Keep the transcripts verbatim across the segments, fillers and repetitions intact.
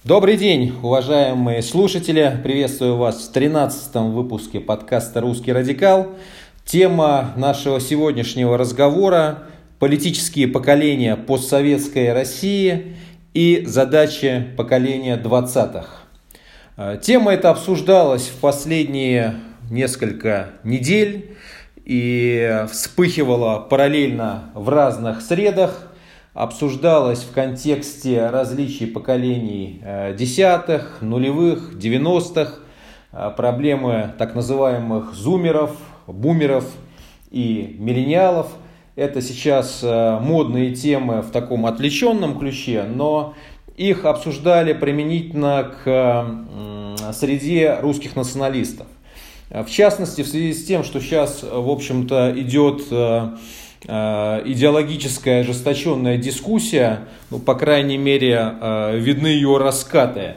Добрый день, уважаемые слушатели! Приветствую вас в тринадцатом выпуске подкаста «Русский радикал». Тема нашего сегодняшнего разговора – политические поколения постсоветской России и задачи поколения двадцатых. Тема эта обсуждалась в последние несколько недель и вспыхивала параллельно в разных средах. Обсуждалось в контексте различий поколений десятых, нулевых, девяностых, проблемы так называемых зумеров, бумеров и миллениалов. Это сейчас модные темы в таком отвлеченном ключе, но их обсуждали применительно к среде русских националистов. В частности, в связи с тем, что сейчас, в общем-то, идет идеологическая ожесточенная дискуссия, ну, по крайней мере, видны ее раскаты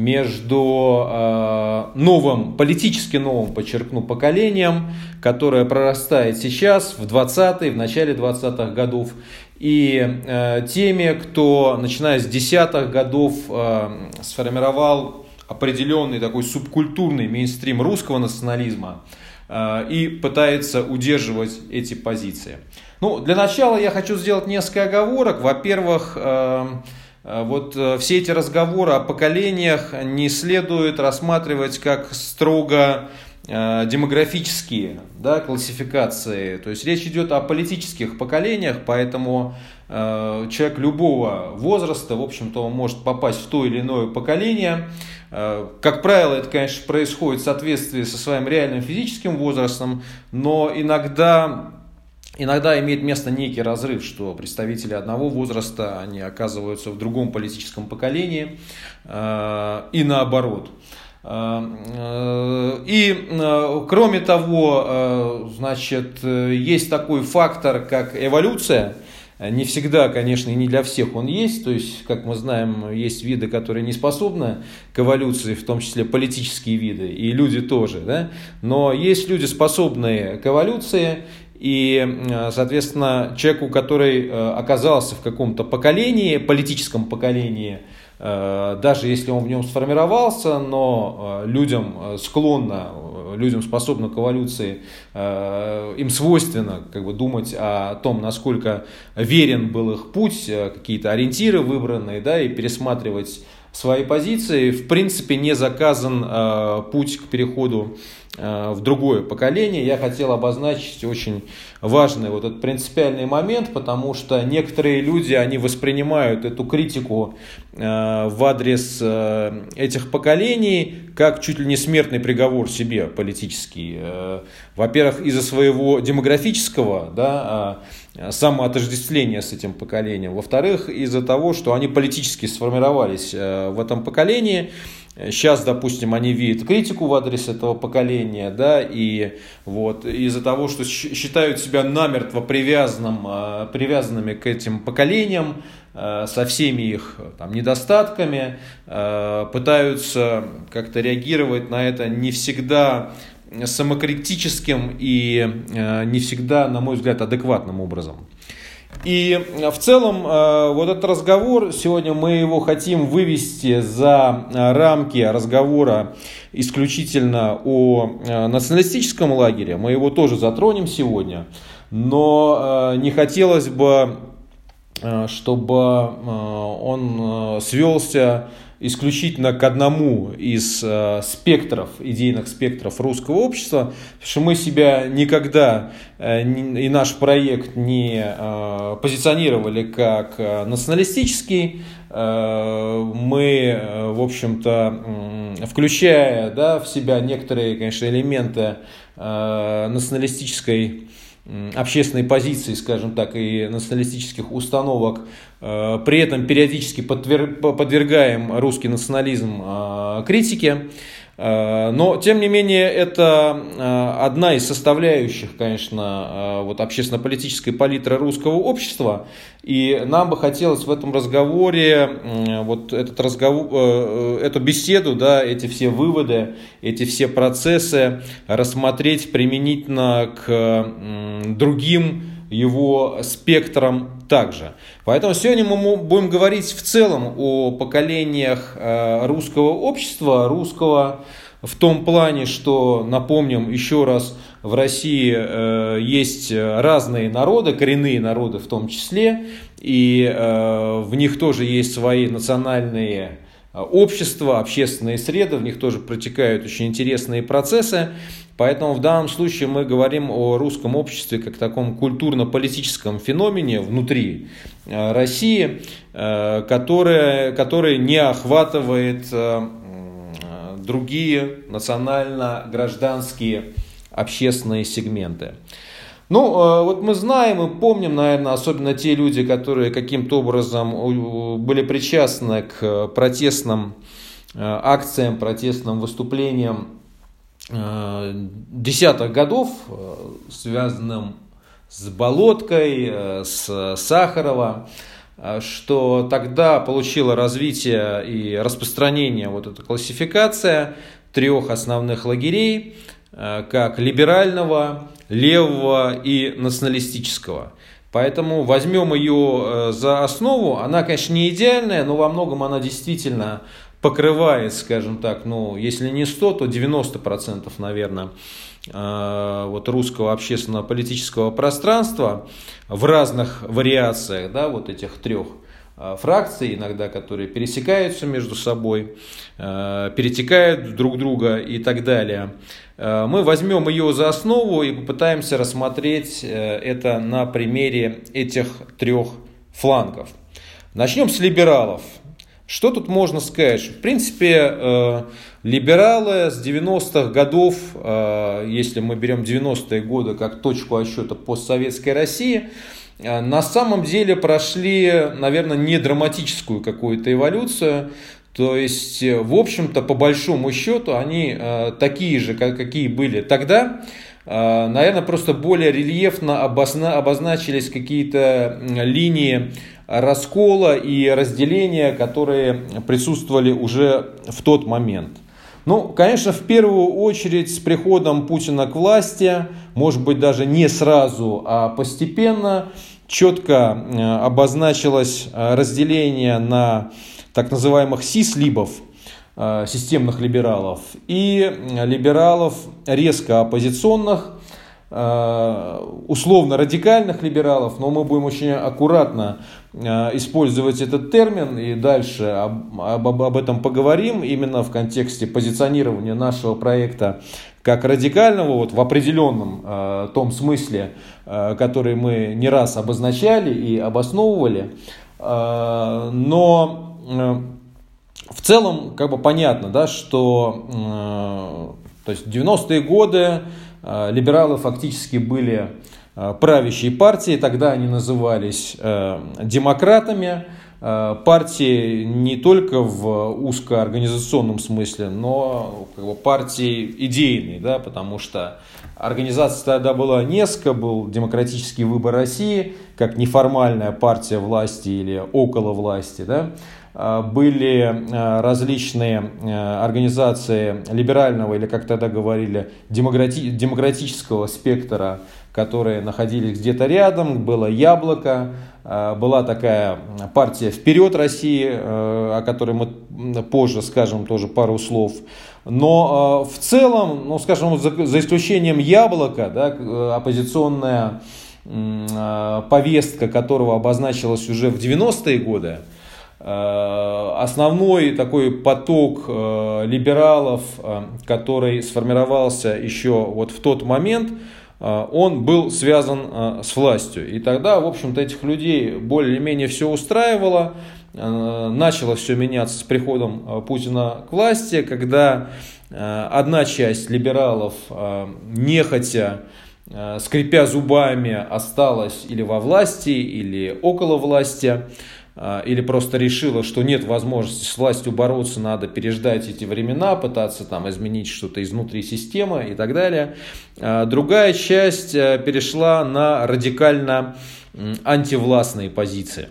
между новым, политически новым, подчеркну, поколением, которое прорастает сейчас, в двадцатые, в начале двадцатых годов, и теми, кто, начиная с десятых годов, сформировал определенный такой субкультурный мейнстрим русского национализма и пытается удерживать эти позиции. Ну, для начала я хочу сделать несколько оговорок. Во-первых, вот все эти разговоры о поколениях не следует рассматривать как строго демографические, да, классификации. То есть речь идет о политических поколениях, поэтому человек любого возраста, в общем-то, он может попасть в то или иное поколение. Как правило, это, конечно, происходит в соответствии со своим реальным физическим возрастом, но иногда, иногда имеет место некий разрыв, что представители одного возраста, они оказываются в другом политическом поколении и наоборот. И, кроме того, значит, есть такой фактор, как эволюция. Не всегда, конечно, и не для всех он есть. То есть, как мы знаем, есть виды, которые не способны к эволюции, в том числе политические виды, и люди тоже. Да? Но есть люди, способные к эволюции. И, соответственно, человеку, который оказался в каком-то поколении, политическом поколении, даже если он в нем сформировался, но людям склонно, людям способно к эволюции, им свойственно как бы думать о том, насколько верен был их путь, какие-то ориентиры выбранные, да, и пересматривать свои позиции. В принципе, не заказан путь к переходу в другое поколение. Я хотел обозначить очень важный вот этот принципиальный момент, потому что некоторые люди, они воспринимают эту критику в адрес этих поколений как чуть ли не смертный приговор себе политический. Во-первых, из-за своего демографического, да, самоотождествления с этим поколением. Во-вторых, из-за того, что они политически сформировались в этом поколении. Сейчас, допустим, они видят критику в адрес этого поколения, да, и вот из-за того, что считают себя намертво привязанным, привязанными к этим поколениям, со всеми их там недостатками, пытаются как-то реагировать на это не всегда самокритическим и не всегда, на мой взгляд, адекватным образом. И в целом вот этот разговор, сегодня мы его хотим вывести за рамки разговора исключительно о националистическом лагере. Мы его тоже затронем сегодня, но не хотелось бы, чтобы он свелся исключительно к одному из э, спектров, идейных спектров русского общества, потому что мы себя никогда э, не, и наш проект не э, позиционировали как э, националистический. Э, мы, э, в общем-то, э, включая, да, в себя некоторые, конечно, элементы э, националистической общественной позиции, скажем так, и националистических установок, при этом периодически подвергаем русский национализм критике. Но, тем не менее, это одна из составляющих, конечно, вот общественно-политической палитры русского общества. И нам бы хотелось в этом разговоре, вот этот разговор, эту беседу, да, эти все выводы, эти все процессы рассмотреть применительно к другим его спектром также. Поэтому сегодня мы будем говорить в целом о поколениях русского общества, русского в том плане, что, напомним еще раз, в России э, есть разные народы, коренные народы в том числе, и э, в них тоже есть свои национальные общества, общественные среды, в них тоже протекают очень интересные процессы. Поэтому в данном случае мы говорим о русском обществе как таком культурно-политическом феномене внутри э, России, э, которое, который не охватывает э, другие национально-гражданские общественные сегменты. Ну, вот мы знаем и помним, наверное, особенно те люди, которые каким-то образом были причастны к протестным акциям, протестным выступлениям десятых годов, связанным с Болоткой, с Сахарова, что тогда получила развитие и распространение вот эта классификация трех основных лагерей, как либерального, левого и националистического. Поэтому возьмем ее за основу. Она, конечно, не идеальная, но во многом она действительно покрывает, скажем так, ну, если не сто, то девяносто процентов, наверное, вот русского общественно-политического пространства в разных вариациях, да, вот этих трех фракций, иногда которые пересекаются между собой, перетекают друг друга и так далее. Мы возьмем ее за основу и попытаемся рассмотреть это на примере этих трех флангов. Начнем с либералов. Что тут можно сказать? В принципе, либералы с девяностых годов, если мы берем девяностые годы как точку отсчета постсоветской России, на самом деле прошли, наверное, не драматическую какую-то эволюцию. То есть, в общем-то, по большому счету, они такие же, какие были тогда. Наверное, просто более рельефно обозначились какие-то линии раскола и разделения, которые присутствовали уже в тот момент. Ну, конечно, в первую очередь с приходом Путина к власти, может быть, даже не сразу, а постепенно, четко обозначилось разделение на так называемых сис-либов, системных либералов, и либералов резко оппозиционных, условно радикальных либералов, но мы будем очень аккуратно использовать этот термин и дальше об, об, об этом поговорим именно в контексте позиционирования нашего проекта как радикального, вот в определенном э, том смысле, э, который мы не раз обозначали и обосновывали, э, но э, в целом как бы понятно, да, что э, то есть в девяностые годы либералы фактически были правящей партией, тогда они назывались демократами, партии не только в узкоорганизационном смысле, но как бы партии идейной, да, потому что организаций тогда было несколько, был демократический выбор России, как неформальная партия власти или около власти, да. Были различные организации либерального, или как тогда говорили, демократи- демократического спектра, которые находились где-то рядом. Было «Яблоко», была такая партия «Вперед России», о которой мы позже скажем тоже пару слов. Но в целом, ну, скажем, за, за исключением «Яблока», да, оппозиционная повестка которого обозначилась уже в девяностые годы, основной такой поток либералов, который сформировался еще вот в тот момент, он был связан с властью. И тогда, в общем-то, этих людей более-менее все устраивало. Начало все меняться с приходом Путина к власти, когда одна часть либералов, нехотя, скрипя зубами, осталась или во власти, или около власти, или просто решила, что нет возможности с властью бороться, надо переждать эти времена, пытаться там изменить что-то изнутри системы и так далее. Другая часть перешла на радикально антивластные позиции.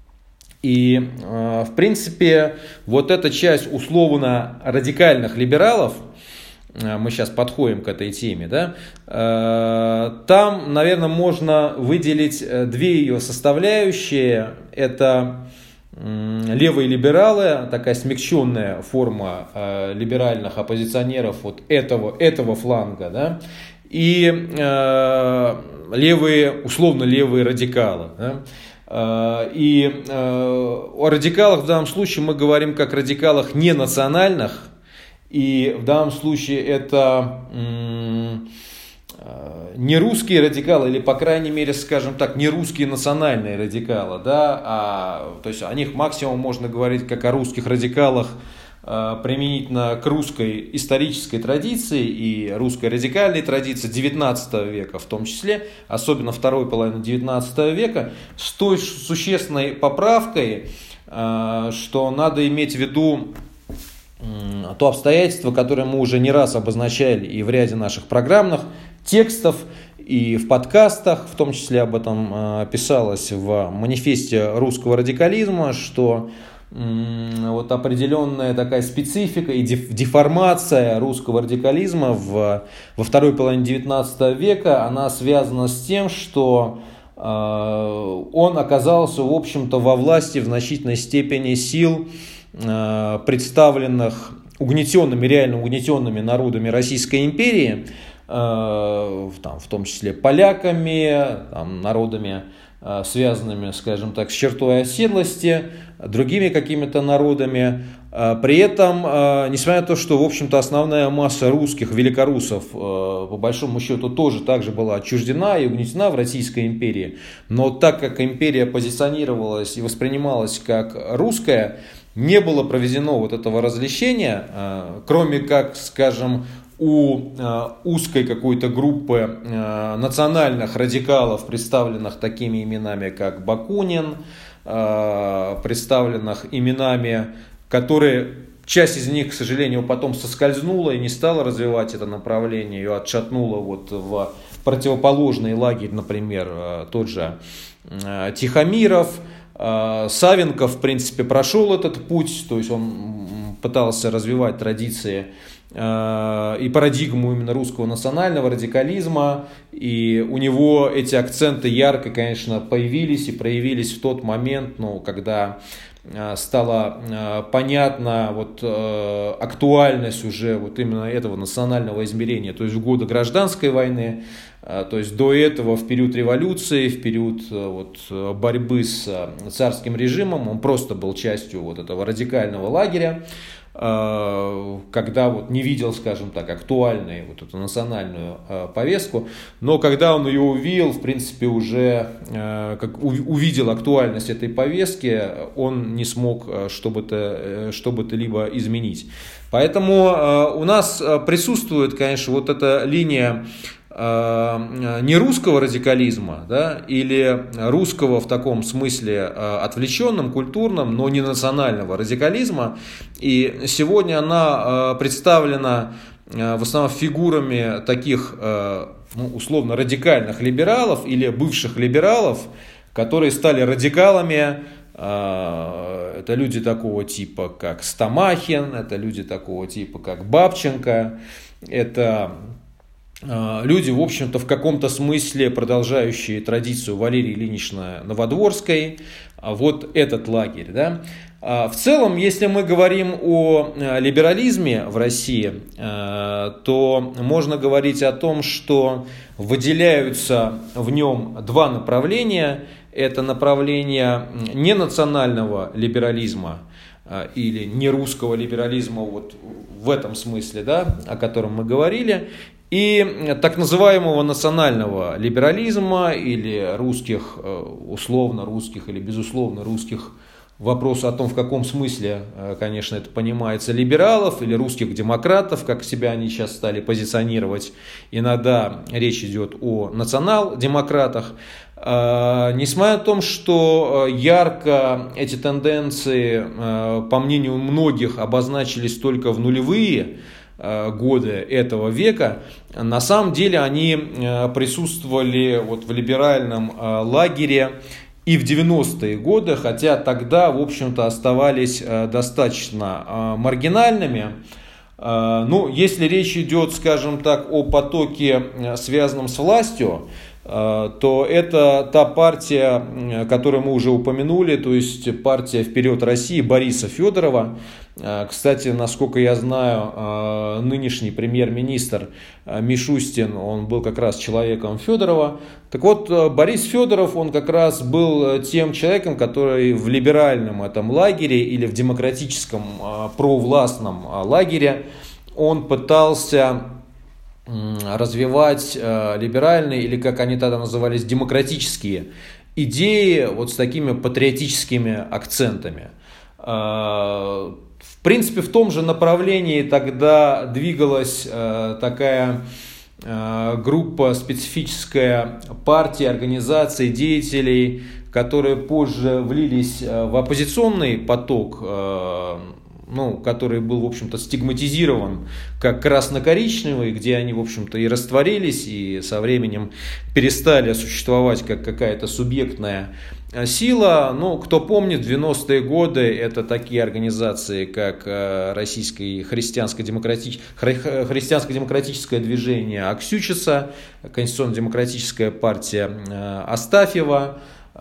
И, в принципе, вот эта часть условно радикальных либералов, мы сейчас подходим к этой теме, да, там, наверное, можно выделить две ее составляющие. Это левые либералы, такая смягченная форма либеральных оппозиционеров вот этого, этого фланга, да, и левые, условно левые радикалы. Да. И о радикалах в данном случае мы говорим как радикалах не национальных, и в данном случае это не русские радикалы, или, по крайней мере, скажем так, не русские национальные радикалы, да, а, то есть о них максимум можно говорить как о русских радикалах применительно к русской исторической традиции и русской радикальной традиции девятнадцатого века в том числе, особенно второй половины девятнадцатого века, с той существенной поправкой, что надо иметь в виду то обстоятельство, которое мы уже не раз обозначали и в ряде наших программных текстов, и в подкастах, в том числе об этом писалось в манифесте русского радикализма, что вот определенная такая специфика и деформация русского радикализма в, во второй половине девятнадцатого века, она связана с тем, что э, он оказался, в общем-то, во власти в значительной степени сил, э, представленных угнетенными, реально угнетенными народами Российской империи, э, там, в том числе поляками, там, народами, связанными, скажем так, с чертой оседлости, другими какими-то народами. При этом, несмотря на то, что, в общем-то, основная масса русских, великорусов, по большому счету, тоже также была отчуждена и угнетена в Российской империи, но так как империя позиционировалась и воспринималась как русская, не было проведено вот этого различения, кроме как, скажем, у э, узкой какой-то группы э, национальных радикалов, представленных такими именами, как Бакунин, э, представленных именами, которые, часть из них, к сожалению, потом соскользнула и не стала развивать это направление, ее отшатнула вот в противоположный лагерь, например, э, тот же э, Тихомиров. э, Савенков, в принципе, прошел этот путь, то есть он пытался развивать традиции и парадигму именно русского национального радикализма, и у него эти акценты ярко, конечно, появились и проявились в тот момент, ну, когда стала понятна вот актуальность уже вот именно этого национального измерения, то есть в годы гражданской войны, то есть до этого, в период революции, в период вот борьбы с царским режимом, он просто был частью вот этого радикального лагеря, когда вот не видел, скажем так, актуальной вот эту национальную э, повестку, но когда он ее увидел, в принципе, уже э, как увидел актуальность этой повестки, он не смог что-то, что-то либо изменить. Поэтому э, у нас присутствует, конечно, вот эта линия не русского радикализма, да, или русского в таком смысле отвлеченном, культурном, но не национального радикализма. И сегодня она представлена в основном фигурами таких, ну, условно радикальных либералов или бывших либералов, которые стали радикалами. Это люди такого типа, как Стамахин, это люди такого типа, как Бабченко, это люди, в общем-то, в каком-то смысле продолжающие традицию Валерии Ильиничны Новодворской, вот этот лагерь. Да? В целом, если мы говорим о либерализме в России, то можно говорить о том, что выделяются в нем два направления. Это направление ненационального либерализма или нерусского либерализма вот в этом смысле, да, о котором мы говорили, и так называемого национального либерализма или русских, условно русских или безусловно русских, вопрос о том, в каком смысле, конечно, это понимается, либералов или русских демократов, как себя они сейчас стали позиционировать. Иногда речь идет о национал-демократах. Несмотря на то, что ярко эти тенденции, по мнению многих, обозначились только в нулевые годы этого века, на самом деле они присутствовали вот в либеральном лагере и в девяностые годы, хотя тогда, в общем-то, оставались достаточно маргинальными. Ну, если речь идет, скажем так, о потоке, связанном с властью, то это та партия, которую мы уже упомянули, то есть партия «Вперед России» Бориса Федорова. Кстати, насколько я знаю, нынешний премьер-министр Мишустин, он был как раз человеком Федорова. Так вот, Борис Федоров, он как раз был тем человеком, который в либеральном этом лагере или в демократическом провластном лагере, он пытался развивать либеральные, или как они тогда назывались, демократические идеи вот с такими патриотическими акцентами. В принципе, в том же направлении тогда двигалась такая группа, специфическая партия, организации, деятелей, которые позже влились в оппозиционный поток, ну, который был, в общем-то, стигматизирован как красно-коричневый, где они, в общем-то, и растворились, и со временем перестали существовать как какая-то субъектная сила. Ну, кто помнит, в девяностые годы это такие организации, как Российское христианско-демократич... христианско-демократическое движение Аксючиса, Конституционно-демократическая партия Астафьева,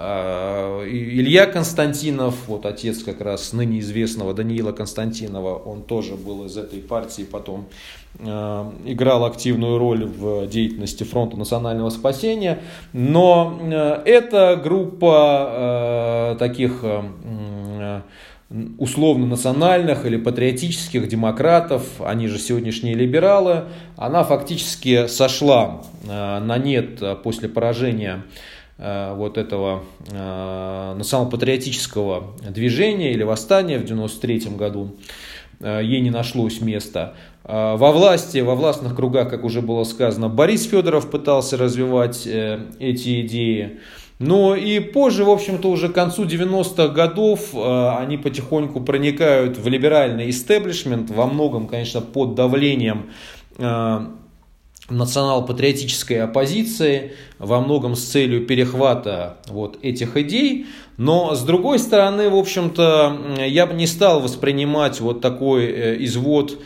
Илья Константинов, вот отец как раз ныне известного Даниила Константинова, он тоже был из этой партии, потом э, играл активную роль в деятельности Фронта национального спасения. Но э, эта группа э, таких э, условно-национальных или патриотических демократов, они же сегодняшние либералы, она фактически сошла э, на нет после поражения вот этого э, национал-патриотического движения или восстания в девяносто третьем году. Э, ей не нашлось места. Э, во власти, во властных кругах, как уже было сказано, Борис Федоров пытался развивать э, эти идеи. Но и позже, в общем-то, уже к концу девяностых годов э, они потихоньку проникают в либеральный истеблишмент, во многом, конечно, под давлением э, национал-патриотической оппозиции, во многом с целью перехвата вот этих идей. Но с другой стороны, в общем-то, я бы не стал воспринимать вот такой извод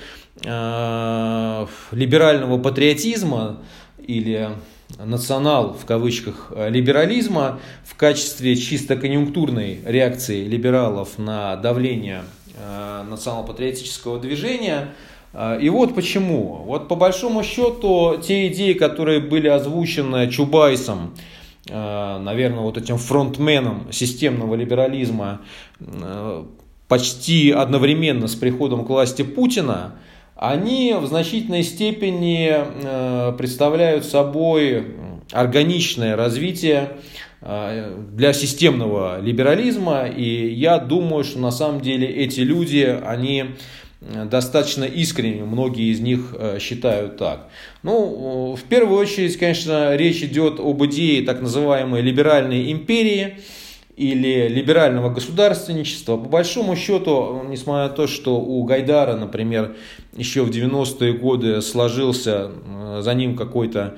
э, либерального патриотизма или национал, в кавычках, либерализма в качестве чисто конъюнктурной реакции либералов на давление э, национал-патриотического движения. И вот почему. Вот по большому счету те идеи, которые были озвучены Чубайсом, наверное, вот этим фронтменом системного либерализма, почти одновременно с приходом к власти Путина, они в значительной степени представляют собой органичное развитие для системного либерализма. И я думаю, что на самом деле эти люди, они достаточно искренне, многие из них считают так. Ну, в первую очередь, конечно, речь идет об идее так называемой либеральной империи или либерального государственничества. По большому счету, несмотря на то, что у Гайдара, например, еще в девяностые годы сложился за ним какой-то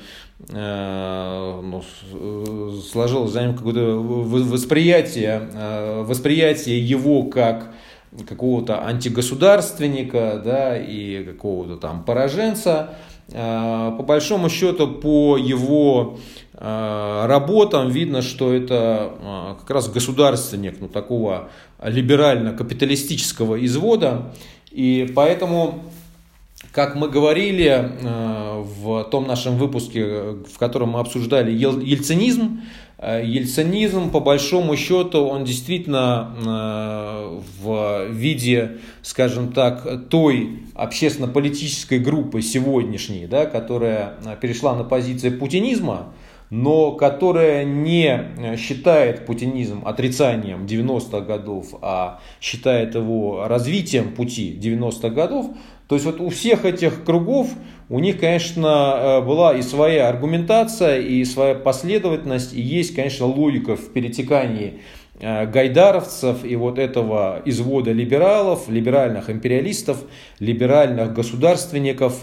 ну, сложилось за ним какое-то восприятие, восприятие его как какого-то антигосударственника, да, и какого-то там пораженца. По большому счету, по его работам видно, что это как раз государственник, ну, такого либерально-капиталистического извода. И поэтому, как мы говорили в том нашем выпуске, в котором мы обсуждали ельцинизм, Ельцинизм, по большому счету, он действительно в виде, скажем так, той общественно-политической группы сегодняшней, да, которая перешла на позиции путинизма, но которая не считает путинизм отрицанием девяностых годов, а считает его развитием пути девяностых годов. То есть вот у всех этих кругов, у них, конечно, была и своя аргументация, и своя последовательность, и есть, конечно, логика в перетекании гайдаровцев и вот этого извода либералов, либеральных империалистов, либеральных государственников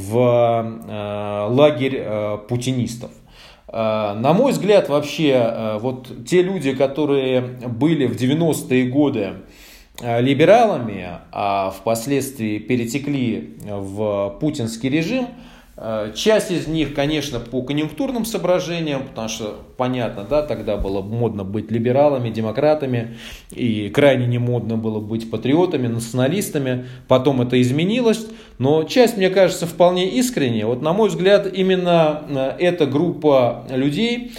в лагерь путинистов. На мой взгляд, вообще, вот те люди, которые были в девяностые годы либералами, а впоследствии перетекли в путинский режим. Часть из них, конечно, по конъюнктурным соображениям, потому что, понятно, да, тогда было модно быть либералами, демократами, и крайне не модно было быть патриотами, националистами. Потом это изменилось, но часть, мне кажется, вполне искренняя. Вот, на мой взгляд, именно эта группа людей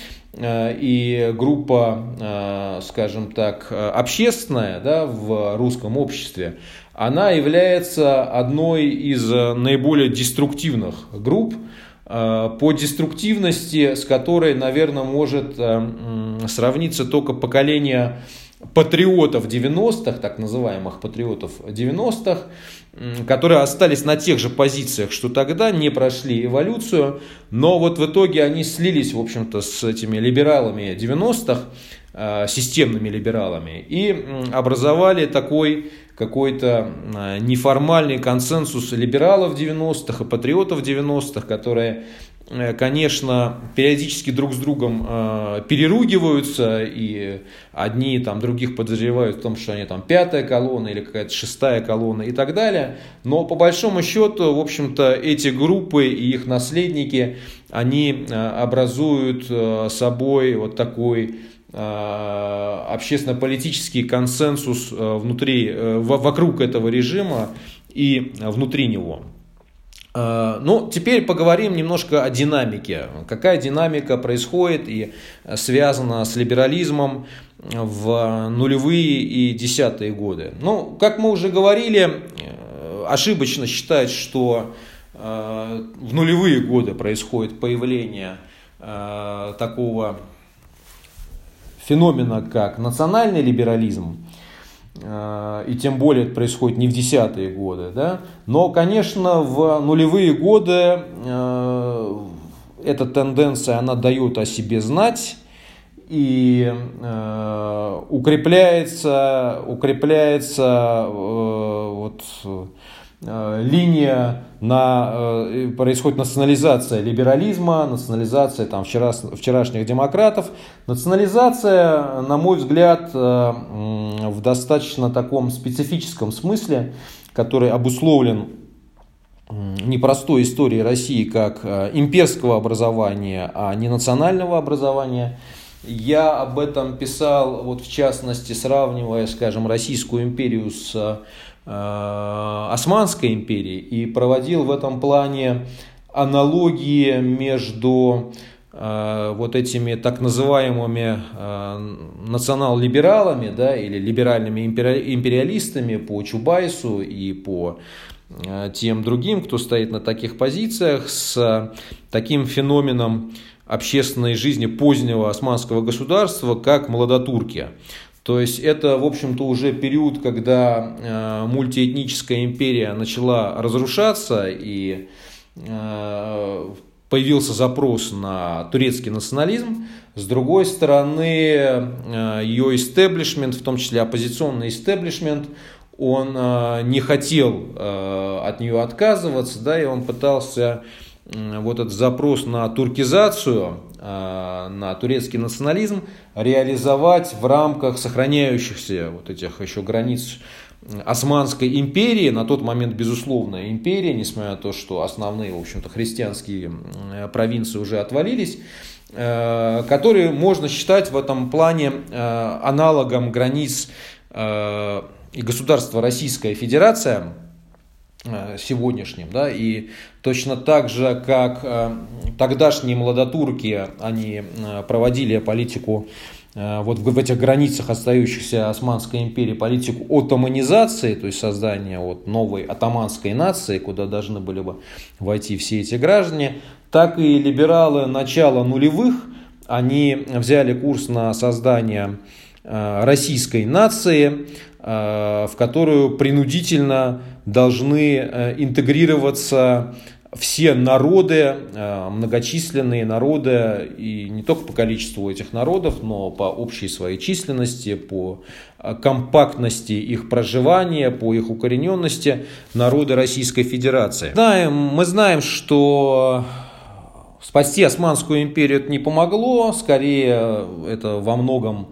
и группа, скажем так, общественная, да, в русском обществе, она является одной из наиболее деструктивных групп, по деструктивности, с которой, наверное, может сравниться только поколение патриотов девяностых, так называемых патриотов девяностых, которые остались на тех же позициях, что тогда, не прошли эволюцию, но вот в итоге они слились, в общем-то, с этими либералами девяностых, системными либералами, и образовали такой какой-то неформальный консенсус либералов девяностых и патриотов девяностых, которые, конечно, периодически друг с другом переругиваются, и одни там других подозревают в том, что они там пятая колонна или какая-то шестая колонна и так далее. Но по большому счету, в общем-то, эти группы и их наследники, они образуют собой вот такой общественно-политический консенсус внутри, вокруг этого режима и внутри него. Ну, теперь поговорим немножко о динамике. Какая динамика происходит и связана с либерализмом в нулевые и десятые годы. Ну, как мы уже говорили, ошибочно считать, что в нулевые годы происходит появление такого феномена, как национальный либерализм, и тем более это происходит не в десятые годы, да? Но, конечно, в нулевые годы эта тенденция, она дает о себе знать, и укрепляется, укрепляется вот, линия, на, происходит национализация либерализма, национализация там, вчера, вчерашних демократов. Национализация, на мой взгляд, в достаточно таком специфическом смысле, который обусловлен непростой историей России как имперского образования, а не национального образования. Я об этом писал, вот, в частности, сравнивая, скажем, Российскую империю с Османской империи, и проводил в этом плане аналогии между э, вот этими так называемыми э, национал-либералами, да, или либеральными империалистами по Чубайсу и по э, тем другим, кто стоит на таких позициях, с таким феноменом общественной жизни позднего османского государства, как Младотуркия. То есть это, в общем-то, уже период, когда э, мультиэтническая империя начала разрушаться, и э, появился запрос на турецкий национализм. С другой стороны, э, ее истеблишмент, в том числе оппозиционный истеблишмент, он э, не хотел э, от нее отказываться, да, и он пытался вот этот запрос на туркизацию, на турецкий национализм реализовать в рамках сохраняющихся вот этих еще границ Османской империи, на тот момент безусловная империя, несмотря на то, что основные, в общем-то, христианские провинции уже отвалились, которые можно считать в этом плане аналогом границ и государства Российская Федерация сегодняшним, да, и точно так же, как э, тогдашние младотурки, они э, проводили политику э, вот в, в этих границах остающихся Османской империи, политику оттоманизации, то есть создания вот новой атаманской нации, куда должны были бы войти все эти граждане, так и либералы начала нулевых, они взяли курс на создание э, российской нации, э, в которую принудительно должны интегрироваться все народы, многочисленные народы, и не только по количеству этих народов, но по общей своей численности, по компактности их проживания, по их укорененности, народы Российской Федерации. Знаем, мы знаем, что спасти Османскую империю это не помогло, скорее это во многом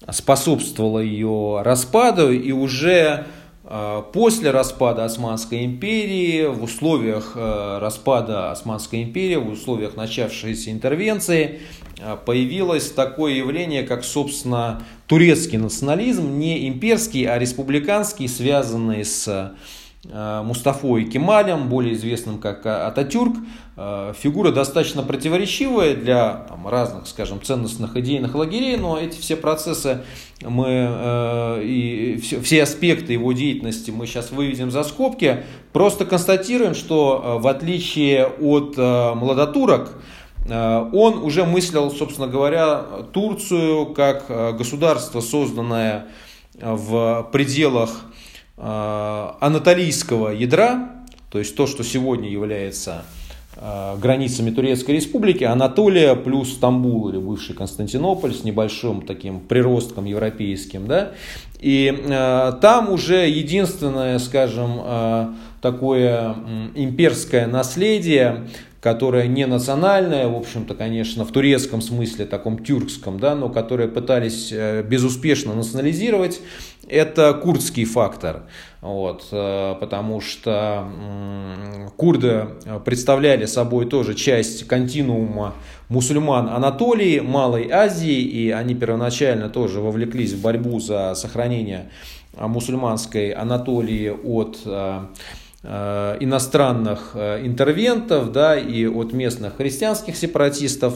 способствовало ее распаду, и уже после распада Османской империи, в условиях распада Османской империи, в условиях начавшейся интервенции, появилось такое явление, как, собственно, турецкий национализм, не имперский, а республиканский, связанный с Мустафой Кемалем, более известным как Ататюрк. Фигура достаточно противоречивая для там, разных, скажем, ценностных идейных лагерей, но эти все процессы мы э, и все, все аспекты его деятельности мы сейчас выведем за скобки. Просто констатируем, что в отличие от э, младотурок, э, он уже мыслил, собственно говоря, Турцию как государство, созданное в пределах анатолийского ядра, то есть то, что сегодня является границами Турецкой Республики, Анатолия плюс Стамбул или бывший Константинополь с небольшим таким приростком европейским, да, и э, там уже единственное, скажем, э, такое имперское наследие, которое не национальное, в общем-то, конечно, в турецком смысле, таком тюркском, да, но которое пытались безуспешно национализировать, это курдский фактор. Вот, потому что курды представляли собой тоже часть континуума мусульман Анатолии, Малой Азии, и они первоначально тоже вовлеклись в борьбу за сохранение мусульманской Анатолии от иностранных интервентов, да, и от местных христианских сепаратистов,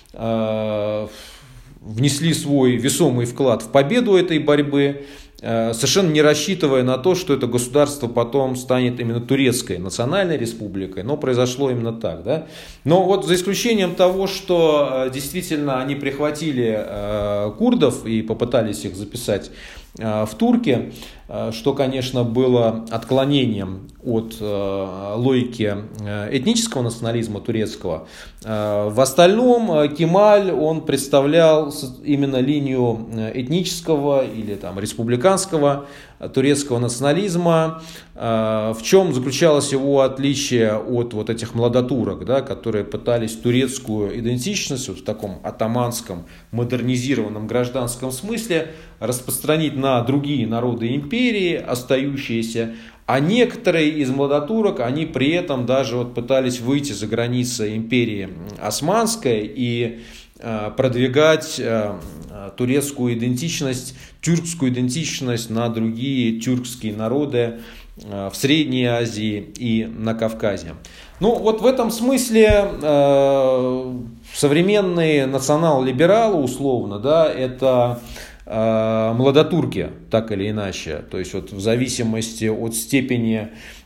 внесли свой весомый вклад в победу этой борьбы, совершенно не рассчитывая на то, что это государство потом станет именно турецкой национальной республикой, но произошло именно так. Да? Но вот за исключением того, что действительно они прихватили курдов и попытались их записать в турки, что, конечно, было отклонением от логики этнического национализма турецкого. В остальном Кемаль, он представлял именно линию этнического или там, республиканского турецкого национализма. В чем заключалось его отличие от вот этих младотурок, да, которые пытались турецкую идентичность вот в таком атаманском модернизированном гражданском смысле распространить на другие народы империи, остающиеся, а некоторые из младотурок, они при этом даже вот пытались выйти за границы империи Османской и э, продвигать э, турецкую идентичность, тюркскую идентичность на другие тюркские народы э, в Средней Азии и на Кавказе. Ну вот в этом смысле э, современные национал-либералы, условно, да, это младотурки, так или иначе, то есть вот в зависимости от степени,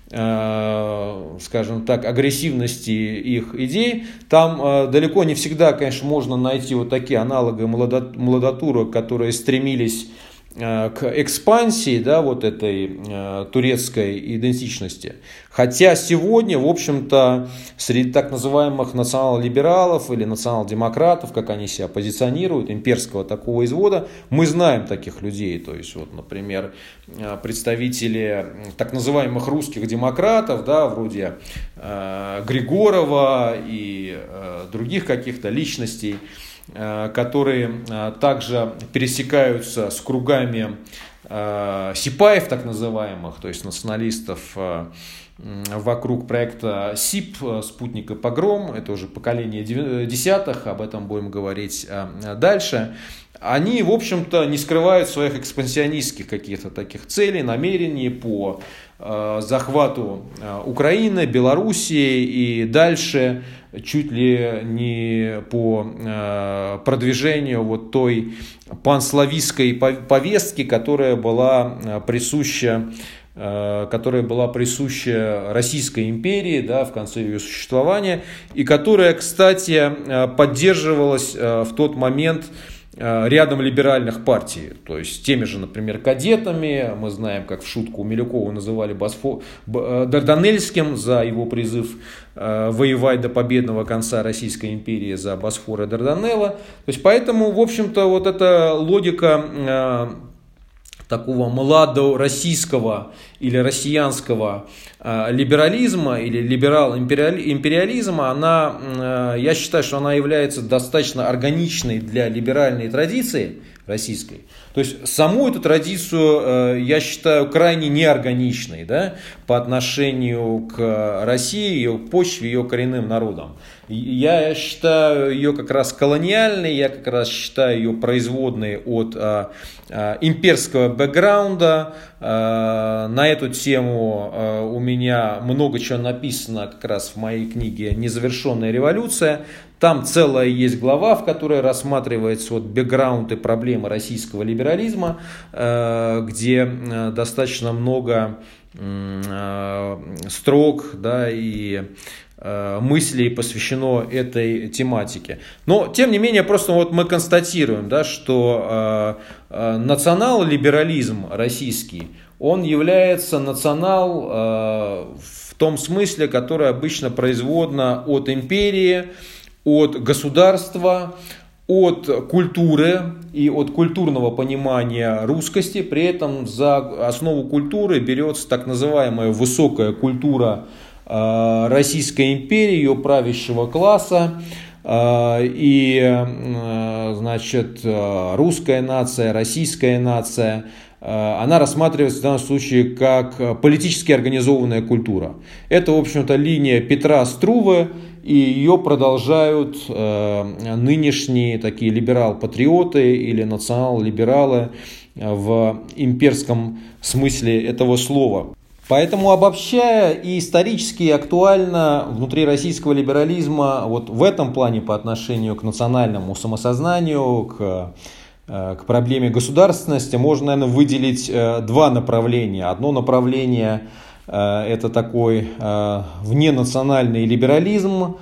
скажем так, агрессивности их идей, там далеко не всегда, конечно, можно найти вот такие аналоги младотурок, которые стремились к экспансии, да, вот этой э, турецкой идентичности. Хотя сегодня, в общем-то, среди так называемых национал-либералов или национал-демократов, как они себя позиционируют, имперского такого извода, мы знаем таких людей. То есть, вот, например, представители так называемых русских демократов, да, вроде э, Григорова и э, других каких-то личностей, которые также пересекаются с кругами сипаев, так называемых, то есть националистов вокруг проекта СИП, «Спутник и погром», это уже поколение десятых, об этом будем говорить дальше. Они, в общем-то, не скрывают своих экспансионистских каких-то таких целей, намерений по захвату Украины, Белоруссии и дальше чуть ли не по продвижению вот той панславистской повестки, которая была присуща которая была присуща Российской империи, да, в конце ее существования, и которая, кстати, поддерживалась в тот момент рядом либеральных партий, то есть теми же, например, кадетами. Мы знаем, как в шутку Милюкова называли Босфор... Дарданельским за его призыв воевать до победного конца Российской империи за Босфор и Дарданеллы. То есть поэтому, в общем-то, вот эта логика такого младо-российского или россиянского э, либерализма или либерал-империализма, она, э, я считаю, что она является достаточно органичной для либеральной традиции, российской. То есть саму эту традицию я считаю крайне неорганичной, да, по отношению к России, ее почве, ее коренным народам. Я считаю ее как раз колониальной, я как раз считаю ее производной от а, а, имперского бэкграунда. А, на эту тему а, у меня много чего написано как раз в моей книге «Незавершенная революция». Там целая есть глава, в которой рассматривается вот бэкграунд и проблемы российского либерализма, а, где а, достаточно много а, строк, да, и мыслей посвящено этой тематике. Но, тем не менее, просто вот мы констатируем, да, что э, национал-либерализм российский, он является национал э, в том смысле, который обычно производно от империи, от государства, от культуры и от культурного понимания русскости. При этом за основу культуры берется так называемая высокая культура Российской империи, ее правящего класса, и, значит, русская нация, российская нация, она рассматривается в данном случае как политически организованная культура. Это, в общем-то, линия Петра Струве, и ее продолжают нынешние такие либерал-патриоты или национал-либералы в имперском смысле этого слова. Поэтому, обобщая, и исторически актуально внутри российского либерализма вот в этом плане по отношению к национальному самосознанию, к, к проблеме государственности, можно, наверное, выделить два направления. Одно направление – это такой вненациональный либерализм,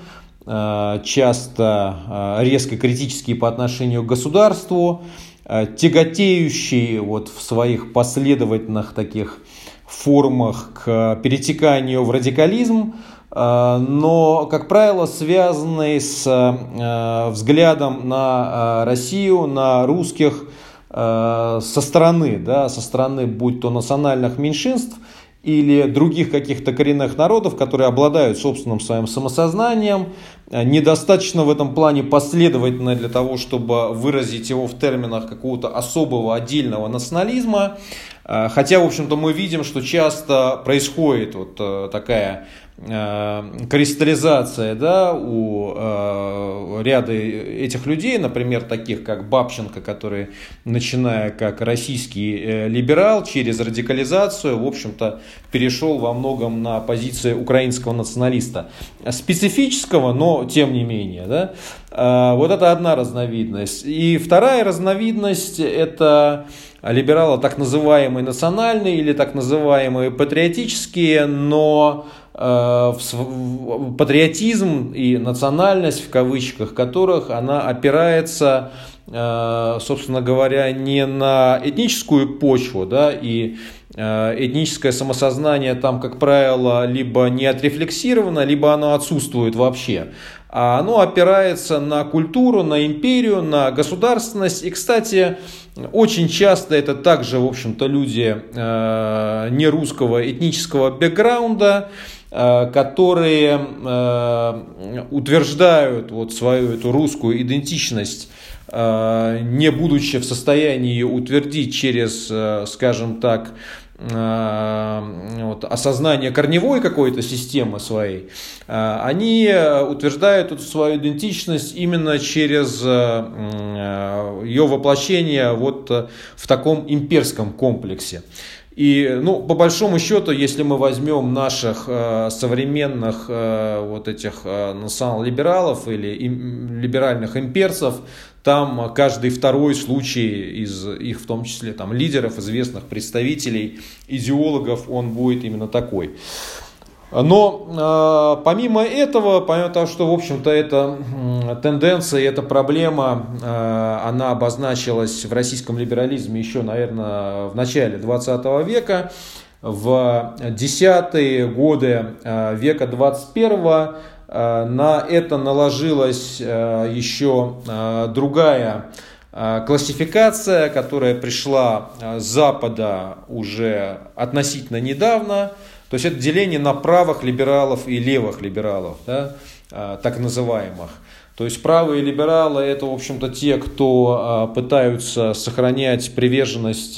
часто резко критический по отношению к государству, тяготеющий вот в своих последовательных таких формах к перетеканию в радикализм, но, как правило, связанный с взглядом на Россию, на русских со стороны, да, со стороны будь то национальных меньшинств или других каких-то коренных народов, которые обладают собственным своим самосознанием, недостаточно в этом плане последовательно для того, чтобы выразить его в терминах какого-то особого отдельного национализма. Хотя, в общем-то, мы видим, что часто происходит вот такая кристаллизация, да, у э, ряда этих людей, например, таких как Бабченко, который, начиная как российский э, либерал, через радикализацию, в общем-то, перешел во многом на позиции украинского националиста. Специфического, но тем не менее, да, э, вот это одна разновидность. И вторая разновидность – это либералы так называемые национальные или так называемые патриотические, но патриотизм и национальность, в кавычках, которых она опирается, собственно говоря, не на этническую почву, да, и этническое самосознание там, как правило, либо не отрефлексировано, либо оно отсутствует вообще. А оно опирается на культуру, на империю, на государственность. И, кстати, очень часто это также, в общем-то, люди э, не русского этнического бэкграунда, э, которые э, утверждают вот свою эту русскую идентичность, э, не будучи в состоянии ее утвердить через, э, скажем так, вот, осознание корневой какой-то системы своей, они утверждают эту свою идентичность именно через ее воплощение вот в таком имперском комплексе. И, ну, по большому счету, если мы возьмем наших э, современных э, вот этих э, национал-либералов или им, либеральных имперцев, там каждый второй случай из их, в том числе, там, лидеров, известных представителей, идеологов, он будет именно такой. Но э, помимо этого, помимо того, что, в общем-то, эта э, тенденция, эта проблема, э, она обозначилась в российском либерализме еще, наверное, в начале двадцатого века, в десятые годы э, века двадцать первого э, на это наложилась э, еще э, другая э, классификация, которая пришла с Запада уже относительно недавно. То есть это деление на правых либералов и левых либералов, да, так называемых. То есть правые либералы – это, в общем-то, те, кто пытаются сохранять приверженность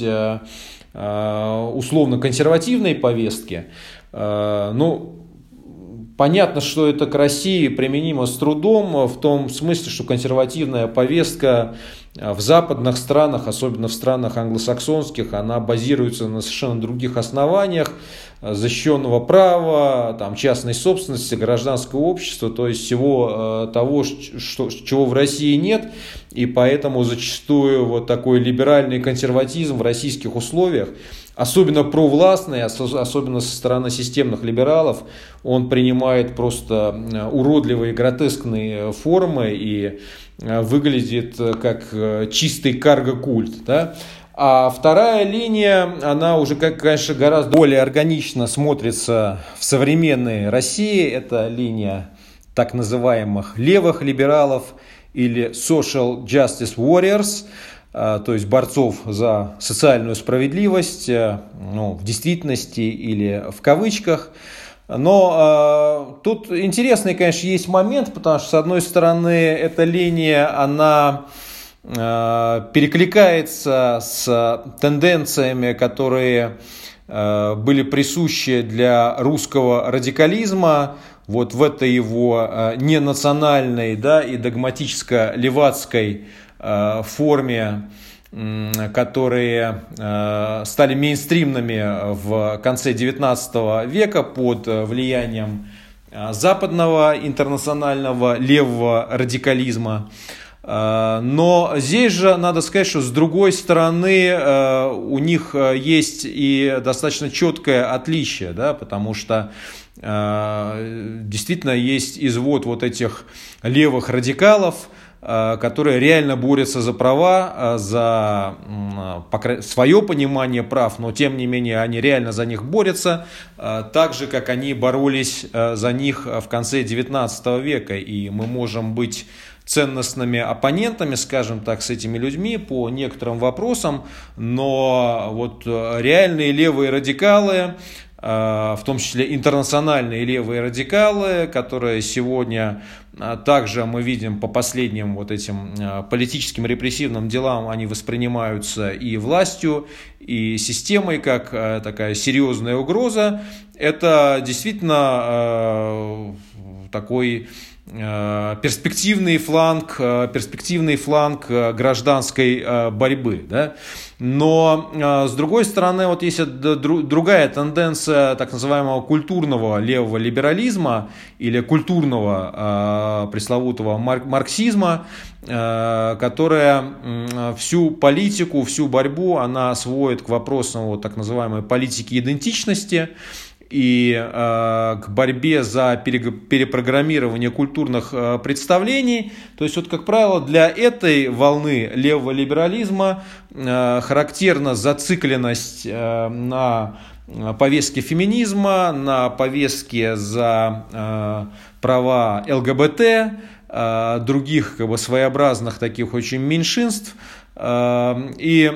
условно-консервативной повестке. Ну, понятно, что это к России применимо с трудом, в том смысле, что консервативная повестка в западных странах, особенно в странах англосаксонских, она базируется на совершенно других основаниях: защищенного права, там, частной собственности, гражданского общества, то есть всего э, того, что, чего в России нет. И поэтому зачастую вот такой либеральный консерватизм в российских условиях, особенно провластный, особенно со стороны системных либералов, он принимает просто уродливые, гротескные формы и выглядит как чистый карго-культ, да? А вторая линия, она уже, конечно, гораздо более органично смотрится в современной России. Это линия так называемых левых либералов или social justice warriors, то есть борцов за социальную справедливость, ну, в действительности или в кавычках. Но э, тут интересный, конечно, есть момент, потому что, с одной стороны, эта линия, она э, перекликается с тенденциями, которые э, были присущи для русского радикализма, вот в этой его э, ненациональной, да, и догматическо-левацкой э, форме, которые э, стали мейнстримными в конце девятнадцатого века под влиянием э, западного интернационального левого радикализма. Э, но здесь же надо сказать, что с другой стороны э, у них есть и достаточно четкое отличие, да, потому что э, действительно есть извод вот этих левых радикалов, которые реально борются за права, за свое понимание прав, но тем не менее они реально за них борются, так же, как они боролись за них в конце девятнадцатого века. И мы можем быть ценностными оппонентами, скажем так, с этими людьми по некоторым вопросам, но вот реальные левые радикалы, в том числе интернациональные левые радикалы, которые сегодня также мы видим по последним вот этим политическим репрессивным делам, они воспринимаются и властью, и системой как такая серьезная угроза. Это действительно такой перспективный фланг, перспективный фланг гражданской борьбы, да? Но с другой стороны, вот есть другая тенденция так называемого культурного левого либерализма или культурного пресловутого марксизма, которая всю политику, всю борьбу она сводит к вопросам вот так называемой политики идентичности и э, к борьбе за перепрограммирование культурных э, представлений. То есть, вот, как правило, для этой волны левого либерализма э, характерна зацикленность э, на повестке феминизма, на повестке за э, права ЛГБТ, э, других как бы своеобразных таких очень меньшинств. И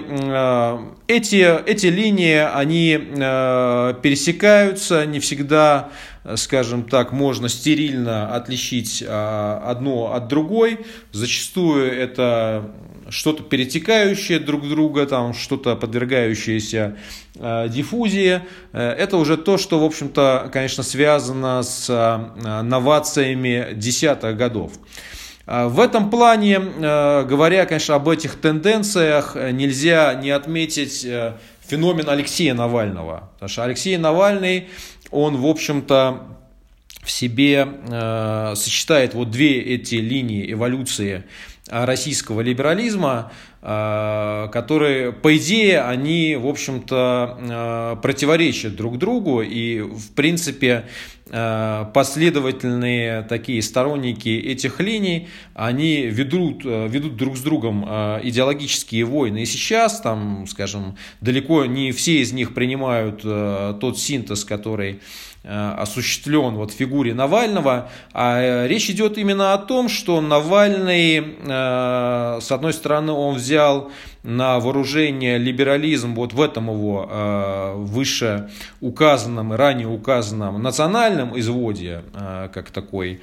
эти, эти линии, они пересекаются, не всегда, скажем так, можно стерильно отличить одно от другой. Зачастую это что-то перетекающее друг в друга, там, что-то подвергающееся диффузии. Это уже то, что, в общем-то, конечно, связано с новациями десятых годов. В этом плане, говоря, конечно, об этих тенденциях, нельзя не отметить феномен Алексея Навального. Потому что Алексей Навальный, он, в общем-то, в себе сочетает вот две эти линии эволюции российского либерализма, которые, по идее, они, в общем-то, противоречат друг другу, и, в принципе, последовательные такие сторонники этих линий, они ведут, ведут друг с другом идеологические войны. И сейчас, там, скажем, далеко не все из них принимают тот синтез, который осуществлен вот в фигуре Навального. А речь идет именно о том, что Навальный, с одной стороны, он взял на вооружение либерализм вот в этом его выше указанном и ранее указанном национальном изводе, как такой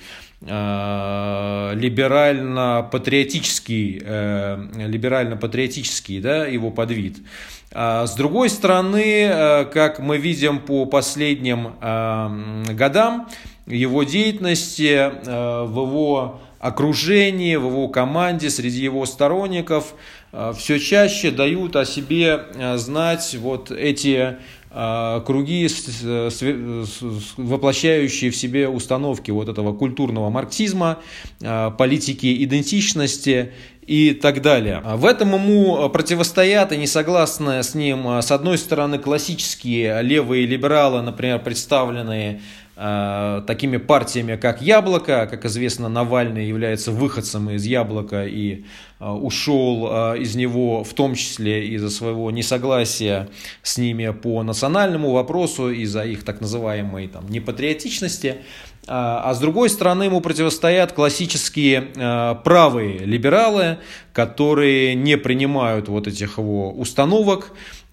либерально-патриотический, либерально-патриотический, да, его подвид. С другой стороны, как мы видим по последним годам его деятельности, в его окружении, в его команде, среди его сторонников все чаще дают о себе знать вот эти круги, воплощающие в себе установки вот этого культурного марксизма, политики идентичности и так далее. В этом ему противостоят и не согласны с ним, с одной стороны, классические левые либералы, например, представленные такими партиями, как «Яблоко». Как известно, Навальный является выходцем из «Яблока» и ушел из него в том числе из-за своего несогласия с ними по национальному вопросу, из-за их так называемой там, непатриотичности. А с другой стороны, ему противостоят классические правые либералы, которые не принимают вот этих его установок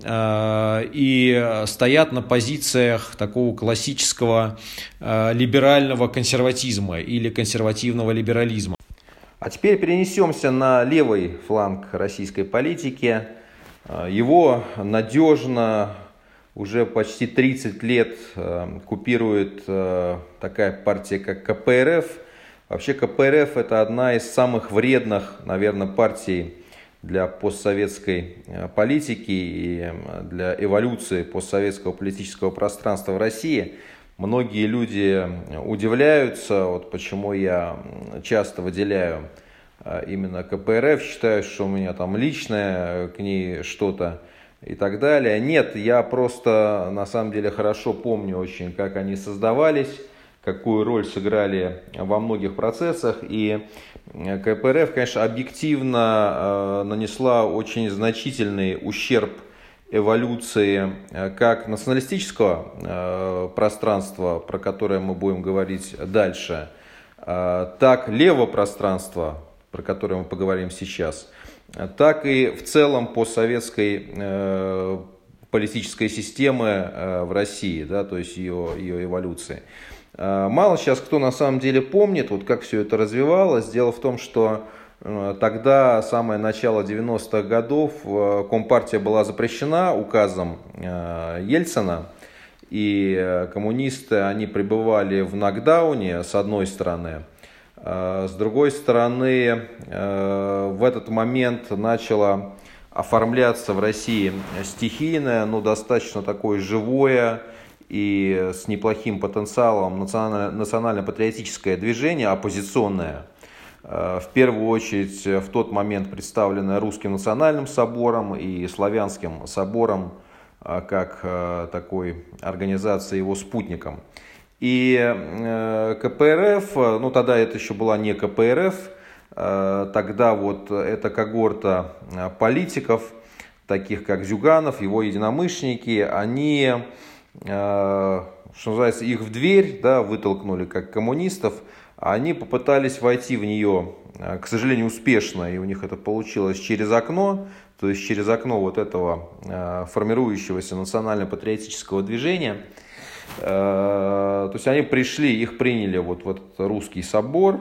и стоят на позициях такого классического либерального консерватизма или консервативного либерализма. А теперь перенесемся на левый фланг российской политики. Его надежно уже почти тридцать лет купирует такая партия, как ка пэ эр эф. Вообще ка пэ эр эф это одна из самых вредных, наверное, партий для постсоветской политики и для эволюции постсоветского политического пространства в России. Многие люди удивляются, вот почему я часто выделяю именно ка пэ эр эф, считаю, что у меня там личное к ней что-то и так далее. Нет, я просто на самом деле хорошо помню очень, как они создавались, какую роль сыграли во многих процессах. И ка пэ эр эф, конечно, объективно нанесла очень значительный ущерб эволюции как националистического пространства, про которое мы будем говорить дальше, так левого пространства, про которое мы поговорим сейчас, так и в целом постсоветской э, политической системы э, в России, да, то есть ее, ее эволюции. Э, мало сейчас кто на самом деле помнит, вот как все это развивалось. Дело в том, что э, тогда, самое начало девяностых годов, э, Компартия была запрещена указом э, Ельцина, и э, коммунисты, они пребывали в нокдауне, с одной стороны. С другой стороны, в этот момент начало оформляться в России стихийное, но достаточно такое живое и с неплохим потенциалом национально-патриотическое движение, оппозиционное. В первую очередь в тот момент представленное Русским национальным собором и Славянским собором как такой организацией, его спутником. И ка пэ эр эф, ну тогда это еще была не ка пэ эр эф, тогда вот эта когорта политиков, таких как Зюганов, его единомышленники, они, что называется, их в дверь, да, вытолкнули как коммунистов, они попытались войти в нее, к сожалению, успешно, и у них это получилось через окно, то есть через окно вот этого формирующегося национально-патриотического движения. То есть они пришли, их приняли вот в этот Русский собор,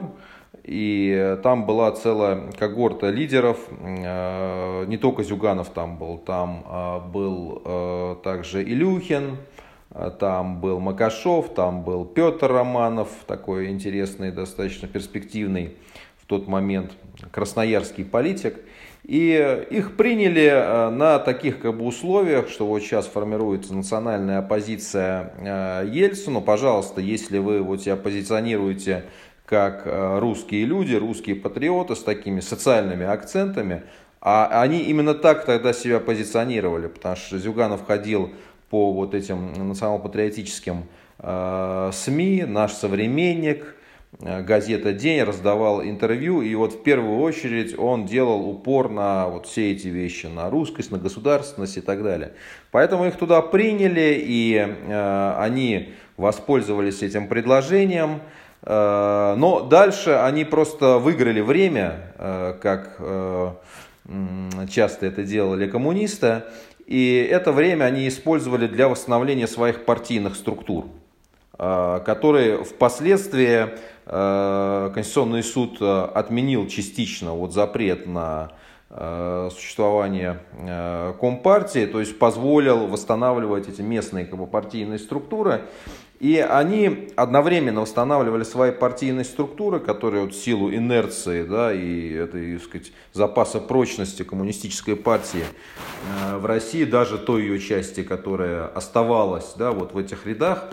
и там была целая когорта лидеров, не только Зюганов там был, там был также Илюхин, там был Макашов, там был Петр Романов, такой интересный, достаточно перспективный в тот момент красноярский политик. И их приняли на таких как бы условиях, что вот сейчас формируется национальная оппозиция Ельцину. Пожалуйста, если вы вот себя позиционируете как русские люди, русские патриоты с такими социальными акцентами, а они именно так тогда себя позиционировали, потому что Зюганов ходил по вот этим национал-патриотическим СМИ, «Наш современник», газета «День», раздавал интервью, и вот в первую очередь он делал упор на вот все эти вещи, на русскость, на государственность и так далее. Поэтому их туда приняли, и э, они воспользовались этим предложением. Э, но дальше они просто выиграли время, э, как э, часто это делали коммунисты, и это время они использовали для восстановления своих партийных структур, которые впоследствии Конституционный суд отменил частично вот запрет на существование Компартии, то есть позволил восстанавливать эти местные как бы, партийные структуры. И они одновременно восстанавливали свои партийные структуры, которые вот в силу инерции, да, и этой, так сказать, запаса прочности коммунистической партии э, в России, даже той ее части, которая оставалась, да, вот в этих рядах,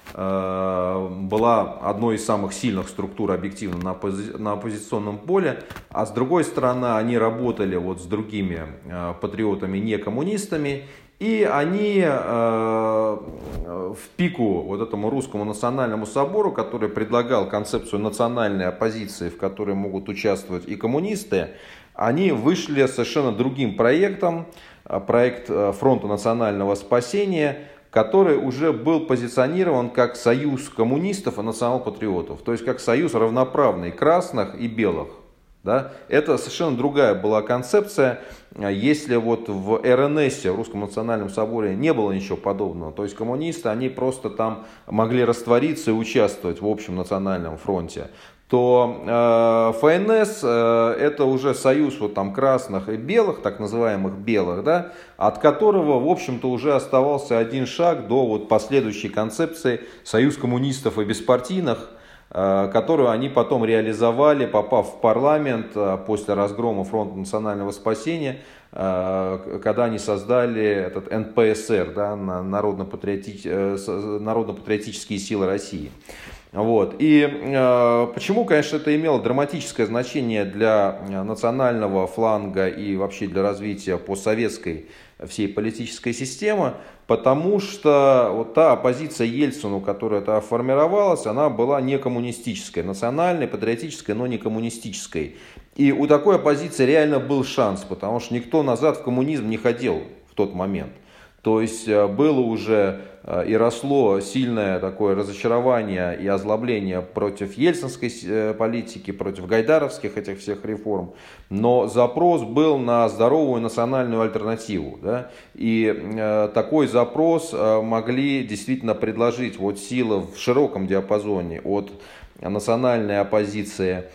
э, была одной из самых сильных структур объективно на, оппози- на оппозиционном поле. А с другой стороны, они работали вот с другими э, патриотами, не коммунистами. И они э, в пику вот этому русскому национальному собору, который предлагал концепцию национальной оппозиции, в которой могут участвовать и коммунисты, они вышли совершенно другим проектом, проект Фронта национального спасения, который уже был позиционирован как союз коммунистов и национал-патриотов, то есть как союз равноправный красных и белых. Да? Это совершенно другая была концепция. Если вот в эр эн эс, в Русском национальном соборе, не было ничего подобного, то есть коммунисты, они просто там могли раствориться и участвовать в общем национальном фронте, то э, эф эн эс э, это уже союз вот там красных и белых, так называемых белых, да, от которого, в общем-то, уже оставался один шаг до вот последующей концепции союз коммунистов и беспартийных, которую они потом реализовали, попав в парламент после разгрома Фронта национального спасения, когда они создали этот эн пэ эс эр, да, Народно-патриотические силы России. Вот. И э, почему, конечно, это имело драматическое значение для национального фланга и вообще для развития постсоветской всей политической системы? Потому что вот та оппозиция Ельцину, которая это формировалась, она была не коммунистической, национальной, патриотической, но не коммунистической. И у такой оппозиции реально был шанс, потому что никто назад в коммунизм не ходил в тот момент. То есть было уже и росло сильное такое разочарование и озлобление против ельцинской политики, против гайдаровских этих всех реформ. Но запрос был на здоровую национальную альтернативу. Да? И э, такой запрос могли действительно предложить вот силы в широком диапазоне от национальной оппозиции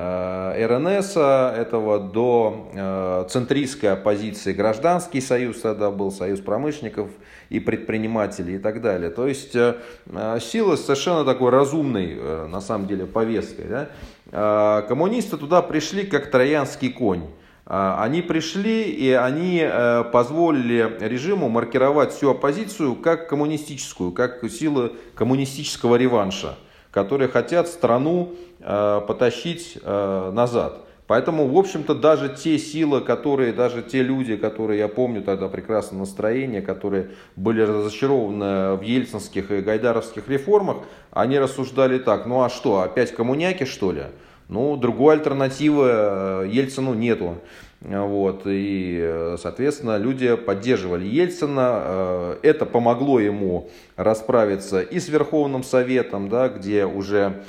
эр эн эс этого до э, центристской оппозиции Гражданский союз, тогда был союз промышленников и предпринимателей и так далее. То есть э, сила с совершенно такой разумной э, на самом деле повесткой. Да? Э, коммунисты туда пришли как троянский конь. Э, они пришли и они э, позволили режиму маркировать всю оппозицию как коммунистическую, как силу коммунистического реванша, которые хотят страну э, потащить э, назад. Поэтому, в общем-то, даже те силы, которые, даже те люди, которые, я помню тогда прекрасное настроение, которые были разочарованы в ельцинских и гайдаровских реформах, они рассуждали так: ну а что, опять коммуняки, что ли? Ну, другой альтернативы Ельцину нету. Вот, и, соответственно, люди поддерживали Ельцина. Это помогло ему расправиться и с Верховным Советом, да, где уже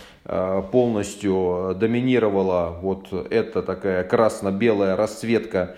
полностью доминировала вот эта такая красно-белая расцветка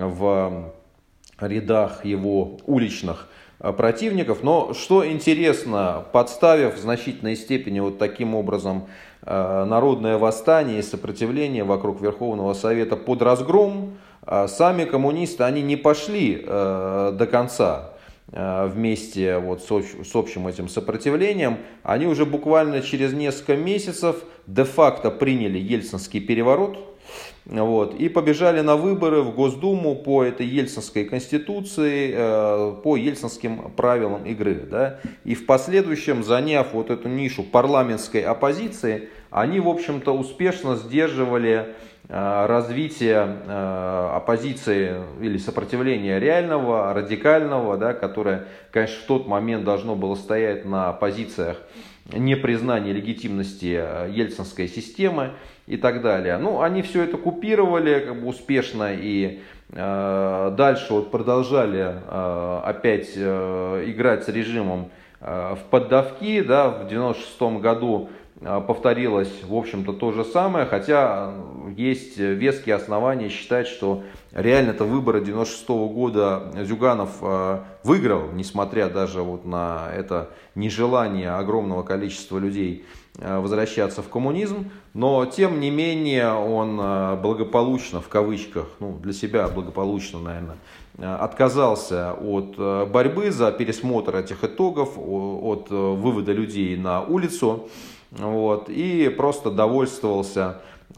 в рядах его уличных противников. Но что интересно, подставив в значительной степени вот таким образом народное восстание и сопротивление вокруг Верховного Совета под разгром, сами коммунисты, они не пошли до конца вместе вот с общим этим сопротивлением. Они уже буквально через несколько месяцев де-факто приняли ельцинский переворот. Вот, и побежали на выборы в Госдуму по этой ельцинской конституции, э, по ельцинским правилам игры. Да? И в последующем, заняв вот эту нишу парламентской оппозиции, они, в общем-то, успешно сдерживали э, развитие э, оппозиции или сопротивления реального, радикального, да, которое, конечно, в тот момент должно было стоять на позициях непризнание легитимности ельцинской системы и так далее. Ну, они все это купировали как бы успешно и э, дальше вот продолжали э, опять э, играть с режимом э, в поддавки. Да, в девяносто шестом году э, повторилось, в общем-то, то же самое, хотя есть веские основания считать, что реально-то выборы девяносто шестого года Зюганов э, выиграл, несмотря даже вот на это нежелание огромного количества людей возвращаться в коммунизм, но тем не менее он благополучно, в кавычках, ну для себя благополучно, наверное, отказался от борьбы за пересмотр этих итогов, от вывода людей на улицу, вот, и просто довольствовался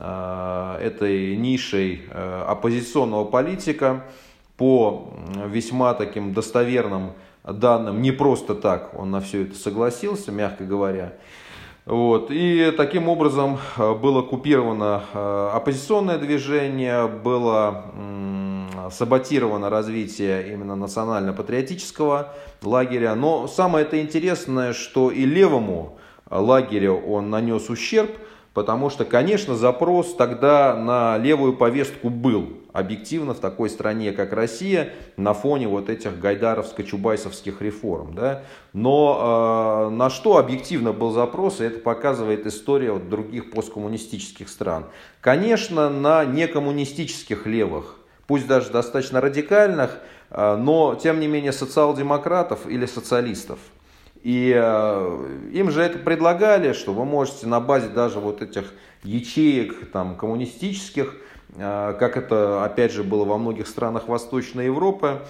этой нишей оппозиционного политика. По весьма таким достоверным данным, не просто так он на все это согласился, мягко говоря. Вот. И таким образом было купировано оппозиционное движение, было саботировано развитие именно национально-патриотического лагеря. Но самое это интересное, что и левому лагерю он нанес ущерб, потому что, конечно, запрос тогда на левую повестку был объективно в такой стране, как Россия, на фоне вот этих гайдаровско-чубайсовских реформ. Да? Но э, на что объективно был запрос, и это показывает история вот других посткоммунистических стран. Конечно, на некоммунистических левых, пусть даже достаточно радикальных, э, но тем не менее социал-демократов или социалистов. И э, им же это предлагали, что вы можете на базе даже вот этих ячеек там, коммунистических, э, как это опять же было во многих странах Восточной Европы,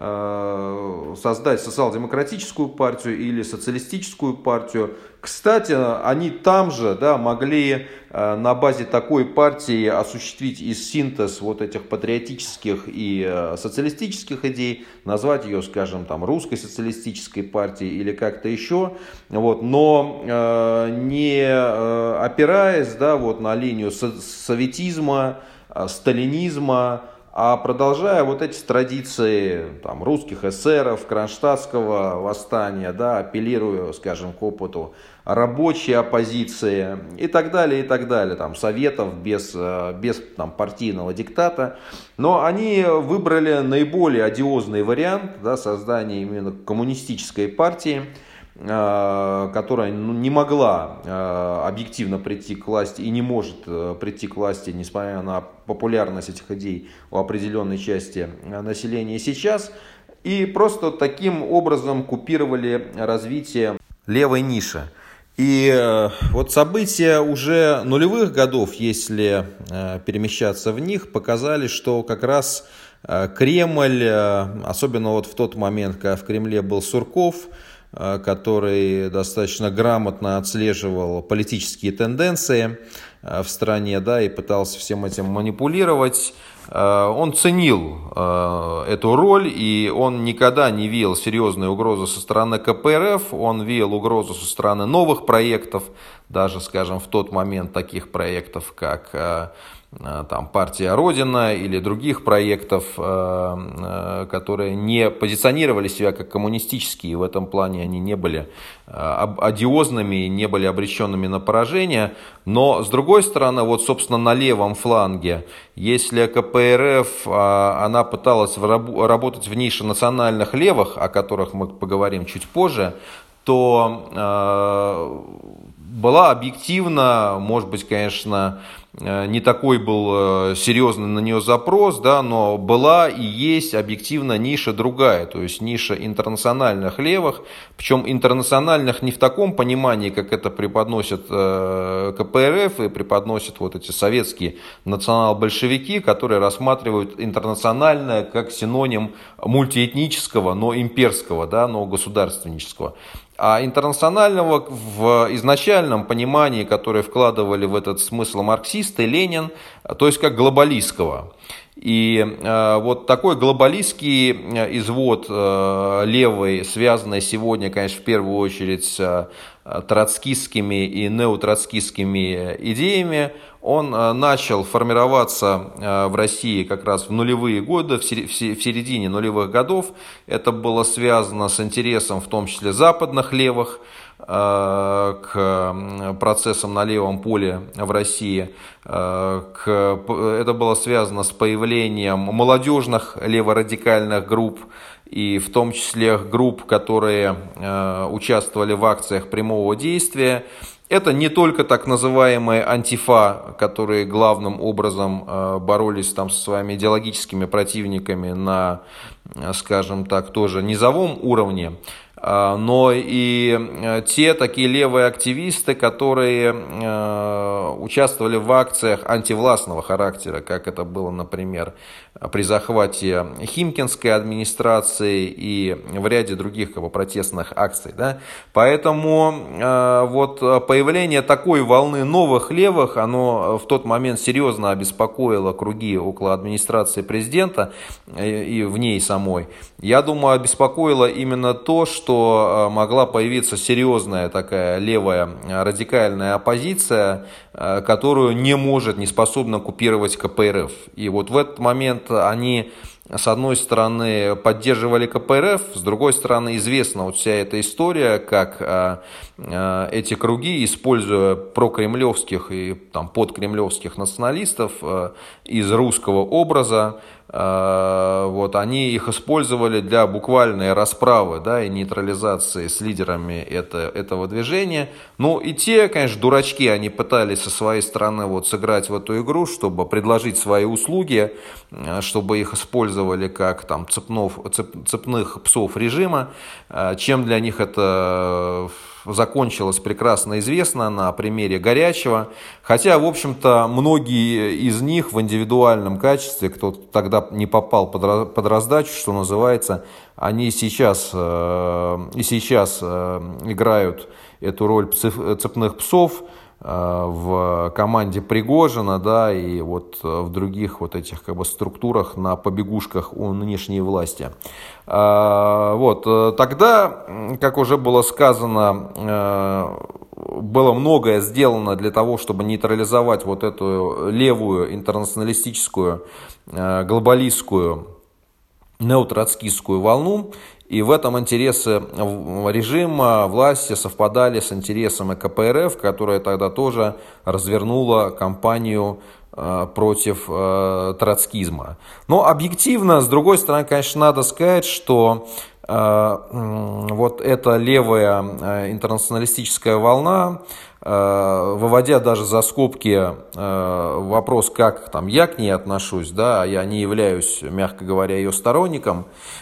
э, создать социал-демократическую партию или социалистическую партию. Кстати, они там же да, могли э, на базе такой партии осуществить и синтез вот этих патриотических и э, социалистических идей, назвать ее, скажем, там, русской социалистической партией или как-то еще, вот, но э, не э, опираясь да, вот, на линию со- советизма, э, сталинизма, а продолжая вот эти традиции там, русских эсеров, кронштадтского восстания, да, апеллируя, скажем, к опыту рабочей оппозиции и так далее, и так далее, там, советов без, без там, партийного диктата. Но они выбрали наиболее одиозный вариант да, создания именно коммунистической партии, которая ну, не могла э, объективно прийти к власти и не может э, прийти к власти, несмотря на популярность этих идей у определенной части населения сейчас. И просто таким образом купировали развитие левой ниши. И э, вот события уже нулевых годов, если э, перемещаться в них, показали, что как раз э, Кремль, э, особенно вот в тот момент, когда в Кремле был Сурков, который достаточно грамотно отслеживал политические тенденции в стране, да, и пытался всем этим манипулировать. Он ценил эту роль, и он никогда не видел серьезной угрозы со стороны ка пэ эр эф, он видел угрозу со стороны новых проектов, даже, скажем, в тот момент таких проектов, как там, партия Родина или других проектов, которые не позиционировали себя как коммунистические, и в этом плане они не были одиозными, не были обреченными на поражение. Но, с другой стороны, вот, собственно, на левом фланге, если ка пэ эр эф, она пыталась работать в нише национальных левых, о которых мы поговорим чуть позже, то была объективно, может быть, конечно, не такой был серьезный на нее запрос, да, но была и есть объективно ниша другая, то есть ниша интернациональных левых, причем интернациональных не в таком понимании, как это преподносят ка пэ эр эф и преподносят вот эти советские национал-большевики, которые рассматривают интернациональное как синоним мультиэтнического, но имперского, да, но государственнического. А интернационального в изначальном понимании, которое вкладывали в этот смысл марксисты, Ленин, то есть как глобалистского. И э, вот такой глобалистский извод э, левый, связанный сегодня, конечно, в первую очередь с э, троцкистскими и неотроцкистскими идеями, он э, начал формироваться э, в России как раз в нулевые годы, в, сер- в середине нулевых годов. Это было связано с интересом в том числе западных левых, к процессам на левом поле в России. Это было связано с появлением молодежных леворадикальных групп, и в том числе групп, которые участвовали в акциях прямого действия. Это не только так называемые антифа, которые главным образом боролись там со своими идеологическими противниками на, скажем так, тоже низовом уровне, но и те такие левые активисты, которые участвовали в акциях антивластного характера, как это было, например, при захвате Химкинской администрации и в ряде других как бы, протестных акций. Да? Поэтому вот появление такой волны новых левых, оно в тот момент серьезно обеспокоило круги около администрации президента и в ней самой. Я думаю, обеспокоило именно то, что могла появиться серьезная такая левая радикальная оппозиция, которую не может, не способна купировать ка пэ эр эф. И вот в этот момент они, с одной стороны, поддерживали ка пэ эр эф, с другой стороны, известна вот вся эта история, как эти круги, используя прокремлевских и там, подкремлевских националистов из русского образа, вот, они их использовали для буквальной расправы, да, и нейтрализации с лидерами это, этого движения. Ну и те, конечно, дурачки, они пытались со своей стороны вот, сыграть в эту игру, чтобы предложить свои услуги, чтобы их использовали как там, цепнов, цеп, цепных псов режима. Чем для них это закончилось, прекрасно известно на примере Горячего. Хотя, в общем-то, многие из них в индивидуальном качестве, кто тогда не попал под, под раздачу, что называется, они сейчас, э, и сейчас э, играют эту роль цепных псов в команде Пригожина, да, и вот в других вот этих как бы структурах на побегушках у нынешней власти. Вот, тогда, как уже было сказано, было многое сделано для того, чтобы нейтрализовать вот эту левую интернационалистическую, глобалистскую, неотроцкистскую волну. И в этом интересы режима, власти совпадали с интересами ка пэ эр эф, которая тогда тоже развернула кампанию против троцкизма. Но объективно, с другой стороны, конечно, надо сказать, что вот эта левая интернационалистическая волна, выводя даже за скобки вопрос, как там, я к ней отношусь, да, я не являюсь, мягко говоря, ее сторонником,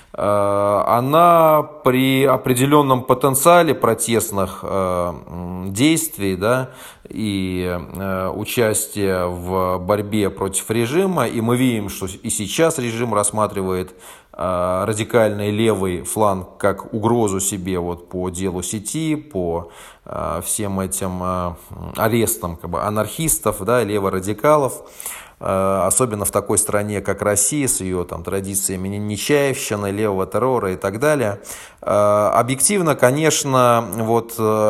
она при определенном потенциале протестных действий, да, и участия в борьбе против режима, и мы видим, что и сейчас режим рассматривает радикальный левый фланг как угрозу себе вот по делу сети, по всем этим арестам как бы, анархистов, да, леворадикалов, особенно в такой стране, как Россия, с ее там, традициями нечаевщины, левого террора и так далее. Объективно, конечно, вот,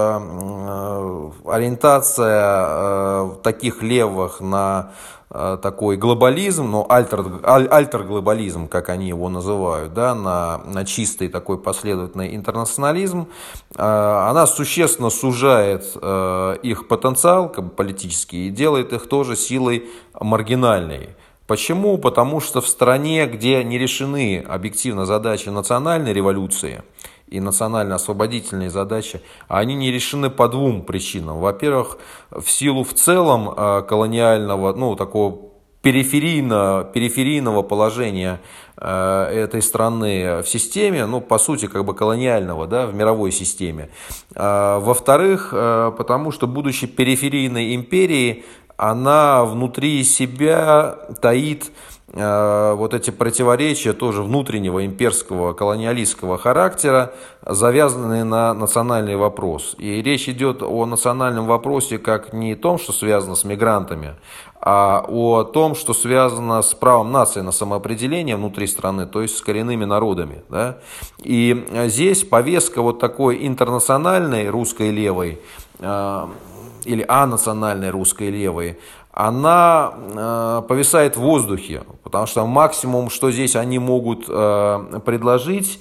ориентация таких левых на такой глобализм, ну, альтер, альтер-глобализм, как они его называют, да, на, на чистый такой последовательный интернационализм, она существенно сужает их потенциал как бы, политический и делает их тоже силой маргинальной. Почему? Потому что в стране, где не решены объективно задачи национальной революции и национально-освободительные задачи, они не решены по двум причинам. Во-первых, в силу в целом колониального, ну, такого периферийно, периферийного положения этой страны в системе, ну, по сути, как бы колониального, да, в мировой системе. Во-вторых, потому что, будучи периферийной империей, она внутри себя таит вот эти противоречия тоже внутреннего имперского колониалистского характера, завязанные на национальный вопрос. И речь идет о национальном вопросе как не о том, что связано с мигрантами, а о том, что связано с правом нации на самоопределение внутри страны, то есть с коренными народами. Да? И здесь повестка вот такой интернациональной русской левой или анациональной русской левой, она э, повисает в воздухе, потому что максимум, что здесь они могут э, предложить,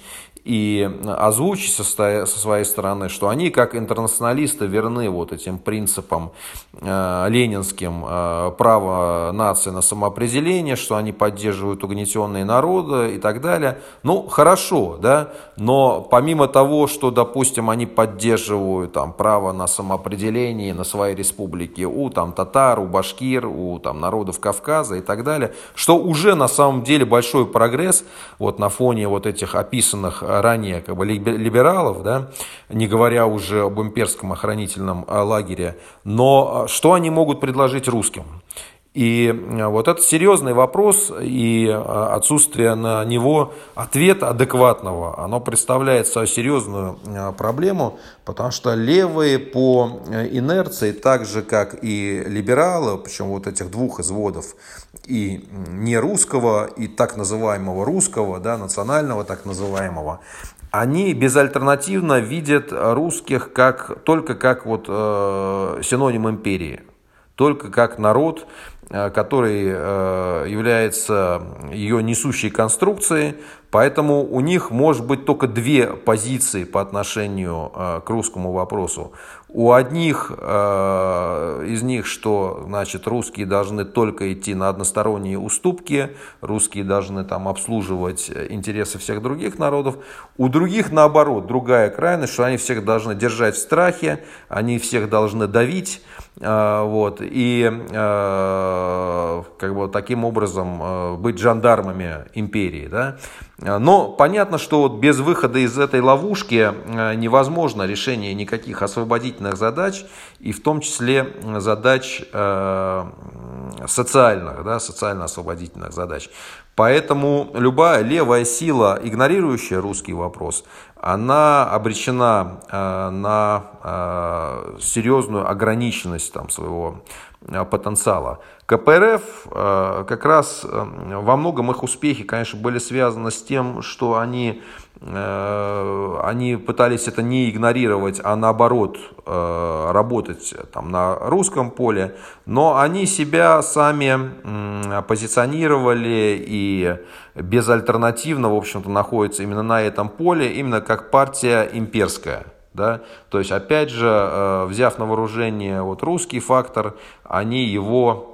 и озвучить со, со своей стороны, что они как интернационалисты верны вот этим принципам э, ленинским э, права нации на самоопределение, что они поддерживают угнетенные народы и так далее. Ну, хорошо, да, но помимо того, что, допустим, они поддерживают там, право на самоопределение на своей республике у там, татар, у башкир, у там, народов Кавказа и так далее, что уже на самом деле большой прогресс вот, на фоне вот этих описанных ранее как бы, либералов, да, не говоря уже об имперском охранительном лагере, но что они могут предложить русским? И вот это серьезный вопрос, и отсутствие на него ответа адекватного, оно представляет собой серьезную проблему, потому что левые по инерции, так же как и либералы, причем вот этих двух изводов, и нерусского, и так называемого русского, да, национального так называемого, они безальтернативно видят русских как, только как вот, э, синоним империи, только как народ, который является ее несущей конструкцией, поэтому у них может быть только две позиции по отношению к русскому вопросу. У одних из них, что значит, русские должны только идти на односторонние уступки, русские должны там обслуживать интересы всех других народов. У других наоборот, другая крайность, что они всех должны держать в страхе, они всех должны давить. Вот, и как бы, таким образом быть жандармами империи. Да? Но понятно, что вот без выхода из этой ловушки невозможно решение никаких освободительных задач, и в том числе задач социальных, да, социально-освободительных задач. Поэтому любая левая сила, игнорирующая русский вопрос, она обречена э, на э, серьезную ограниченность там, своего э, потенциала. ка пэ эр эф э, как раз э, во многом их успехи, конечно, были связаны с тем, что они, э, они пытались это не игнорировать, а наоборот э, работать там, на русском поле, но они себя сами э, позиционировали и безальтернативно, в общем-то, находятся именно на этом поле, именно как партия имперская. Да? То есть, опять же, взяв на вооружение вот русский фактор, они его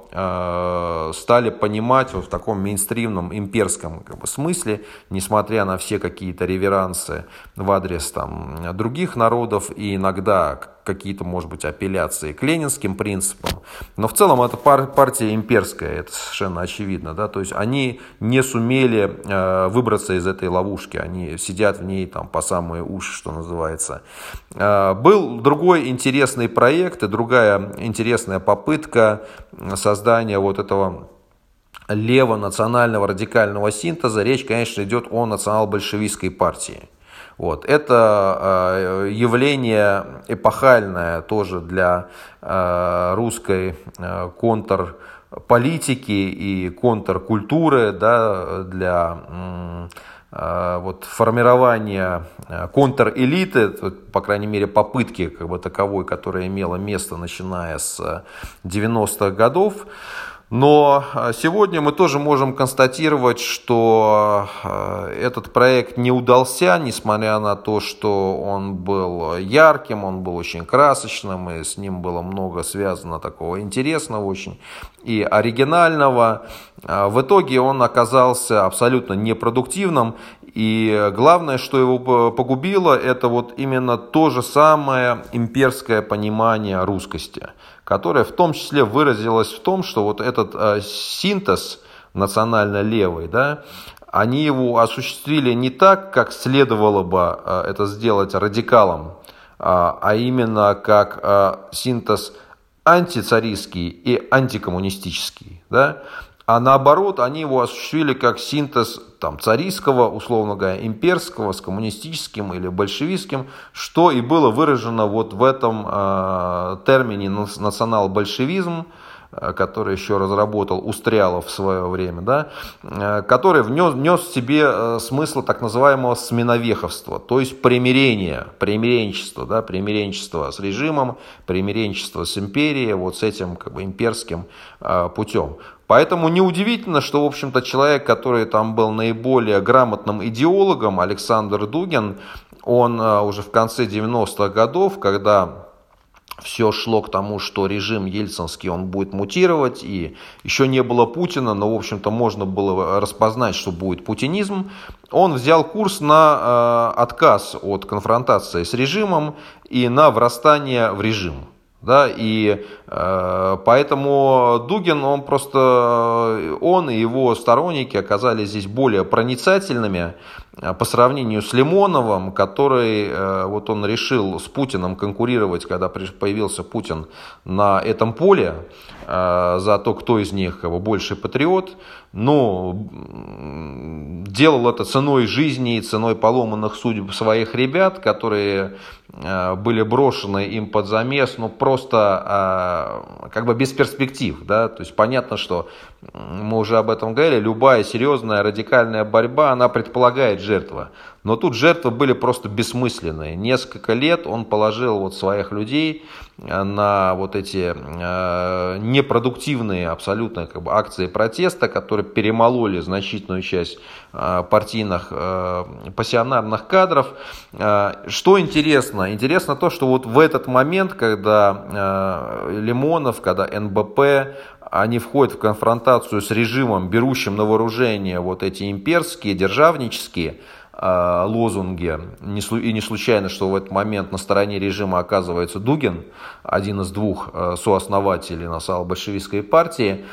стали понимать вот в таком мейнстримном имперском как бы, смысле, несмотря на все какие-то реверансы в адрес там, других народов и иногда какие-то, может быть, апелляции к ленинским принципам. Но в целом это пар- партия имперская, это совершенно очевидно. Да? То есть они не сумели э, выбраться из этой ловушки, они сидят в ней там, по самые уши, что называется. Э, был другой интересный проект и другая интересная попытка создания вот этого лево-национального радикального синтеза. Речь, конечно, идет о национал-большевистской партии. Вот. Это явление эпохальное тоже для русской контрполитики и контркультуры, да, для вот, формирования контрэлиты, по крайней мере попытки как бы, таковой, которая имела место начиная с девяностых годов. Но сегодня мы тоже можем констатировать, что этот проект не удался, несмотря на то, что он был ярким, он был очень красочным, и с ним было много связано такого интересного очень и оригинального. В итоге он оказался абсолютно непродуктивным, и главное, что его погубило, это вот именно то же самое имперское понимание русскости, которое в том числе выразилось в том, что вот этот э, синтез национально-левый, да, они его осуществили не так, как следовало бы э, это сделать радикалам, э, а именно как э, синтез антицаристский и антикоммунистический, да, а наоборот, они его осуществили как синтез там, царистского, условно говоря, имперского с коммунистическим или большевистским, что и было выражено вот в этом э, термине национал-большевизм, который еще разработал Устрялов в свое время, да, который внес, внес в себе смысл так называемого сменовеховства, то есть примирение, примиренчество, да, примиренчество с режимом, примиренчество с империей, вот с этим как бы имперским путем. Поэтому неудивительно, что, в общем-то, человек, который там был наиболее грамотным идеологом, Александр Дугин, он уже в конце девяностых годов, когда все шло к тому, что режим ельцинский, он будет мутировать, и еще не было Путина, но, в общем-то, можно было распознать, что будет путинизм, он взял курс на э, отказ от конфронтации с режимом и на врастание в режим. Да, и э, поэтому Дугин, он просто, он и его сторонники оказались здесь более проницательными по сравнению с Лимоновым, который, э, вот он решил с Путиным конкурировать, когда появился Путин на этом поле, э, за то, кто из них как бы, больший патриот, но делал это ценой жизни и ценой поломанных судеб своих ребят, которые были брошены им под замес, ну просто как бы без перспектив, да, то есть понятно, что мы уже об этом говорили, любая серьезная радикальная борьба, она предполагает жертвы, но тут жертвы были просто бессмысленные. Несколько лет он положил вот своих людей на вот эти непродуктивные абсолютно как бы акции протеста, которые перемололи значительную часть партийных пассионарных кадров. Что интересно? Интересно то, что вот в этот момент, когда Лимонов, когда эн бэ пэ, они входят в конфронтацию с режимом, берущим на вооружение вот эти имперские, державнические лозунги. И не случайно, что в этот момент на стороне режима оказывается Дугин, один из двух сооснователей национал-большевистской партии.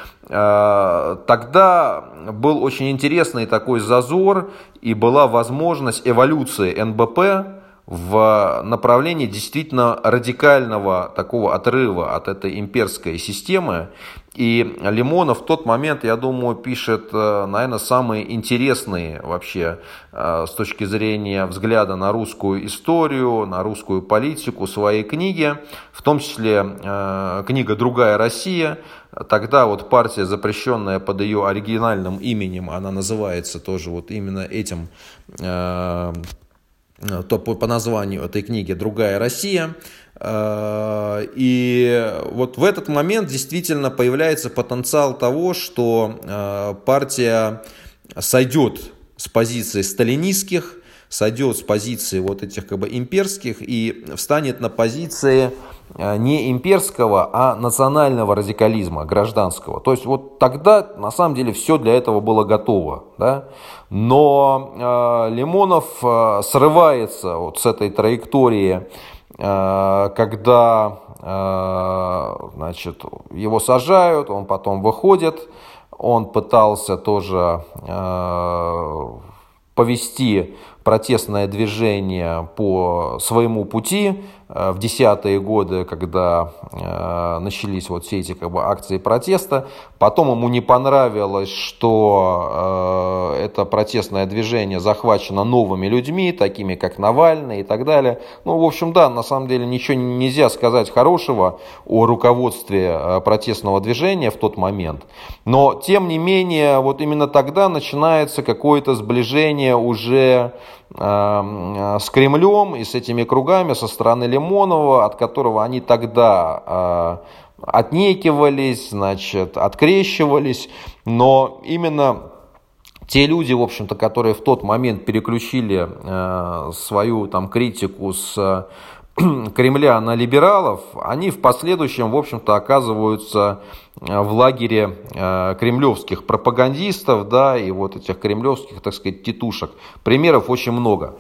Тогда был очень интересный такой зазор и была возможность эволюции эн бэ пэ в направлении действительно радикального такого отрыва от этой имперской системы. И Лимонов в тот момент, я думаю, пишет, наверное, самые интересные вообще с точки зрения взгляда на русскую историю, на русскую политику своей книги, в том числе книга «Другая Россия». Тогда вот партия, запрещенная под ее оригинальным именем, она называется тоже вот именно этим, то по названию этой книги «Другая Россия». И вот в этот момент действительно появляется потенциал того, что партия сойдет с позиции сталинистских, сойдет с позиции вот этих как бы имперских и встанет на позиции не имперского, а национального радикализма, гражданского. То есть вот тогда на самом деле все для этого было готово, да? Но э, Лимонов э, срывается вот с этой траектории, э, когда э, значит, его сажают, он потом выходит, он пытался тоже э, повести протестное движение по своему пути в десятые годы, когда э, начались вот все эти как бы, акции протеста. Потом ему не понравилось, что э, это протестное движение захвачено новыми людьми, такими как Навальный и так далее. Ну, в общем, да, на самом деле ничего нельзя сказать хорошего о руководстве протестного движения в тот момент. Но, тем не менее, вот именно тогда начинается какое-то сближение уже с Кремлем и с этими кругами со стороны Лимонова, от которого они тогда э, отнекивались, значит, открещивались, но именно те люди, в общем-то, которые в тот момент переключили э, свою там критику с Кремля на либералов, они в последующем, в общем-то, оказываются в лагере э, кремлевских пропагандистов, да, и вот этих кремлевских, так сказать, титушек. Примеров очень много,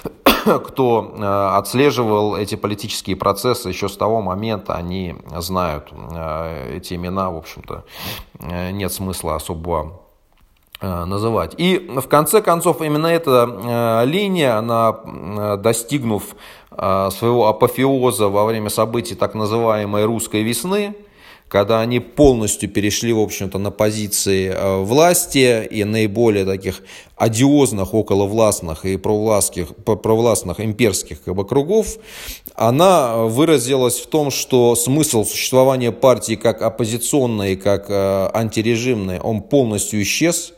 кто э, отслеживал эти политические процессы еще с того момента, они знают э, эти имена, в общем-то, э, нет смысла особо э, называть. И в конце концов именно эта э, линия, она, э, достигнув э, своего апофеоза во время событий так называемой «Русской весны», когда они полностью перешли, в общем-то, на позиции власти и наиболее таких одиозных, околовластных и провластных, провластных имперских как бы, кругов, она выразилась в том, что смысл существования партии как оппозиционной, как антирежимной, он полностью исчез.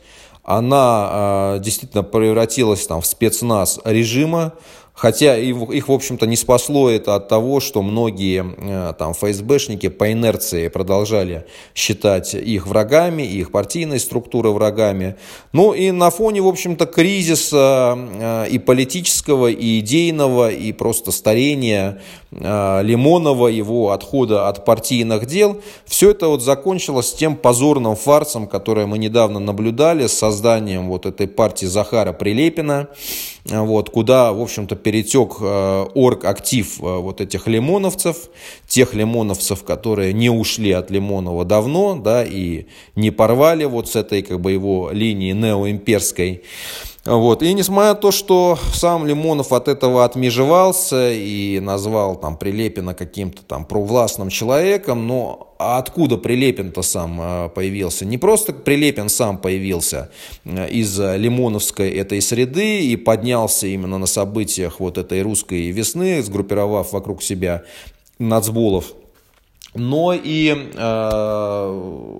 Она действительно превратилась там, в спецназ режима. Хотя их, в общем-то, не спасло это от того, что многие там, эф эс бэшники по инерции продолжали считать их врагами, их партийные структуры врагами. Ну и на фоне, в общем-то, кризиса и политического, и идейного, и просто старения Лимонова, его отхода от партийных дел, все это вот закончилось тем позорным фарсом, который мы недавно наблюдали с созданием вот этой партии Захара Прилепина, вот, куда, в общем-то, перетек э, орг-актив э, вот этих лимоновцев, тех лимоновцев, которые не ушли от Лимонова давно, да, и не порвали вот с этой, как бы, его линии неоимперской. Вот. И несмотря на то, что сам Лимонов от этого отмежевался и назвал там, Прилепина каким-то там провластным человеком, но а откуда Прилепин-то сам появился? Не просто Прилепин сам появился из лимоновской этой среды и поднялся именно на событиях вот этой русской весны, сгруппировав вокруг себя нацболов, но и э,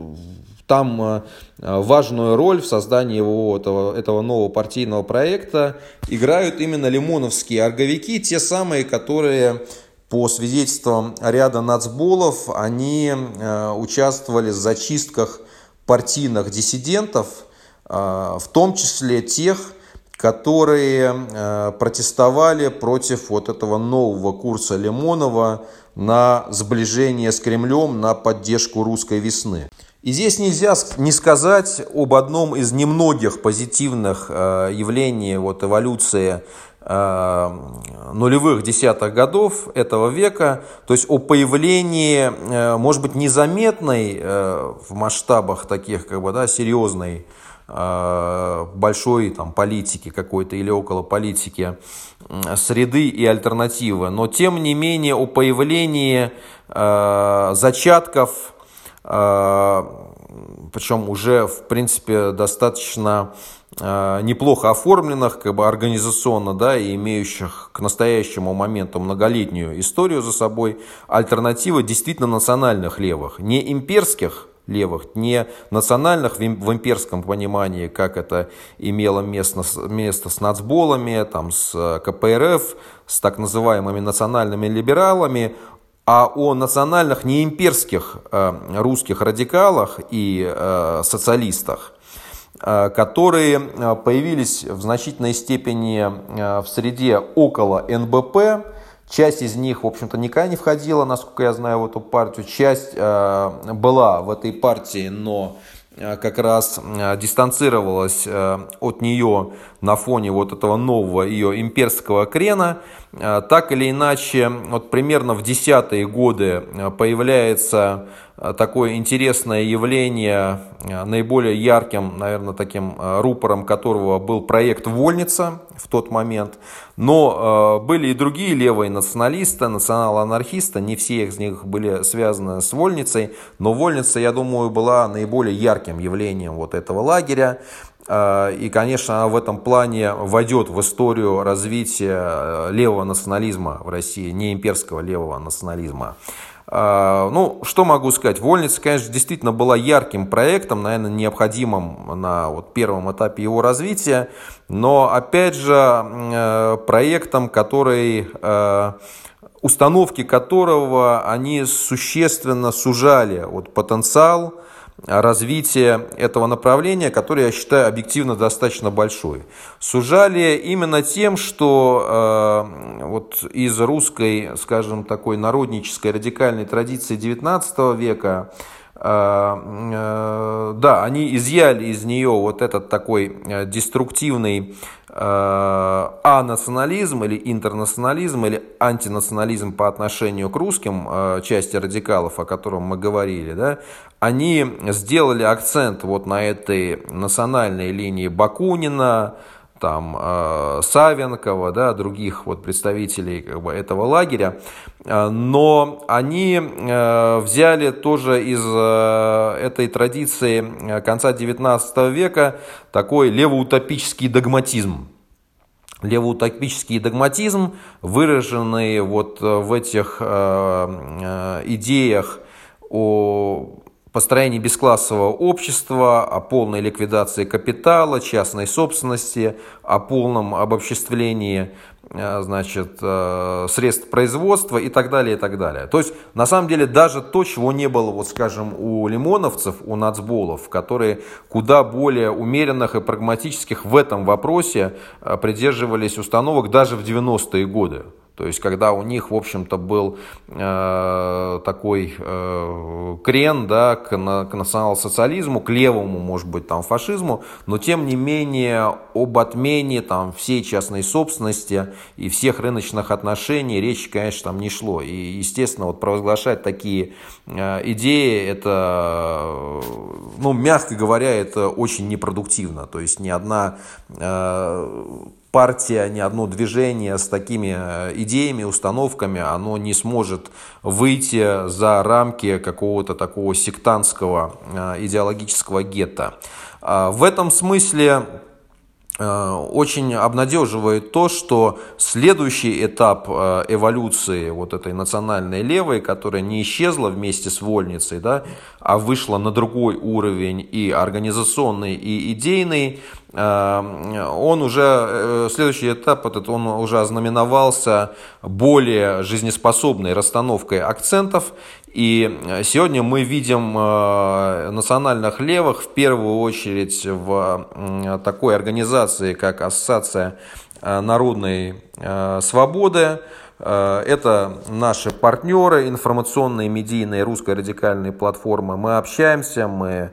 там важную роль в создании его, этого, этого нового партийного проекта играют именно лимоновские орговики, те самые, которые, по свидетельствам ряда нацболов, они э, участвовали в зачистках партийных диссидентов, э, в том числе тех, которые э, протестовали против вот этого нового курса Лимонова на сближение с Кремлем, на поддержку русской весны. И здесь нельзя не сказать об одном из немногих позитивных э, явлений вот, эволюции э, нулевых десятых годов этого века, то есть о появлении, э, может быть, незаметной э, в масштабах таких, как бы, да, серьезной, э, большой там, политики какой-то или около политики э, среды и альтернативы, но тем не менее о появлении э, зачатков, причем уже, в принципе, достаточно э, неплохо оформленных, как бы организационно, да, и имеющих к настоящему моменту многолетнюю историю за собой, альтернативы действительно национальных левых, не имперских левых, не национальных в имперском понимании, как это имело место, место с нацболами, там, с ка пэ эр эф, с так называемыми национальными либералами, а о национальных неимперских э, русских радикалах и э, социалистах, э, которые появились в значительной степени э, в среде около эн бэ пэ. Часть из них, в общем-то, никогда не входила, насколько я знаю, в эту партию. Часть э, была в этой партии, но как раз дистанцировалась от нее на фоне вот этого нового ее имперского крена. Так или иначе, вот примерно в десятые годы появляется такое интересное явление, наиболее ярким, наверное, таким рупором которого был проект «Вольница» в тот момент. Но были и другие левые националисты, национал-анархисты, не все из них были связаны с Вольницей, но Вольница, я думаю, была наиболее ярким явлением вот этого лагеря. И, конечно, она в этом плане войдет в историю развития левого национализма в России, не имперского левого национализма. Ну, что могу сказать? Вольница, конечно, действительно была ярким проектом, наверное, необходимым на вот первом этапе его развития, но, опять же, проектом, который, установки которого они существенно сужали вот, потенциал развития этого направления, которое, я считаю, объективно достаточно большой. Сужали именно тем, что э, вот из русской, скажем, такой народнической радикальной традиции девятнадцатого века, э, э, да, они изъяли из нее вот этот такой деструктивный анационализм или интернационализм или антинационализм по отношению к русским, части радикалов, о котором мы говорили, да, они сделали акцент вот на этой национальной линии Бакунина, там, э, Савенкова, да, других вот представителей как бы, этого лагеря, но они э, взяли тоже из э, этой традиции конца девятнадцатого века такой левоутопический догматизм. Левоутопический догматизм, выраженный вот в этих э, э, идеях о построении бесклассового общества, о полной ликвидации капитала, частной собственности, о полном обобществлении значит, средств производства и так далее, и так далее. То есть, на самом деле, даже то, чего не было, вот скажем, у лимоновцев, у нацболов, которые куда более умеренных и прагматических в этом вопросе придерживались установок даже в девяностые годы. То есть, когда у них, в общем-то, был э, такой э, крен, да, к, на, к национал-социализму, к левому, может быть, там, фашизму, но, тем не менее, об отмене там, всей частной собственности и всех рыночных отношений речи, конечно, там не шло. И, естественно, вот провозглашать такие э, идеи, это, ну, мягко говоря, это очень непродуктивно. То есть, ни одна... Э, партия, ни одно движение с такими идеями, установками, оно не сможет выйти за рамки какого-то такого сектантского идеологического гетто. В этом смысле очень обнадеживает то, что следующий этап эволюции вот этой национальной левой, которая не исчезла вместе с вольницей, да, а вышла на другой уровень и организационный, и идейный, он уже, следующий этап этот, он уже ознаменовался более жизнеспособной расстановкой акцентов. И сегодня мы видим национальных левых в первую очередь в такой организации, как Ассоциация народной свободы. Это наши партнеры, информационные, медийные, русской радикальной платформы. Мы общаемся, мы,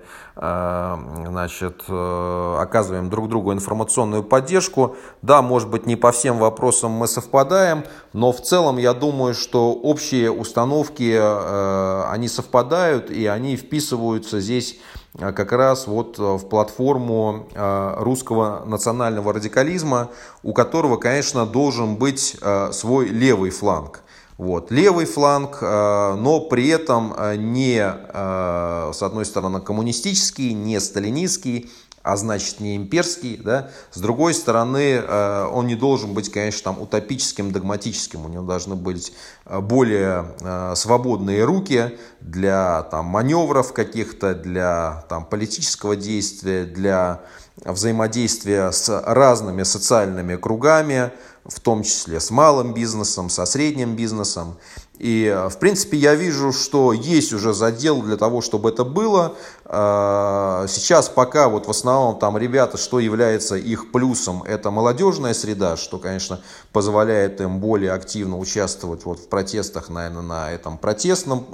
значит, оказываем друг другу информационную поддержку. Да, может быть, не по всем вопросам мы совпадаем, но в целом я думаю, что общие установки, они совпадают и они вписываются здесь как раз вот в платформу русского национального радикализма, у которого, конечно, должен быть свой левый фланг. Вот. Левый фланг, но при этом не, с одной стороны, коммунистический, не сталинистский, а значит не имперский, да? С другой стороны, он не должен быть, конечно, там, утопическим, догматическим, у него должны быть более свободные руки для там, маневров каких-то, для там, политического действия, для взаимодействия с разными социальными кругами, в том числе с малым бизнесом, со средним бизнесом. И, в принципе, я вижу, что есть уже задел для того, чтобы это было. Сейчас пока вот в основном там ребята, что является их плюсом, это молодежная среда, что, конечно, позволяет им более активно участвовать вот в протестах, наверное, на этом протестном,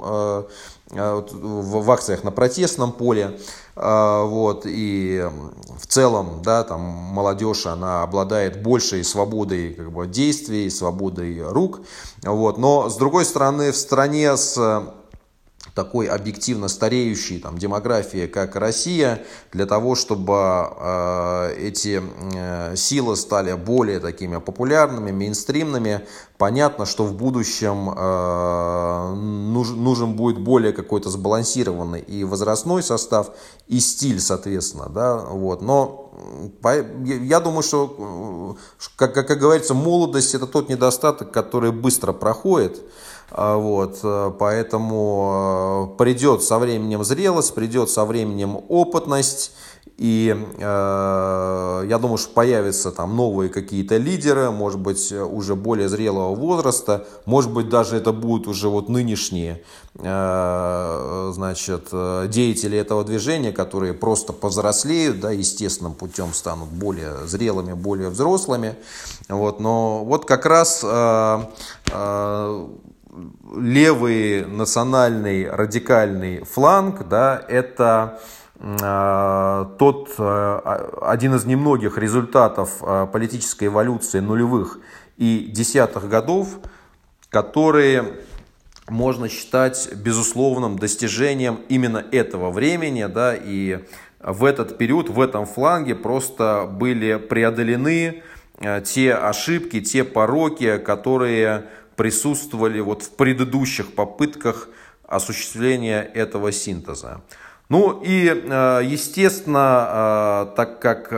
в акциях на протестном поле. Вот, и в целом, да, там молодежь, она обладает большей свободой как бы, действий, свободой рук. Вот. Но, с другой стороны, в стране с такой объективно стареющей там, демографией, как Россия, для того, чтобы э, эти э, силы стали более такими популярными, мейнстримными, понятно, что в будущем э, нужен, нужен будет более какой-то сбалансированный и возрастной состав, и стиль, соответственно. Да, вот. Но я думаю, что, как, как говорится, молодость – это тот недостаток, который быстро проходит. Вот, поэтому придет со временем зрелость, придет со временем опытность, и э, я думаю, что появятся там новые какие-то лидеры, может быть, уже более зрелого возраста, может быть, даже это будут уже вот нынешние э, значит, деятели этого движения, которые просто повзрослеют, да, естественным путем станут более зрелыми, более взрослыми. Вот, но вот как раз э, э, левый национальный радикальный фланг, да, это э, тот э, один из немногих результатов э, политической эволюции нулевых и десятых годов, которые можно считать безусловным достижением именно этого времени, да, и в этот период, в этом фланге просто были преодолены те ошибки, те пороки, которые присутствовали вот в предыдущих попытках осуществления этого синтеза. Ну и, естественно, так как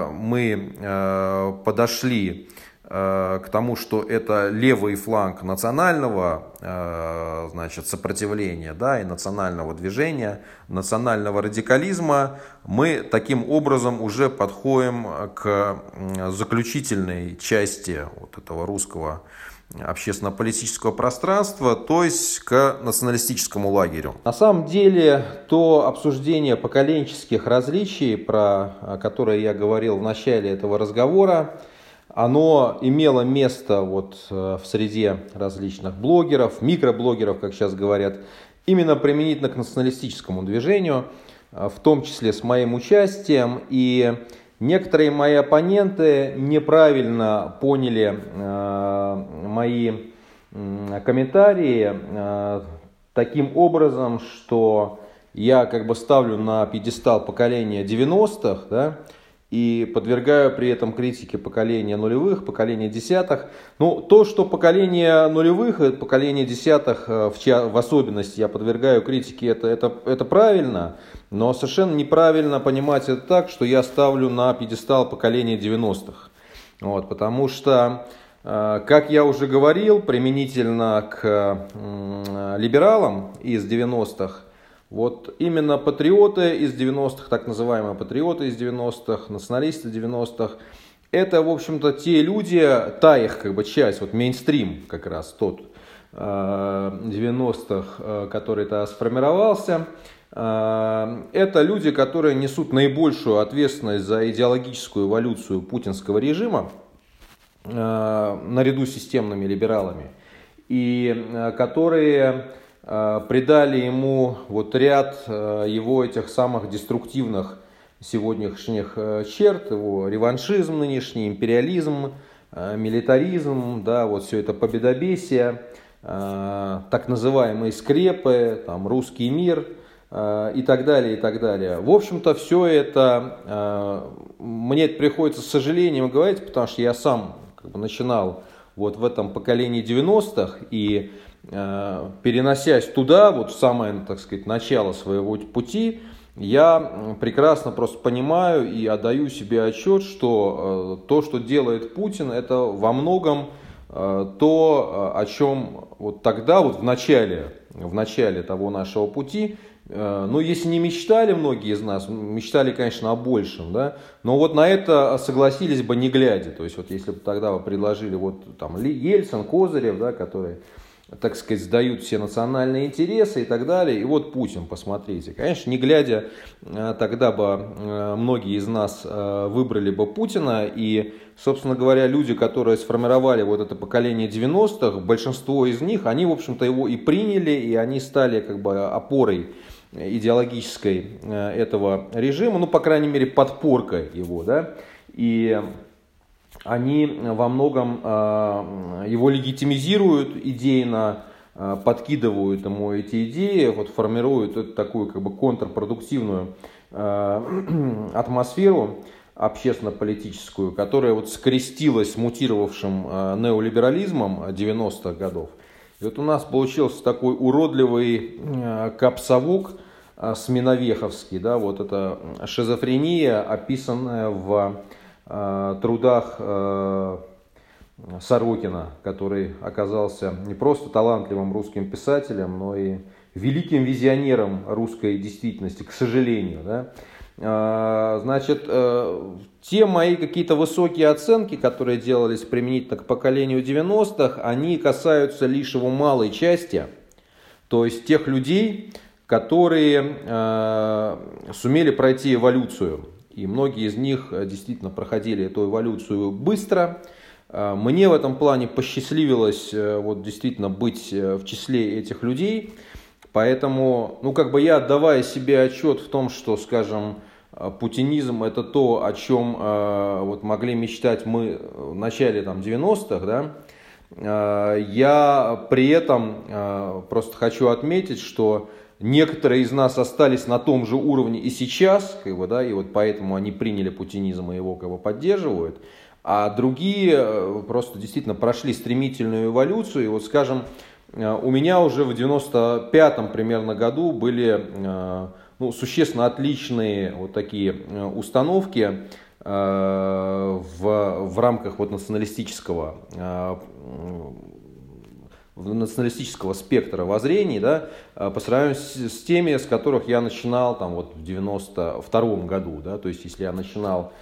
мы подошли к тому, что это левый фланг национального, значит, сопротивления, да, и национального движения, национального радикализма, мы таким образом уже подходим к заключительной части вот этого русского общественно-политического пространства, то есть к националистическому лагерю. На самом деле, то обсуждение поколенческих различий, про которые я говорил в начале этого разговора, оно имело место вот в среде различных блогеров, микроблогеров, как сейчас говорят, именно применительно к националистическому движению, в том числе с моим участием. И некоторые мои оппоненты неправильно поняли э, мои э, комментарии э, таким образом, что я как бы ставлю на пьедестал поколения девяностых, да, и подвергаю при этом критике поколения нулевых, поколения десятых. Ну, то, что поколение нулевых и поколение десятых в, чья, в особенности я подвергаю критике, это, это, это правильно, но совершенно неправильно понимать это так, что я ставлю на пьедестал поколения девяностых. Вот, потому что, как я уже говорил, применительно к либералам из девяностых, вот именно патриоты из девяностых, так называемые патриоты из девяностых, националисты девяностых, это, в общем-то, те люди, та их как бы часть, вот мейнстрим как раз тот девяностых, который-то сформировался, это люди, которые несут наибольшую ответственность за идеологическую эволюцию путинского режима, наряду с системными либералами, и которые придали ему вот ряд его этих самых деструктивных сегодняшних черт, его реваншизм нынешний, империализм, милитаризм, да, вот все это победобесие, так называемые скрепы, там, русский мир и так далее, и так далее. В общем-то, все это мне приходится с сожалением говорить, потому что я сам как бы начинал вот в этом поколении девяностых, и переносясь туда, вот в самое, так сказать, начало своего пути, я прекрасно просто понимаю и отдаю себе отчет, что то, что делает Путин, это во многом то, о чем вот тогда, вот в начале, в начале того нашего пути, ну, если не мечтали многие из нас, мечтали, конечно, о большем, да, но вот на это согласились бы не глядя. То есть, вот если бы тогда вы предложили вот там Ельцин, Козырев, да, которые, так сказать, сдают все национальные интересы и так далее. И вот Путин, посмотрите. Конечно, не глядя, тогда бы многие из нас выбрали бы Путина. И, собственно говоря, люди, которые сформировали вот это поколение девяностых, большинство из них, они, в общем-то, его и приняли, и они стали как бы опорой идеологической этого режима, ну, по крайней мере, подпоркой его, да, и они во многом его легитимизируют идейно, подкидывают ему эти идеи, вот формируют эту такую как бы контрпродуктивную атмосферу общественно-политическую, которая вот скрестилась с мутировавшим неолиберализмом девяностых годов. И вот у нас получился такой уродливый капсовок сменовеховский, да, вот эта шизофрения, описанная в трудах Сорокина, который оказался не просто талантливым русским писателем, но и великим визионером русской действительности, к сожалению. Да? Значит, те мои какие-то высокие оценки, которые делались применительно к поколению девяностых, они касаются лишь его малой части, то есть тех людей, которые сумели пройти эволюцию. И многие из них действительно проходили эту эволюцию быстро. Мне в этом плане посчастливилось вот, действительно быть в числе этих людей. Поэтому, ну, как бы я, отдавая себе отчет в том, что, скажем, путинизм — это то, о чем вот, могли мечтать мы в начале там, девяностых, да, я при этом просто хочу отметить, что некоторые из нас остались на том же уровне и сейчас, как бы, да, и вот поэтому они приняли путинизм и его как бы поддерживают, а другие просто действительно прошли стремительную эволюцию. И вот, скажем, у меня уже в девяносто пятом примерно году были ну, существенно отличные вот такие установки в, в рамках вот националистического, националистического спектра воззрений, да, по сравнению с, с теми, с которых я начинал там, вот, в девяносто втором году. Да, то есть, если я начинал,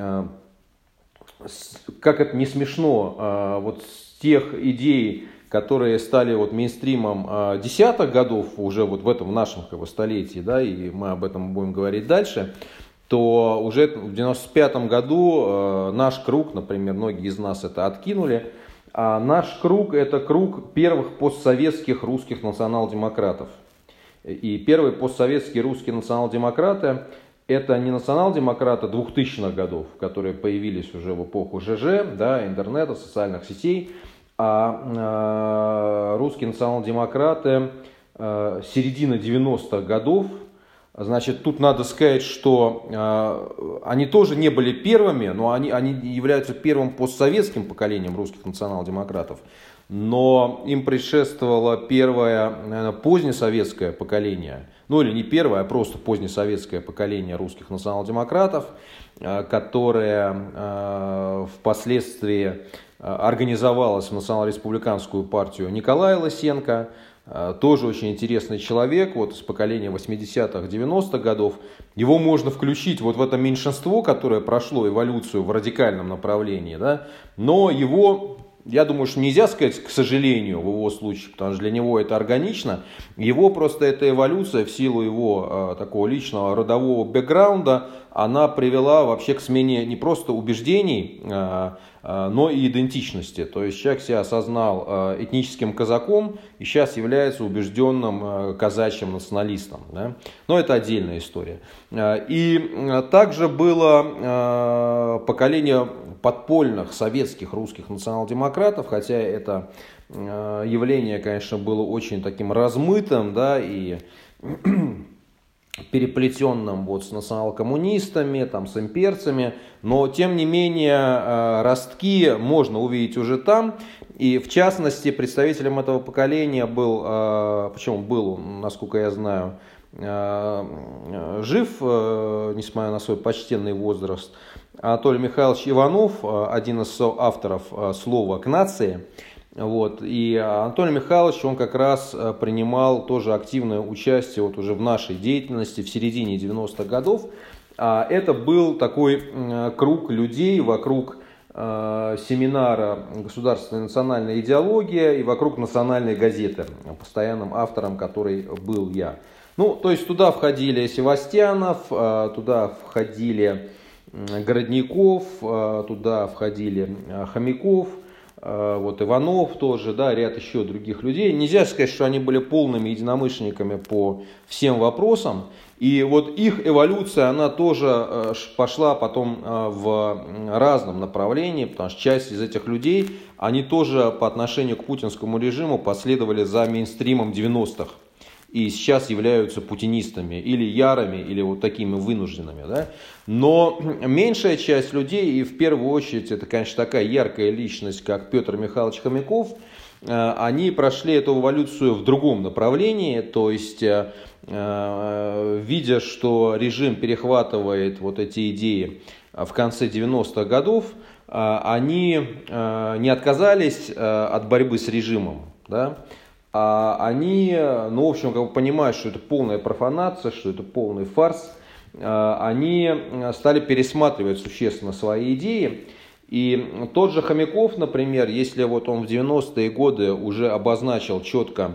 как это не смешно, вот с тех идей, которые стали вот мейнстримом десятых годов, уже вот в этом в нашем как бы, столетии, да, и мы об этом будем говорить дальше, то уже в девяносто пятом году э, наш круг, например, многие из нас это откинули, а наш круг это круг первых постсоветских русских национал-демократов. И первые постсоветские русские национал-демократы это не национал-демократы двухтысячных годов, которые появились уже в эпоху ЖЖ, да, интернета, социальных сетей, а э, русские национал-демократы э, середины девяностых годов. Значит, тут надо сказать, что э, они тоже не были первыми, но они, они являются первым постсоветским поколением русских национал-демократов. Но им предшествовало первое, наверное, позднесоветское поколение, ну или не первое, а просто позднесоветское поколение русских национал-демократов, э, которое э, впоследствии организовалось в национал-республиканскую партию Николая Лысенко. Тоже очень интересный человек, вот из поколения восьмидесятых, девяностых годов. Его можно включить вот в это меньшинство, которое прошло эволюцию в радикальном направлении, да? Но его, я думаю, что нельзя сказать, к сожалению, в его случае, потому что для него это органично. Его просто эта эволюция в силу его э, такого личного родового бэкграунда, она привела вообще к смене не просто убеждений, э, но и идентичности. То есть человек себя осознал этническим казаком и сейчас является убежденным казачьим националистом. Да? Но это отдельная история. И также было поколение подпольных советских русских национал-демократов, хотя это явление, конечно, было очень таким размытым, да, и переплетенным вот с национал-коммунистами, там, с имперцами, но тем не менее ростки можно увидеть уже там. И в частности представителем этого поколения был, почему был, насколько я знаю, жив, несмотря на свой почтенный возраст, Анатолий Михайлович Иванов, один из авторов слова «к нации». Вот. И Анатолий Михайлович, он как раз принимал тоже активное участие вот уже в нашей деятельности в середине девяностых годов. Это был такой круг людей вокруг семинара «Государственная национальная идеология» и вокруг национальной газеты, постоянным автором которой был я. Ну, то есть туда входили Севастьянов, туда входили Городников, туда входили Хомяков, вот Иванов тоже, да, ряд еще других людей. Нельзя сказать, что они были полными единомышленниками по всем вопросам. И вот их эволюция, она тоже пошла потом в разном направлении, потому что часть из этих людей, они тоже по отношению к путинскому режиму последовали за мейнстримом девяностых. И сейчас являются путинистами, или ярыми, или вот такими вынужденными. Да? Но меньшая часть людей, и в первую очередь это, конечно, такая яркая личность, как Петр Михайлович Хомяков, они прошли эту эволюцию в другом направлении, то есть, видя, что режим перехватывает вот эти идеи в конце девяностых годов, они не отказались от борьбы с режимом, да? А они, ну, в общем, как бы понимая, что это полная профанация, что это полный фарс, они стали пересматривать существенно свои идеи. И тот же Хомяков, например, если вот он в девяностые годы уже обозначил четко,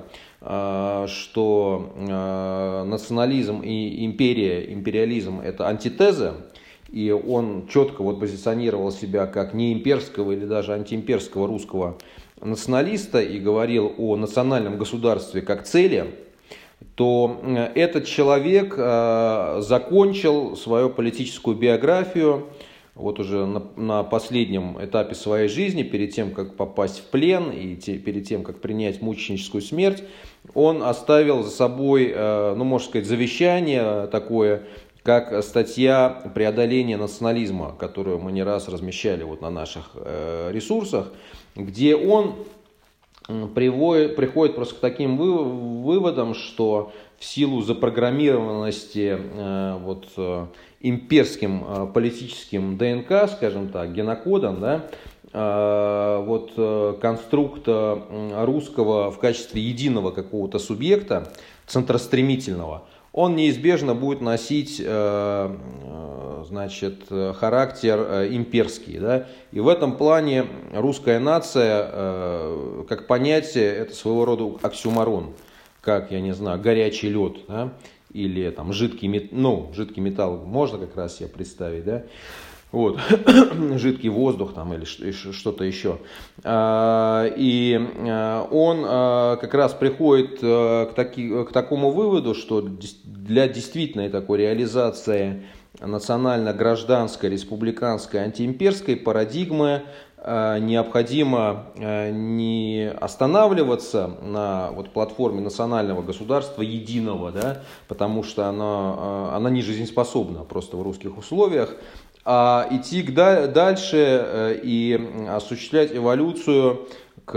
что национализм и империя, империализм – это антитеза, и он четко вот позиционировал себя как неимперского или даже антиимперского русского националиста и говорил о национальном государстве как цели, то этот человек закончил свою политическую биографию вот уже на, на последнем этапе своей жизни, перед тем, как попасть в плен и те, перед тем, как принять мученическую смерть, он оставил за собой, ну, можно сказать, завещание такое, как статья «Преодоление национализма», которую мы не раз размещали вот на наших ресурсах, где он приводит, приходит просто к таким выводам, что в силу запрограммированности вот, имперским политическим ДНК, скажем так, генокодом, да, вот конструкта русского в качестве единого какого-то субъекта, центростремительного, он неизбежно будет носить, значит, характер имперский. Да? И в этом плане русская нация, как понятие, это своего рода оксюморон, как, я не знаю, горячий лед, да? Или там жидкий металл, ну, жидкий металл можно как раз себе представить, да? Вот. Жидкий воздух там, или что-то еще. И он как раз приходит к, таки, к такому выводу, что для действительной такой реализации национально-гражданской, республиканской, антиимперской парадигмы необходимо не останавливаться на вот платформе национального государства единого, да, потому что она, она не жизнеспособна просто в русских условиях, а идти дальше и осуществлять эволюцию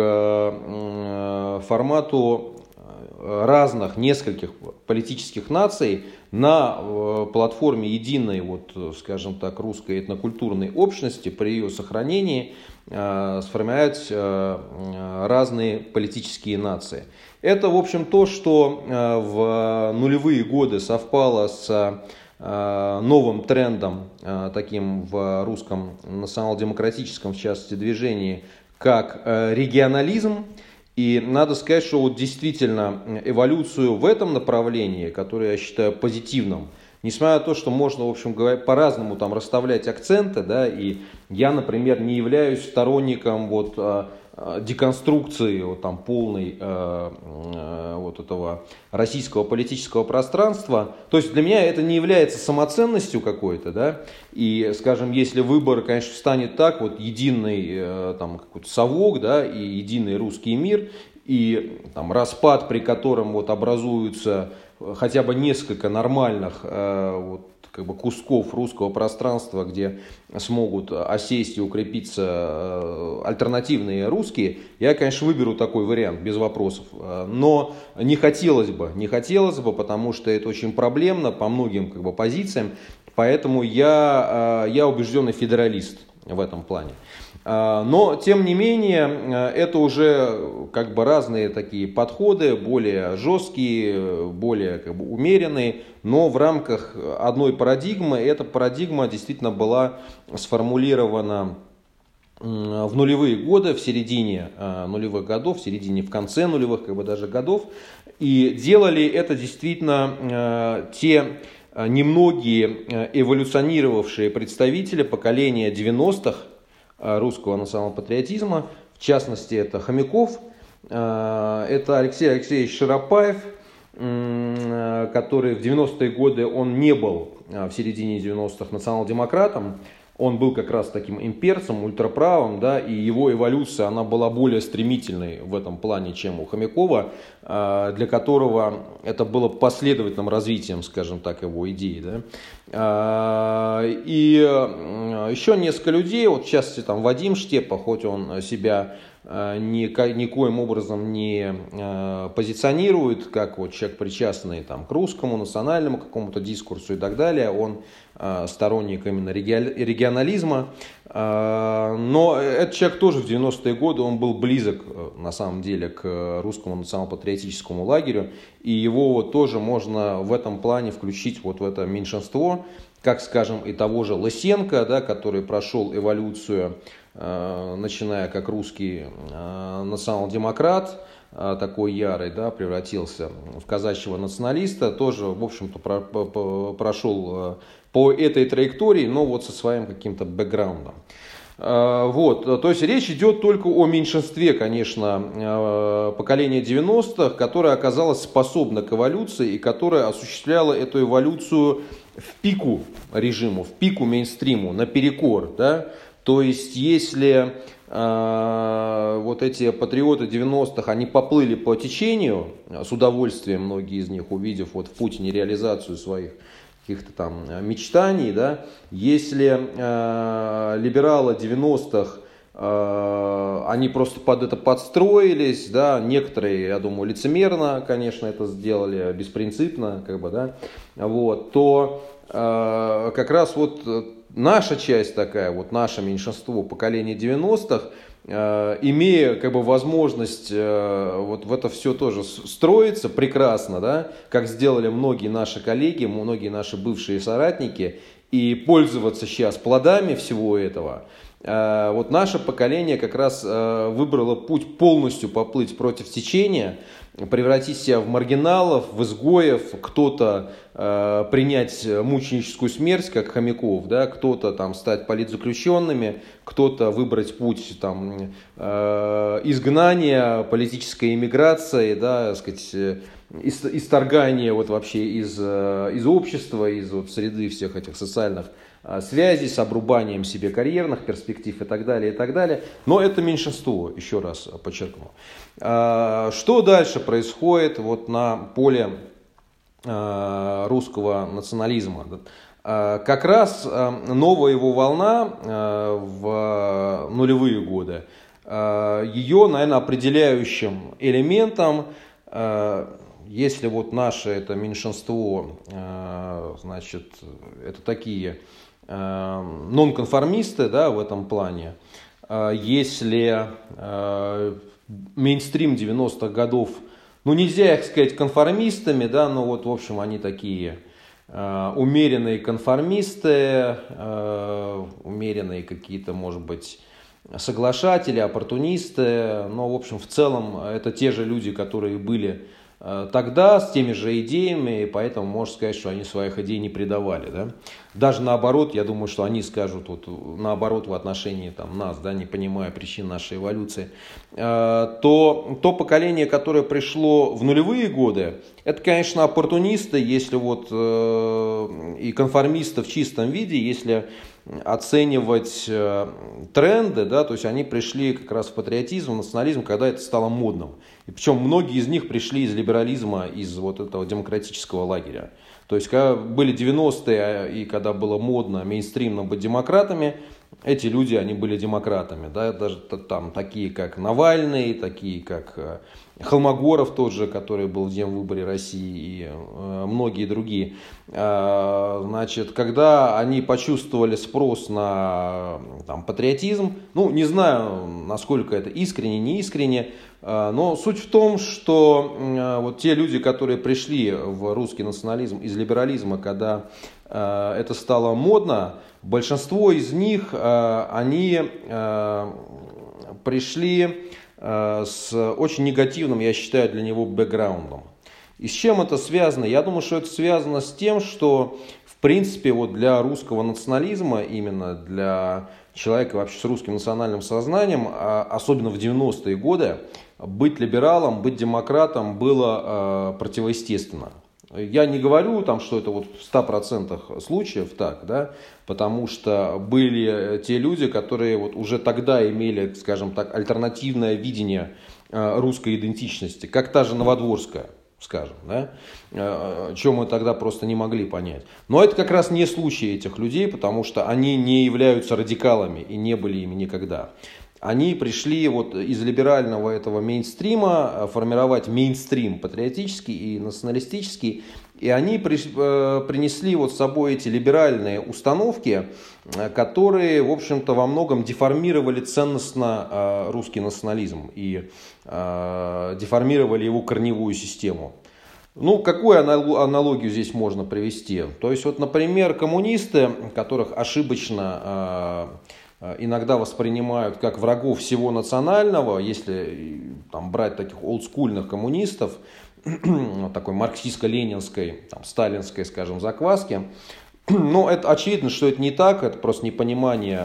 к формату разных, нескольких политических наций на платформе единой, вот, скажем так, русской этнокультурной общности, при ее сохранении сформировать разные политические нации. Это, в общем, то, что в нулевые годы совпало с новым трендом, таким в русском национал-демократическом, в частности, движении, как регионализм. И надо сказать, что вот действительно эволюцию в этом направлении, которую я считаю позитивным, несмотря на то, что можно, в общем говоря, по-разному там расставлять акценты, да, и я, например, не являюсь сторонником вот деконструкции вот, там, полной э, э, вот этого российского политического пространства. То есть для меня это не является самоценностью какой-то, да, и, скажем, если выбор, конечно, станет так, вот единый э, там, какой-то совок, да, и единый русский мир, и там, распад, при котором вот, образуются хотя бы несколько нормальных э, вот, как бы кусков русского пространства, где смогут осесть и укрепиться альтернативные русские, я, конечно, выберу такой вариант, без вопросов. Но не хотелось бы, не хотелось бы, потому что это очень проблемно по многим как бы, позициям, поэтому я, я убежденный федералист в этом плане. Но, тем не менее, это уже как бы разные такие подходы, более жесткие, более как бы, умеренные, но в рамках одной парадигмы. Эта парадигма действительно была сформулирована в нулевые годы, в середине нулевых годов, в середине, в конце нулевых как бы, даже годов. И делали это действительно те немногие эволюционировавшие представители поколения девяностых, русского национал-патриотизма, в частности, это Хомяков, это Алексей Алексеевич Широпаев, который в девяностые годы он не был в середине девяностых национал-демократом, он был как раз таким имперцем, ультраправым, да, и его эволюция, она была более стремительной в этом плане, чем у Хомякова, для которого это было последовательным развитием, скажем так, его идеи, да. И еще несколько людей, вот в частности там Вадим Штепа, хоть он себя ни, никоим образом не позиционирует, как вот человек, причастный там, к русскому, национальному какому-то дискурсу и так далее, он сторонник именно регионализма, но этот человек тоже в девяностые годы, он был близок на самом деле к русскому национал-патриотическому лагерю, и его вот тоже можно в этом плане включить вот в это меньшинство, как, скажем, и того же Лысенко, да, который прошел эволюцию, начиная как русский национал-демократ, такой ярый, да, превратился в казачьего националиста, тоже, в общем-то, про, по, прошел по этой траектории, но вот со своим каким-то бэкграундом. Вот, то есть речь идет только о меньшинстве, конечно, поколения девяностых, которое оказалось способно к эволюции и которое осуществляло эту эволюцию в пику режиму, в пику мейнстриму, наперекор, да, то есть если э, вот эти патриоты девяностых, они поплыли по течению, с удовольствием многие из них, увидев вот в Путине реализацию своих каких-то там мечтаний, да, если э, либералы девяностых, э, они просто под это подстроились, да, некоторые, я думаю, лицемерно, конечно, это сделали, беспринципно, как бы, да, вот, то э, как раз вот наша часть такая, вот наше меньшинство, поколение девяностых, э, имея как бы возможность э, вот в это все тоже строиться прекрасно, да, как сделали многие наши коллеги, многие наши бывшие соратники, и пользоваться сейчас плодами всего этого, э, вот наше поколение как раз э, выбрало путь полностью поплыть против течения, превратить себя в маргиналов, в изгоев, кто-то э, принять мученическую смерть, как Хомяков, да, кто-то там стать политзаключенными, кто-то выбрать путь там, э, изгнания, политической эмиграции, да, так сказать, исторгания вот вообще из, из общества, из вот среды всех этих социальных связей, с обрубанием себе карьерных перспектив и так далее, и так далее. Но это меньшинство, еще раз подчеркну. Что дальше происходит вот на поле русского национализма? Как раз новая его волна в нулевые годы, ее, наверное, определяющим элементом, если вот наше это меньшинство, значит, это такие нонконформисты, да, в этом плане, если мейнстрим девяностых годов, ну нельзя их сказать конформистами, да, но вот в общем они такие умеренные конформисты, умеренные какие-то, может быть, соглашатели, оппортунисты, но в общем в целом это те же люди, которые были тогда с теми же идеями, и поэтому можно сказать, что они своих идей не предавали. Да? Даже наоборот, я думаю, что они скажут вот, наоборот в отношении там, нас, да, не понимая причин нашей эволюции, то, то поколение, которое пришло в нулевые годы, это, конечно, оппортунисты, если вот и конформисты в чистом виде, если оценивать тренды, да, то есть они пришли как раз в патриотизм, в национализм, когда это стало модным. И причем многие из них пришли из либерализма, из вот этого демократического лагеря. То есть когда были девяностые и когда было модно, мейнстримно быть демократами, эти люди, они были демократами. Да? Даже там такие, как Навальный, такие, как Холмогоров тот же, который был в Демвыборе России, и э, многие другие. Э, значит, когда они почувствовали спрос на там, патриотизм, ну, не знаю, насколько это искренне, не искренне, э, но суть в том, что э, вот те люди, которые пришли в русский национализм из либерализма, когда э, это стало модно, большинство из них, э, они э, пришли с очень негативным, я считаю, для него бэкграундом. И с чем это связано? Я думаю, что это связано с тем, что в принципе вот для русского национализма, именно для человека вообще с русским национальным сознанием, особенно в девяностые годы, быть либералом, быть демократом было противоестественно. Я не говорю, там, что это вот в ста процентах случаев так, да, потому что были те люди, которые вот уже тогда имели, скажем так, альтернативное видение русской идентичности, как та же Новодворская, скажем, да, чем мы тогда просто не могли понять. Но это как раз не случай этих людей, потому что они не являются радикалами и не были ими никогда. Они пришли вот из либерального этого мейнстрима формировать мейнстрим патриотический и националистический. И они при, э, принесли вот с собой эти либеральные установки, которые, в общем-то, во многом деформировали ценностно э, русский национализм и э, деформировали его корневую систему. Ну, какую аналогию здесь можно привести? То есть, вот, например, коммунисты, которых ошибочно э, иногда воспринимают как врагов всего национального, если там, брать таких олдскульных коммунистов, такой марксистско-ленинской, там, сталинской, скажем, закваски. Но это очевидно, что это не так, это просто непонимание,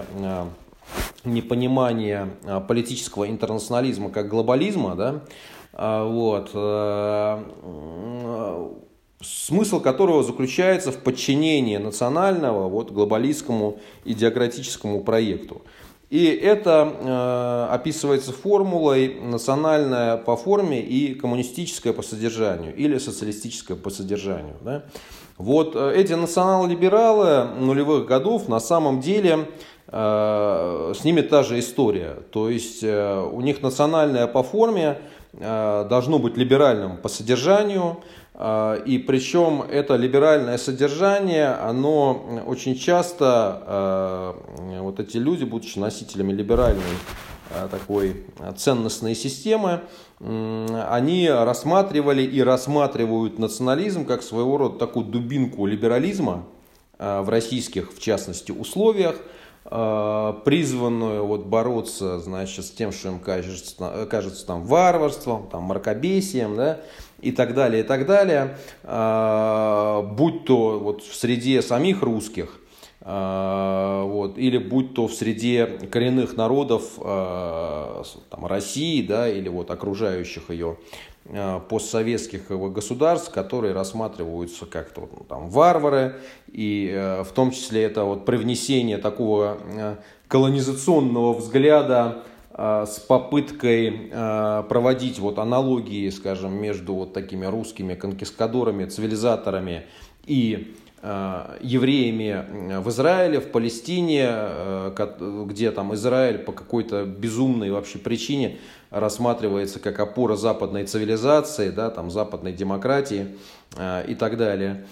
непонимание политического интернационализма как глобализма, да? Вот. смысл которого заключается в подчинении национального вот, глобалистскому идеократическому проекту. И это э, описывается формулой национальная по форме и коммунистическая по содержанию или социалистическая по содержанию. Да? Вот эти национал-либералы нулевых годов на самом деле э, с ними та же история. То есть э, у них национальное по форме э, должно быть либеральным по содержанию. И причем это либеральное содержание, оно очень часто, вот эти люди, будучи носителями либеральной такой ценностной системы, они рассматривали и рассматривают национализм как своего рода такую дубинку либерализма в российских, в частности, условиях, призванную вот бороться, значит, с тем, что им кажется, кажется там, варварством, там, мракобесием, да, и так далее, и так далее, будь то вот в среде самих русских, вот, или будь то в среде коренных народов там, России, да, или вот окружающих ее постсоветских государств, которые рассматриваются как-то вот, там, варвары, и в том числе это вот привнесение такого колонизационного взгляда с попыткой проводить вот аналогии, скажем, между вот такими русскими конкистадорами, цивилизаторами и евреями в Израиле, в Палестине, где там Израиль по какой-то безумной вообще причине рассматривается как опора западной цивилизации, да, там, западной демократии и так далее.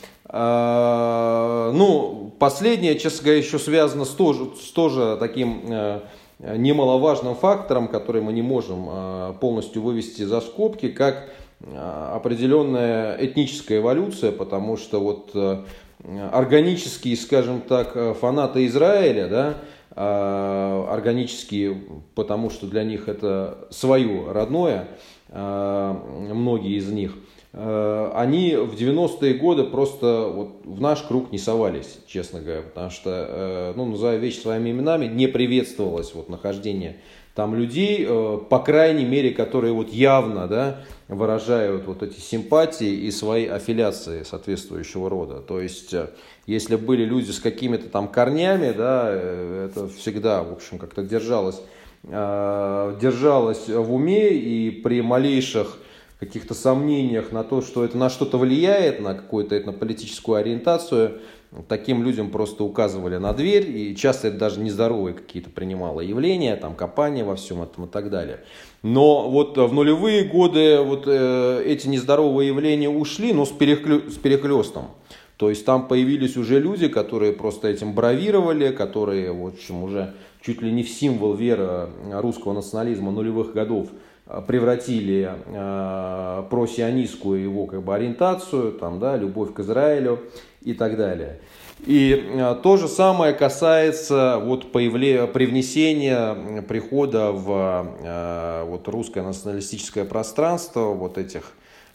Ну, последнее, честно говоря, еще связано с тоже, с тоже таким немаловажным фактором, который мы не можем полностью вывести за скобки, как определенная этническая эволюция, потому что вот органические, скажем так, фанаты Израиля, да, органические, потому что для них это свое родное, многие из них, они в девяностые годы просто вот в наш круг не совались, честно говоря, потому что, ну, называя вещи своими именами, не приветствовалось вот нахождение там людей, по крайней мере, которые вот явно, да, выражают вот эти симпатии и свои аффилиации соответствующего рода. То есть, если были люди с какими-то там корнями, да, это всегда, в общем, как-то держалось, держалось в уме, и при малейших каких-то сомнениях на то, что это на что-то влияет, на какую-то этнополитическую ориентацию, таким людям просто указывали на дверь, и часто это даже нездоровые какие-то принимало явления, там, копания во всем этом и так далее. Но вот в нулевые годы вот э, эти нездоровые явления ушли, но с, перехлё, с перехлестом. То есть там появились уже люди, которые просто этим бравировали, которые, в общем, уже чуть ли не в символ веры русского национализма нулевых годов превратили э, просионистскую его как бы ориентацию, там, да, любовь к Израилю и так далее. И э, то же самое касается вот, появления, привнесения прихода в э, вот, русское националистическое пространство вот этих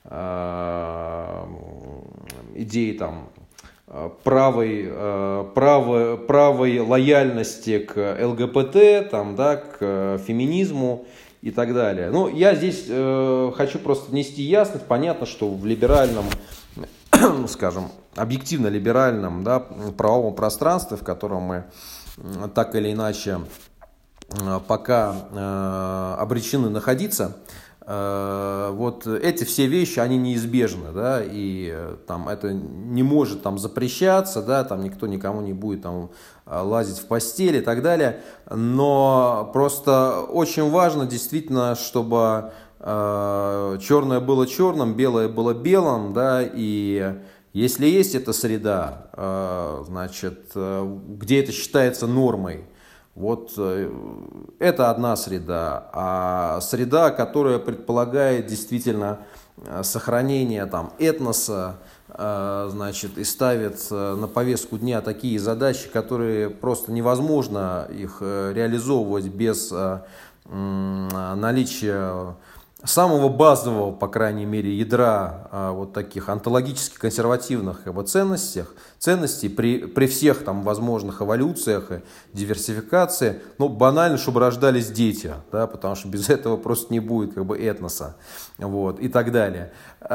э, идей там, правой, правой, правой лояльности к ЛГБТ, там, да, к феминизму и так далее. Ну, я здесь э, хочу просто внести ясность. Понятно, что в либеральном, скажем, объективно либеральном, да, правовом пространстве, в котором мы так или иначе э, пока э, обречены находиться, э, вот эти все вещи, они неизбежны, да, и э, там это не может там запрещаться, да, там никто никому не будет там лазить в постель и так далее, но просто очень важно действительно, чтобы э, черное было черным, белое было белым, да, и если есть эта среда, э, значит, э, где это считается нормой, вот э, это одна среда, а среда, которая предполагает действительно сохранение там этноса, значит, и ставит на повестку дня такие задачи, которые просто невозможно их реализовывать без наличия самого базового, по крайней мере, ядра а, вот таких онтологически консервативных как бы, ценностях, ценностей при, при всех там возможных эволюциях и диверсификации, ну, банально, чтобы рождались дети, да, потому что без этого просто не будет как бы, этноса, вот, и так далее.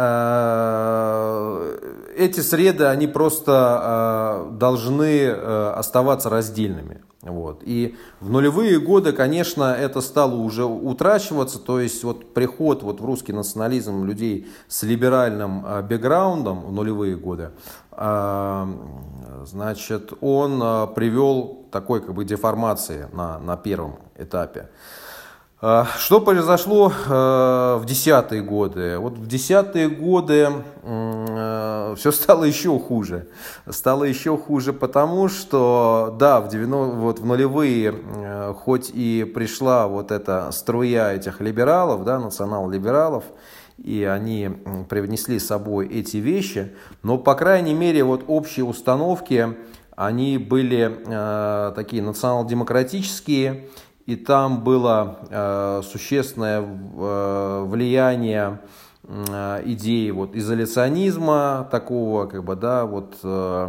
Эти среды, они просто должны оставаться раздельными. Вот. И в нулевые годы, конечно, это стало уже утрачиваться, то есть вот приход вот в русский национализм людей с либеральным э, бэкграундом в нулевые годы, э, значит, он э, привел к такой как бы деформации на, на первом этапе. Что произошло в десятые годы? Вот в десятые годы все стало еще хуже. Стало еще хуже потому, что да, в, девяностые, вот в нулевые, хоть и пришла вот эта струя этих либералов, да, национал-либералов, и они привнесли с собой эти вещи, но, по крайней мере, вот общие установки, они были э, такие национал-демократические. И там было э, существенное э, влияние э, идеи вот, изоляционизма, такого как бы, да, вот, э,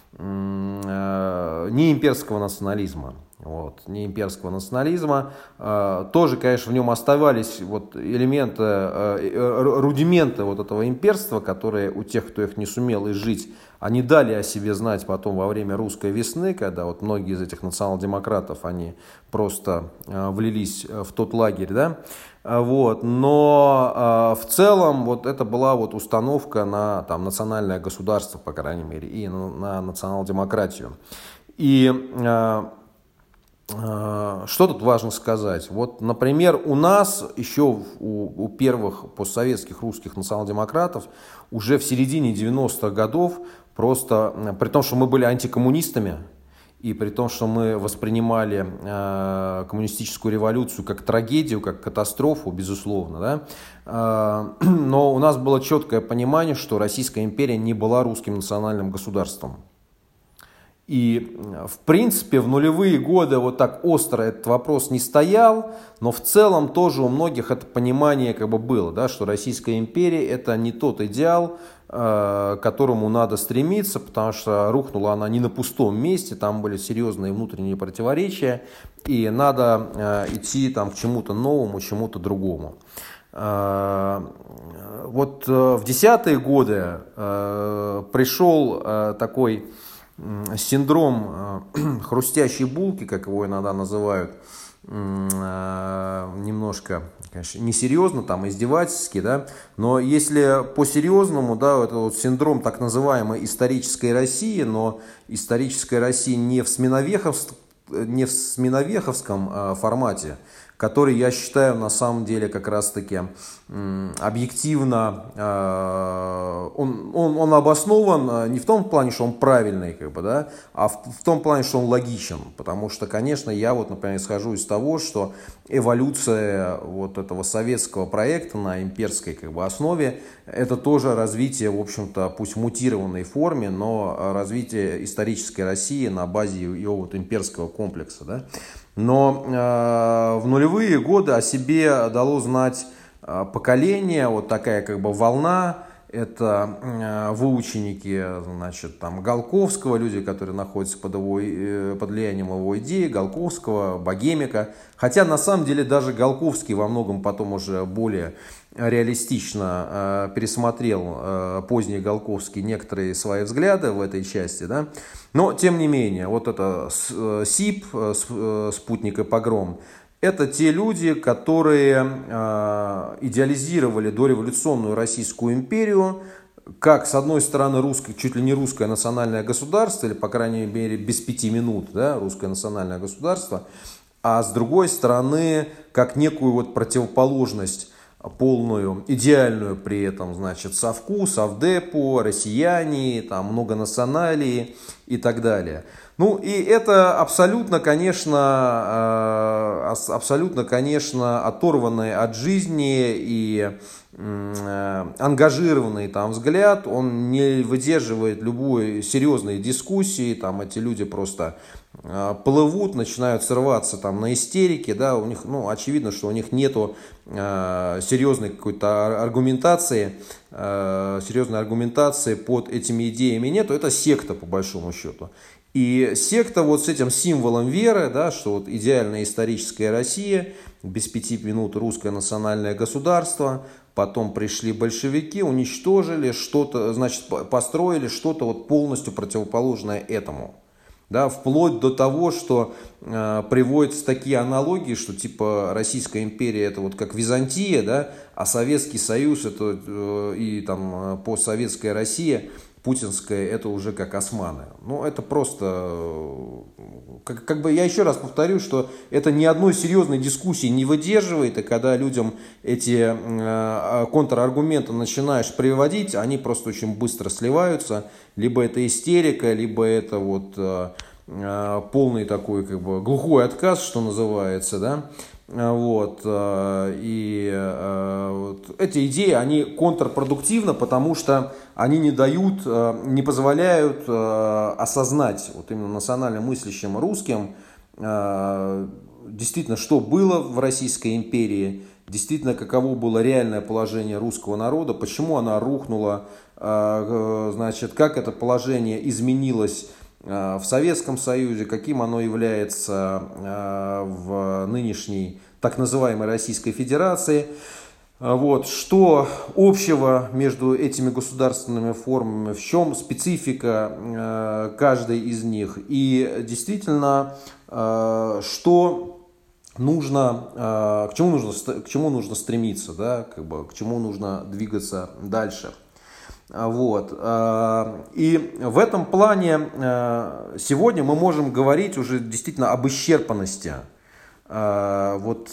э, неимперского национализма. Вот, неимперского национализма. Э, тоже, конечно, в нем оставались вот, элементы, э, рудименты вот этого имперства, которые у тех, кто их не сумел изжить, они дали о себе знать потом во время русской весны, когда вот многие из этих национал-демократов, они просто э, влились в тот лагерь, да, вот, но э, в целом вот это была вот установка на там, национальное государство, по крайней мере, и на, на национал-демократию. И э, э, что тут важно сказать? Вот, например, у нас еще у, у первых постсоветских русских национал-демократов уже в середине девяностых годов просто, при том, что мы были антикоммунистами, и при том, что мы воспринимали э, коммунистическую революцию как трагедию, как катастрофу, безусловно, да, э, но у нас было четкое понимание, что Российская империя не была русским национальным государством. И, в принципе, в нулевые годы вот так остро этот вопрос не стоял, но в целом тоже у многих это понимание как бы было, да, что Российская империя это не тот идеал, к которому надо стремиться, потому что рухнула она не на пустом месте, там были серьезные внутренние противоречия, и надо идти там, к чему-то новому, чему-то другому. Вот в десятые годы пришел такой синдром хрустящей булки, как его иногда называют, немножко, конечно, несерьезно, там, издевательски, да, но если по-серьезному, да, это вот синдром так называемой исторической России, но историческая Россия не в сменовеховском, не в сменовеховском формате, который, я считаю, на самом деле как раз-таки объективно, он, он, он обоснован не в том плане, что он правильный, как бы, да, а в, в том плане, что он логичен. Потому что, конечно, я вот, например, исхожу из того, что эволюция вот этого советского проекта на имперской как бы, основе, это тоже развитие, в общем-то, пусть в мутированной форме, но развитие исторической России на базе ее вот имперского комплекса, да. Но э, в нулевые годы о себе дало знать э, поколение, вот такая как бы волна, это э, выученики, значит, там, Голковского, люди, которые находятся под, его, э, под влиянием его идеи, Голковского, Богемика. Хотя на самом деле даже Голковский во многом потом уже более реалистично э, пересмотрел э, поздний Голковский некоторые свои взгляды в этой части, да. Но, тем не менее, вот это СИП, спутник и погром, это те люди, которые э, идеализировали дореволюционную Российскую империю, как, с одной стороны, русское, чуть ли не русское национальное государство, или, по крайней мере, без пяти минут, да, русское национальное государство, а с другой стороны, как некую вот противоположность, полную, идеальную при этом, значит, совку, совдепу, россияне, там, многонационалии и так далее. Ну и это абсолютно, конечно, абсолютно, конечно, оторванный от жизни и ангажированный там взгляд, он не выдерживает любой серьезной дискуссии, там эти люди просто плывут, начинают срываться там на истерике, да, у них, ну, очевидно, что у них нету э, серьезной какой-то аргументации, э, серьезной аргументации под этими идеями нету, это секта по большому счету. И секта вот с этим символом веры, да, что вот идеальная историческая Россия, без пяти минут русское национальное государство, потом пришли большевики, уничтожили что-то, значит, построили что-то вот полностью противоположное этому. Да, вплоть до того, что э, приводятся такие аналогии, что типа Российская империя это вот как Византия, да, а Советский Союз это э, и там постсоветская Россия, путинская, это уже как османы. Ну, это просто, как, как бы я еще раз повторю, что это ни одной серьезной дискуссии не выдерживает, и когда людям эти э, контраргументы начинаешь приводить, они просто очень быстро сливаются, либо это истерика, либо это вот э, э, полный такой, как бы, глухой отказ, что называется, да. Вот, и вот, эти идеи, они контрпродуктивны, потому что они не дают, не позволяют осознать вот именно национально мыслящим русским действительно, что было в Российской империи, действительно, каково было реальное положение русского народа, почему она рухнула, значит, как это положение изменилось в Советском Союзе, каким оно является в нынешней так называемой Российской Федерации. Вот. Что общего между этими государственными формами, в чем специфика каждой из них. И действительно, что нужно, к чему нужно, к чему нужно стремиться, да, как бы, к чему нужно двигаться дальше. Вот. И в этом плане сегодня мы можем говорить уже действительно об исчерпанности вот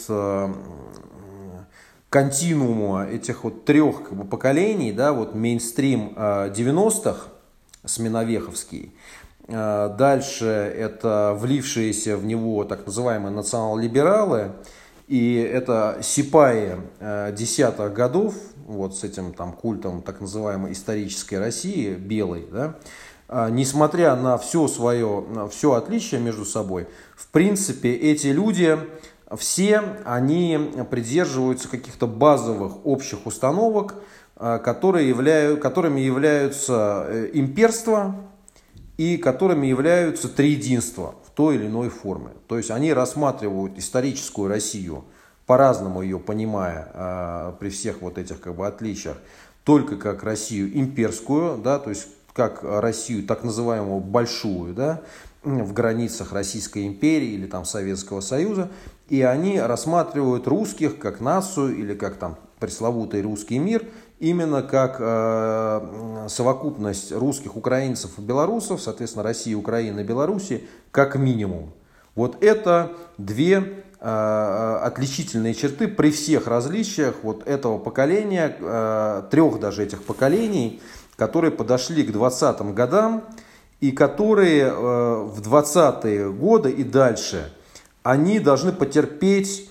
континуума этих вот трех, как бы, поколений, да, вот мейнстрим девяностых, сменовеховский, дальше это влившиеся в него так называемые национал-либералы, и это сипаи десятых годов, вот с этим там культом так называемой исторической России, белой, да, несмотря на все свое, все отличие между собой, в принципе, эти люди, все они придерживаются каких-то базовых общих установок, которые являют, которыми являются имперство и которыми являются триединство в той или иной форме. То есть они рассматривают историческую Россию, по-разному ее понимая, э, при всех вот этих, как бы, отличиях, только как Россию имперскую, да, то есть как Россию так называемую большую, да, в границах Российской империи или там Советского Союза, и они рассматривают русских как нацию или как там пресловутый русский мир, именно как э, совокупность русских, украинцев и белорусов, соответственно, России, Украины и Беларуси, как минимум. Вот это две отличительные черты при всех различиях вот этого поколения, трех даже этих поколений, которые подошли к двадцатым годам и которые в двадцатые годы и дальше, они должны потерпеть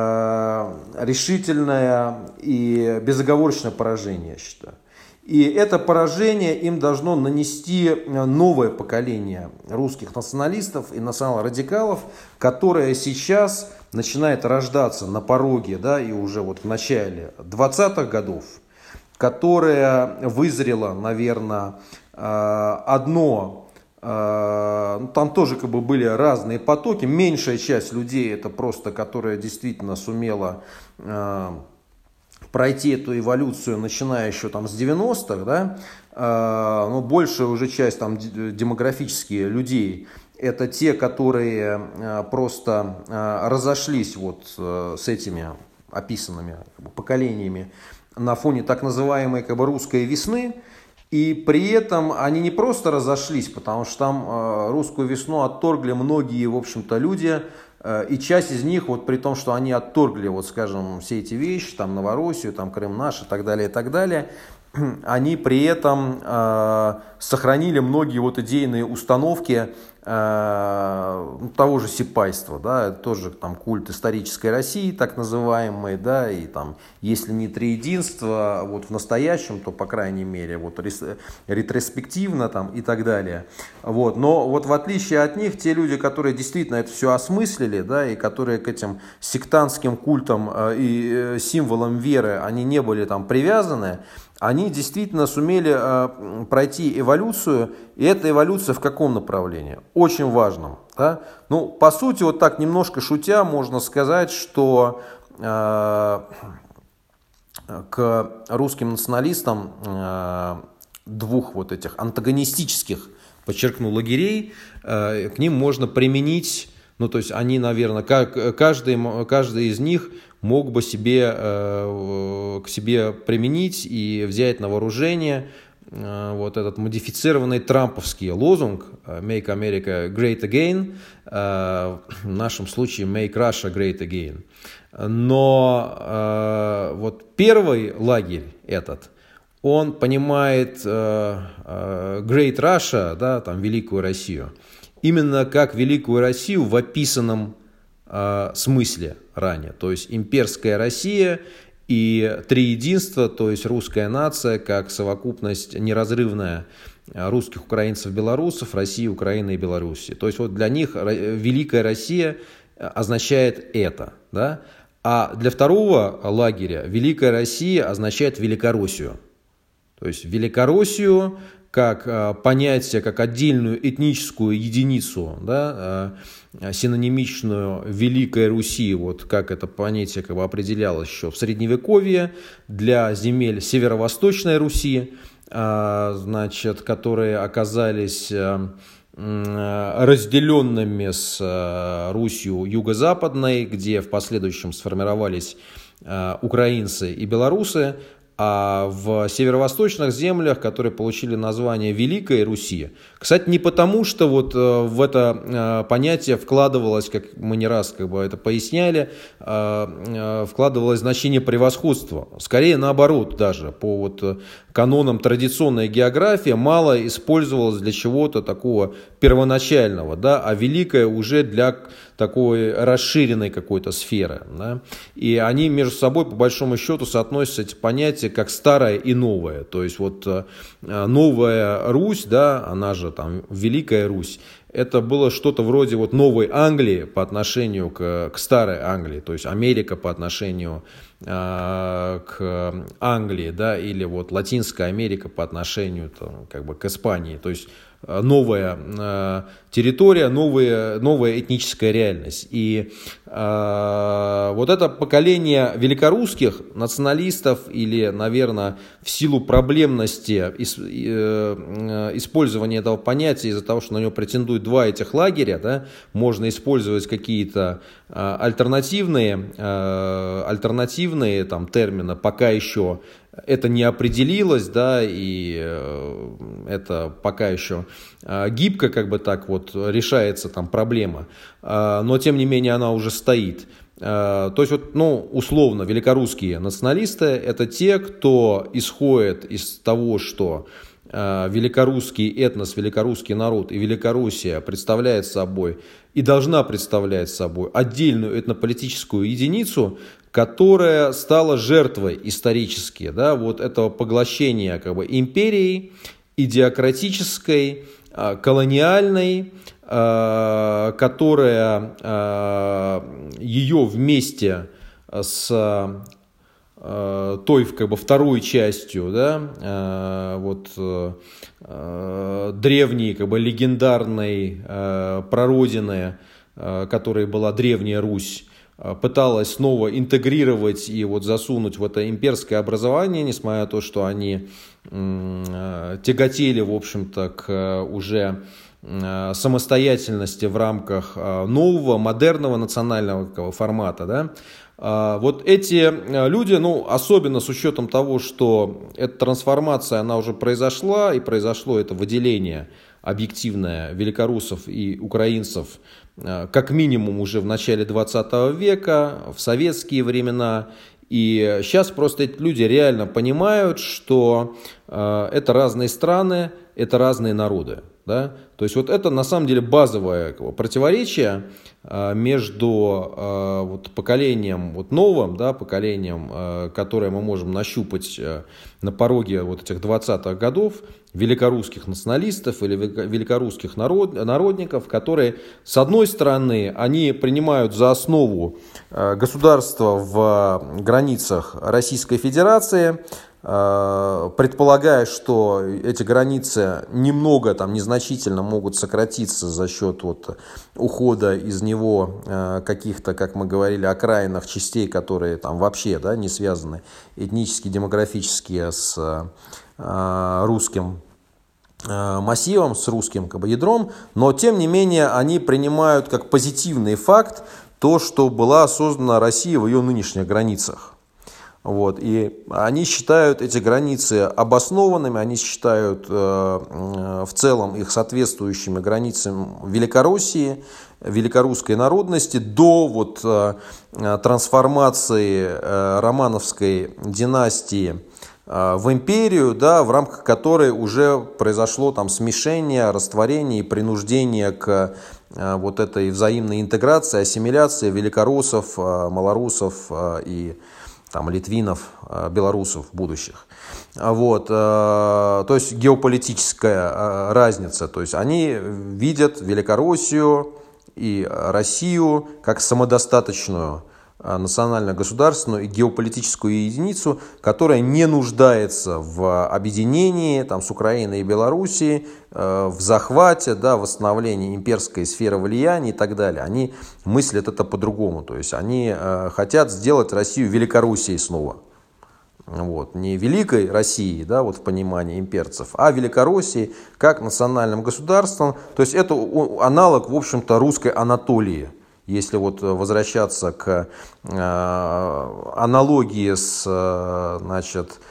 решительное и безоговорочное поражение, я считаю. И это поражение им должно нанести новое поколение русских националистов и национал-радикалов, которое сейчас начинает рождаться на пороге, да, и уже вот в начале двадцатых годов, которое вызрело, наверное, одно, там тоже как бы были разные потоки, меньшая часть людей это просто, которая действительно сумела пройти эту эволюцию, начиная еще там с девяностых, да, но большая уже часть там демографические людей, это те, которые просто разошлись вот с этими описанными, как бы, поколениями на фоне так называемой, как бы, русской весны, и при этом они не просто разошлись, потому что там русскую весну отторгли многие, в общем-то, люди. И часть из них, вот при том, что они отторгли, вот, скажем, все эти вещи, там, Новороссию, там, Крым наш и так далее, и так далее, они при этом э, сохранили многие вот идейные установки э, того же сипайства, да, это тоже там культ исторической России, так называемый, да, и там, если не триединство, вот в настоящем, то, по крайней мере, вот ретроспективно там и так далее. Вот. Но вот в отличие от них, те люди, которые действительно это все осмыслили, да, и которые к этим сектантским культам э, и э, символам веры, они не были там привязаны, они действительно сумели э, пройти эволюцию, и эта эволюция в каком направлении? Очень важном. Да? Ну, по сути, вот так немножко шутя, можно сказать, что э, к русским националистам э, двух вот этих антагонистических, подчеркну, лагерей, э, к ним можно применить, ну, то есть они, наверное, как, каждый, каждый из них мог бы себе, э, к себе применить и взять на вооружение э, вот этот модифицированный трамповский лозунг «Make America Great Again», э, в нашем случае «Make Russia Great Again». Но э, вот первый лагерь этот, он понимает э, э, Great Russia, да, там, Великую Россию, именно как Великую Россию в описанном э, смысле ранее. То есть имперская Россия и триединство, то есть русская нация, как совокупность неразрывная русских, украинцев, белорусов, России, Украины и Белоруссии. То есть вот для них Великая Россия означает это. Да? А для второго лагеря Великая Россия означает Великороссию. То есть Великороссию как понятие, как отдельную этническую единицу, да, синонимичную Великой Руси, вот как это понятие как бы определялось еще в Средневековье, для земель Северо-Восточной Руси, значит, которые оказались разделенными с Русью Юго-Западной, где в последующем сформировались украинцы и белорусы, а в северо-восточных землях, которые получили название Великой Руси. Кстати, не потому, что вот в это понятие вкладывалось, как мы не раз как бы это поясняли, вкладывалось значение превосходства. Скорее наоборот даже, по вот канонам традиционной географии мало использовалось для чего-то такого первоначального, да, а великое уже для такой расширенной какой-то сферы. Да. И они между собой по большому счету соотносятся, эти понятия, как старое и новое. То есть вот новая Русь, да, она же там Великая Русь, это было что-то вроде вот Новой Англии по отношению к, к Старой Англии, то есть Америка по отношению э, к Англии, да, или вот Латинская Америка по отношению там, как бы к Испании, то есть новая э, территория, новая, новая этническая реальность. И э, вот это поколение великорусских националистов или, наверное, в силу проблемности ис, э, использования этого понятия, из-за того, что на него претендуют два этих лагеря, да, можно использовать какие-то э, альтернативные, э, альтернативные там, термины, пока еще это не определилось, да, и э, это пока еще э, гибко, как бы так вот, решается там проблема, э, но тем не менее она уже стоит. Э, то есть, вот, ну, условно, великорусские националисты – это те, кто исходит из того, что э, великорусский этнос, великорусский народ и Великороссия представляет собой и должна представлять собой отдельную этнополитическую единицу, которая стала жертвой исторически, да, вот этого поглощения как бы империей, идиократической, колониальной, которая ее вместе с той как бы второй частью, да, вот древней как бы легендарной прародины, которой была Древняя Русь, пыталась снова интегрировать и вот засунуть в это имперское образование, несмотря на то, что они тяготели, в общем-то, к уже самостоятельности в рамках нового, модерного национального формата, да. Вот эти люди, ну, особенно с учетом того, что эта трансформация, она уже произошла, и произошло это выделение объективное великорусов и украинцев, как минимум уже в начале двадцатого века, в советские времена. И сейчас просто эти люди реально понимают, что это разные страны, это разные народы. Да? То есть вот это на самом деле базовое противоречие между вот поколением вот новым, да, поколением, которое мы можем нащупать на пороге вот этих двадцатых годов, великорусских националистов или великорусских народ, народников, которые, с одной стороны, они принимают за основу государство в границах Российской Федерации, предполагая, что эти границы немного, там, незначительно могут сократиться за счет вот, ухода из него каких-то, как мы говорили, окраинных частей, которые там вообще, да, не связаны этнически, демографически с русским массивом, с русским как бы, ядром, но тем не менее они принимают как позитивный факт то, что была создана Россия в ее нынешних границах. Вот. И они считают эти границы обоснованными, они считают э, э, в целом их соответствующими границам Великороссии, великорусской народности до вот, э, трансформации э, романовской династии э, в империю, да, в рамках которой уже произошло там, смешение, растворение и принуждение к э, вот этой взаимной интеграции, ассимиляции великороссов, э, малорусов э, и там, литвинов, белорусов будущих. Вот. То есть геополитическая разница. То есть они видят Великороссию и Россию как самодостаточную национально-государственную и геополитическую единицу, которая не нуждается в объединении там, с Украиной и Белоруссией, в захвате, да, восстановлении имперской сферы влияния и так далее. Они мыслят это по-другому. То есть они хотят сделать Россию Великороссией снова. Вот. Не Великой Россией, да, вот в понимании имперцев, а Великороссией как национальным государством. То есть это аналог, в общем-то, русской Анатолии. Если вот возвращаться к э, аналогии с э, значит,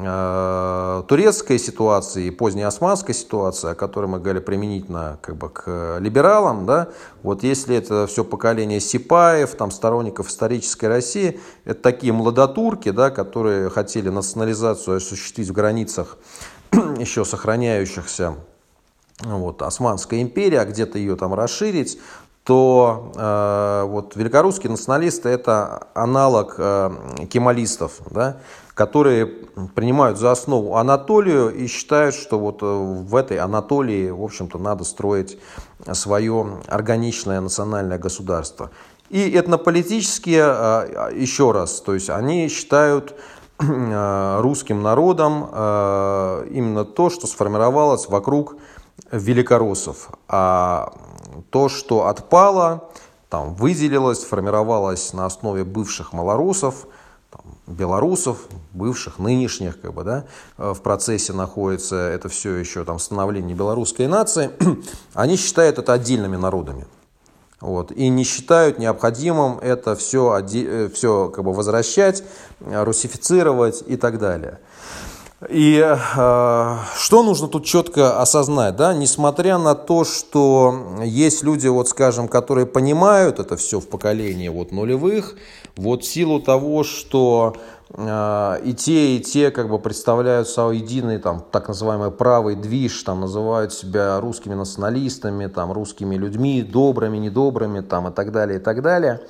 э, турецкой ситуацией, позднеосманской ситуацией, о которой мы говорили применительно как бы, к либералам, да, вот если это все поколение сипаев, там, сторонников исторической России, это такие младотурки, да, которые хотели национализацию осуществить в границах еще сохраняющихся вот, Османской империи, а где-то ее там расширить, то э, вот, великорусские националисты это аналог э, кемалистов, да, которые принимают за основу Анатолию и считают, что вот в этой Анатолии, в общем-то, надо строить свое органичное национальное государство. И этнополитически, э, еще раз, то есть они считают э, русским народом э, именно то, что сформировалось вокруг великороссов, а то, что отпало, там, выделилось, формировалось на основе бывших малорусов, там, белорусов, бывших, нынешних, как бы, да, в процессе находится это все еще там, становление белорусской нации, они считают это отдельными народами. Вот, и не считают необходимым это все, все как бы, возвращать, русифицировать и так далее. И э, что нужно тут четко осознать, да, несмотря на то, что есть люди, вот, скажем, которые понимают это все в поколении вот, нулевых, вот в силу того, что э, и те, и те как бы представляют собой единый там, так называемый правый движ, там, называют себя русскими националистами, там, русскими людьми, добрыми, недобрыми там, и так далее, и так далее.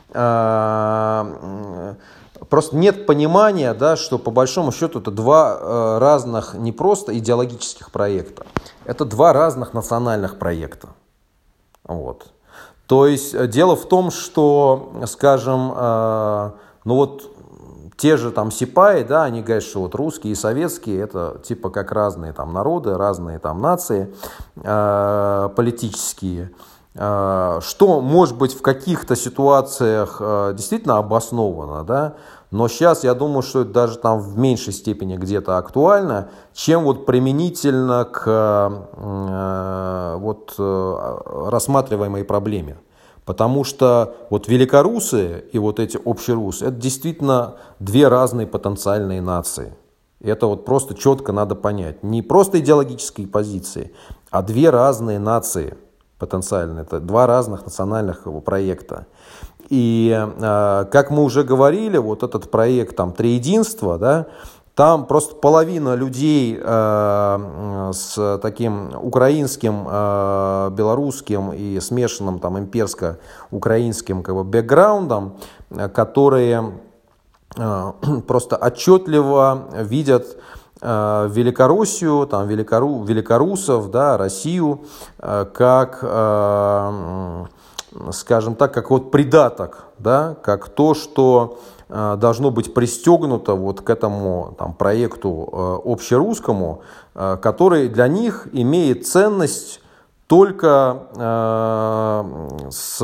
Э, Просто нет понимания, да, что по большому счету это два э, разных не просто идеологических проекта, это два разных национальных проекта. Вот. То есть дело в том, что, скажем, э, ну вот те же там сипаи, да, они говорят, что вот русские и советские это типа как разные там народы, разные там нации э, политические. Что, может быть, в каких-то ситуациях действительно обосновано, да? Но сейчас я думаю, что это даже там в меньшей степени где-то актуально, чем вот применительно к вот, рассматриваемой проблеме. Потому что вот великорусы и вот эти общерусы, это действительно две разные потенциальные нации. Это вот просто четко надо понять. Не просто идеологические позиции, а две разные нации. Потенциально. Это два разных национальных проекта. И э, как мы уже говорили, вот этот проект там, «Триединство», да, Там просто половина людей э, с таким украинским, э, белорусским и смешанным там имперско-украинским как бы бэкграундом, которые э, просто отчетливо видят э, Великороссию, там, великору, великорусов, да, Россию э, как, э, скажем так, как вот придаток, да, как то, что должно быть пристегнуто вот к этому там, проекту э, общерусскому, э, который для них имеет ценность только э, с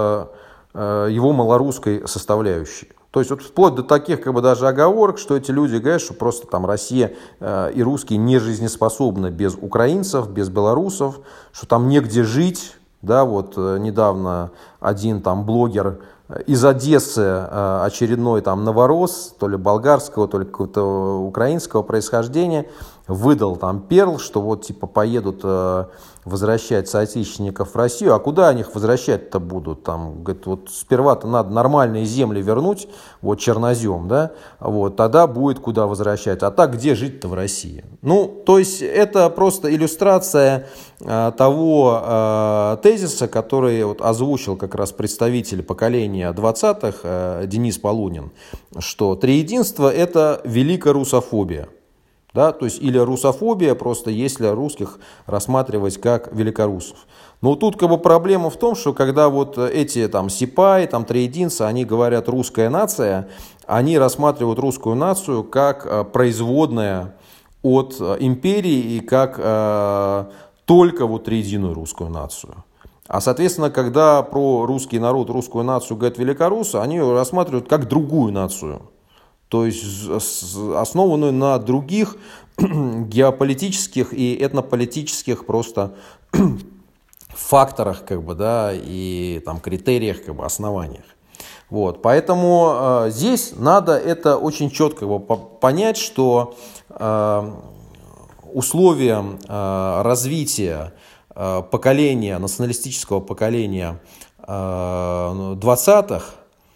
э, его малорусской составляющей. То есть вот вплоть до таких как бы даже оговорок, что эти люди говорят, что просто там Россия э, и русские не жизнеспособны без украинцев, без белорусов, что там негде жить. Да, вот э, недавно один там блогер из Одессы, очередной там новорос, то ли болгарского, то ли какого-то украинского происхождения, выдал там перл, что вот типа поедут возвращать соотечественников в Россию. А куда они их возвращать-то будут? Там, говорит, вот сперва-то надо нормальные земли вернуть, вот чернозем, да, вот, тогда будет куда возвращать. А так где жить-то в России? Ну, то есть это просто иллюстрация а, того а, тезиса, который вот озвучил как раз представитель поколения двадцатых а, Денис Полунин, что триединство – это великая русофобия. Да, то есть или русофобия, просто если русских рассматривать как великорусов. Но тут как бы проблема в том, что когда вот эти там сипаи, там триединцы, они говорят русская нация, они рассматривают русскую нацию как производная от империи и как э, только вот триединую русскую нацию. А соответственно, когда про русский народ, русскую нацию говорят великорусы, они ее рассматривают как другую нацию. То есть основанную на других геополитических и этнополитических просто факторах, как бы, да, и там, критериях, как бы, основаниях. Вот. Поэтому э, здесь надо это очень четко как бы, понять, что э, условием э, развития э, поколения, националистического поколения э, двадцатых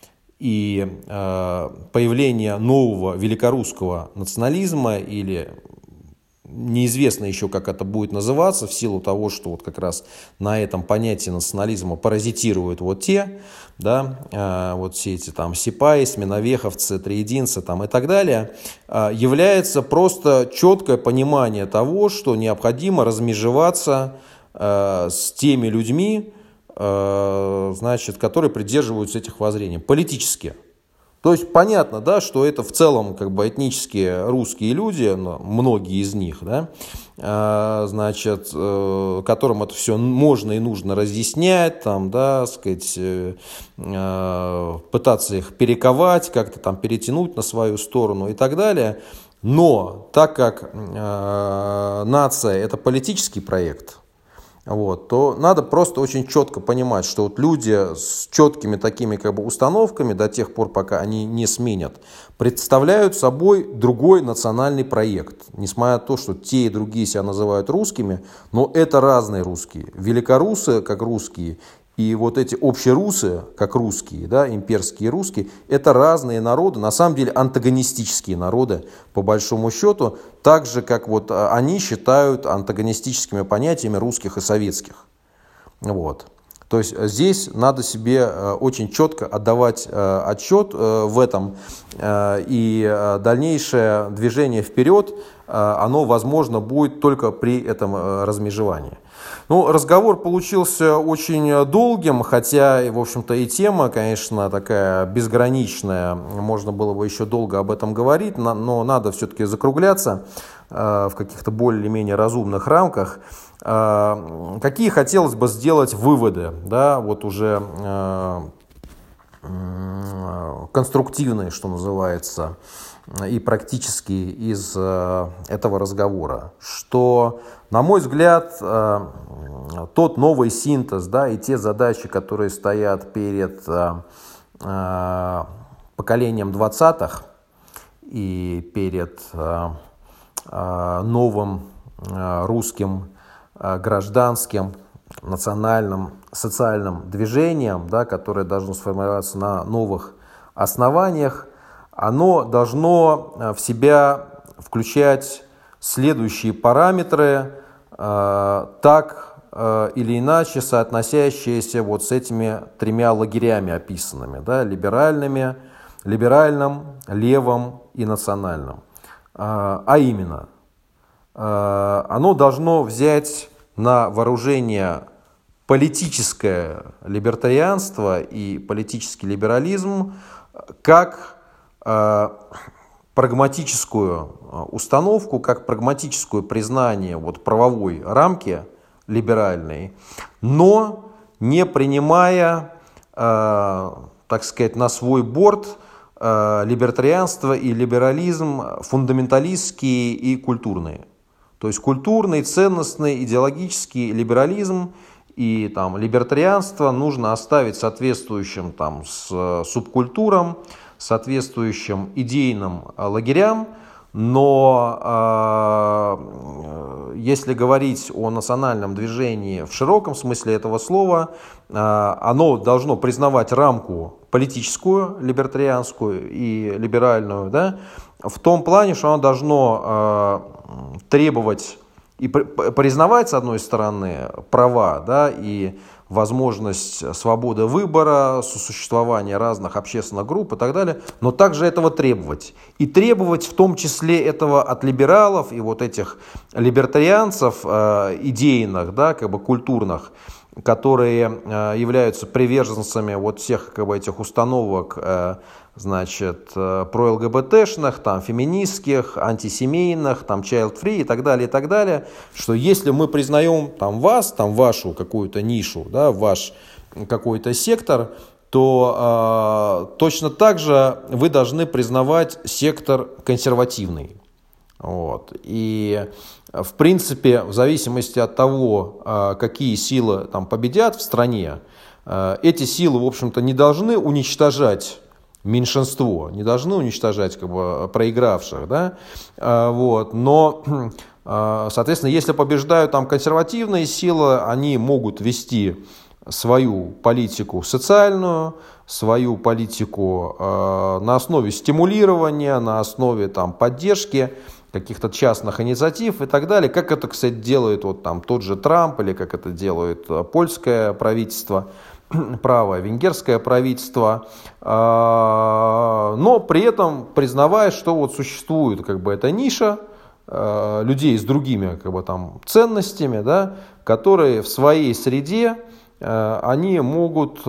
и э, появление нового великорусского национализма, или неизвестно еще, как это будет называться, в силу того, что вот как раз на этом понятии национализма паразитируют вот те, да, э, вот все эти там сипаи, сменовеховцы, триединцы там, и так далее, э, является просто четкое понимание того, что необходимо размежеваться э, с теми людьми, значит, которые придерживаются этих воззрений политически. То есть понятно, да, что это в целом как бы этнические русские люди, многие из них, да, значит, которым это все можно и нужно разъяснять, там, да, сказать, пытаться их перековать, как-то там перетянуть на свою сторону и так далее. Но так как нация – это политический проект, вот, то надо просто очень четко понимать, что вот люди с четкими такими как бы установками до тех пор, пока они не сменят, представляют собой другой национальный проект. Несмотря на то, что те и другие себя называют русскими, но это разные русские. Великорусы как русские и вот эти общерусы как русские, да, имперские русские, это разные народы, на самом деле антагонистические народы по большому счету, так же как вот они считают антагонистическими понятиями русских и советских. Вот. То есть здесь надо себе очень четко отдавать отчет в этом, и дальнейшее движение вперед, оно возможно будет только при этом размежевании. Ну, разговор получился очень долгим, хотя, в общем-то, и тема, конечно, такая безграничная, можно было бы еще долго об этом говорить, но надо все-таки закругляться в каких-то более-менее разумных рамках. Какие хотелось бы сделать выводы, да, вот уже конструктивные, что называется, и практические из этого разговора, что, на мой взгляд, тот новый синтез, да, и те задачи, которые стоят перед поколением двадцатых и перед новым русским гражданским, национальным, социальным движением, да, которое должно сформироваться на новых основаниях, оно должно в себя включать следующие параметры, так или иначе соотносящиеся вот с этими тремя лагерями описанными, да, либеральными, либеральным, левым и национальным. А именно, оно должно взять на вооружение политическое либертарианство и политический либерализм как прагматическую установку, как прагматическое признание вот правовой рамки либеральной, но не принимая, э, так сказать, на свой борт э, либертарианство и либерализм фундаменталистские и культурные. То есть культурный, ценностный, идеологический либерализм и там, либертарианство нужно оставить соответствующим там, с субкультурам, соответствующим идейным лагерям, но э, если говорить о национальном движении в широком смысле этого слова, э, оно должно признавать рамку политическую, либертарианскую и либеральную, да, в том плане, что оно должно э, требовать и признавать, с одной стороны, права, да, и возможность свободы выбора, сосуществования разных общественных групп и так далее, но также этого требовать. И требовать в том числе этого от либералов и вот этих либертарианцев э, идейных, да, как бы культурных, которые э, являются приверженцами вот всех как бы, этих установок, э, значит, э, про-ЛГБТшных, там, феминистских, антисемейных, там, child-free и так далее, и так далее, что если мы признаем там, вас, там, вашу какую-то нишу, да, ваш какой-то сектор, то э, точно так же вы должны признавать сектор консервативный. Вот. И в принципе, в зависимости от того, какие силы там победят в стране, эти силы, в общем-то, не должны уничтожать меньшинство, не должны уничтожать как бы, проигравших, да? Вот. Но, соответственно, если побеждают там консервативные силы, они могут вести свою политику социальную, свою политику на основе стимулирования, на основе там, поддержки каких-то частных инициатив и так далее, как это, кстати, делает вот там тот же Трамп, или как это делает польское правительство, правое венгерское правительство, но при этом признавая, что вот существует как бы эта ниша людей с другими как бы, там, ценностями, да, которые в своей среде они могут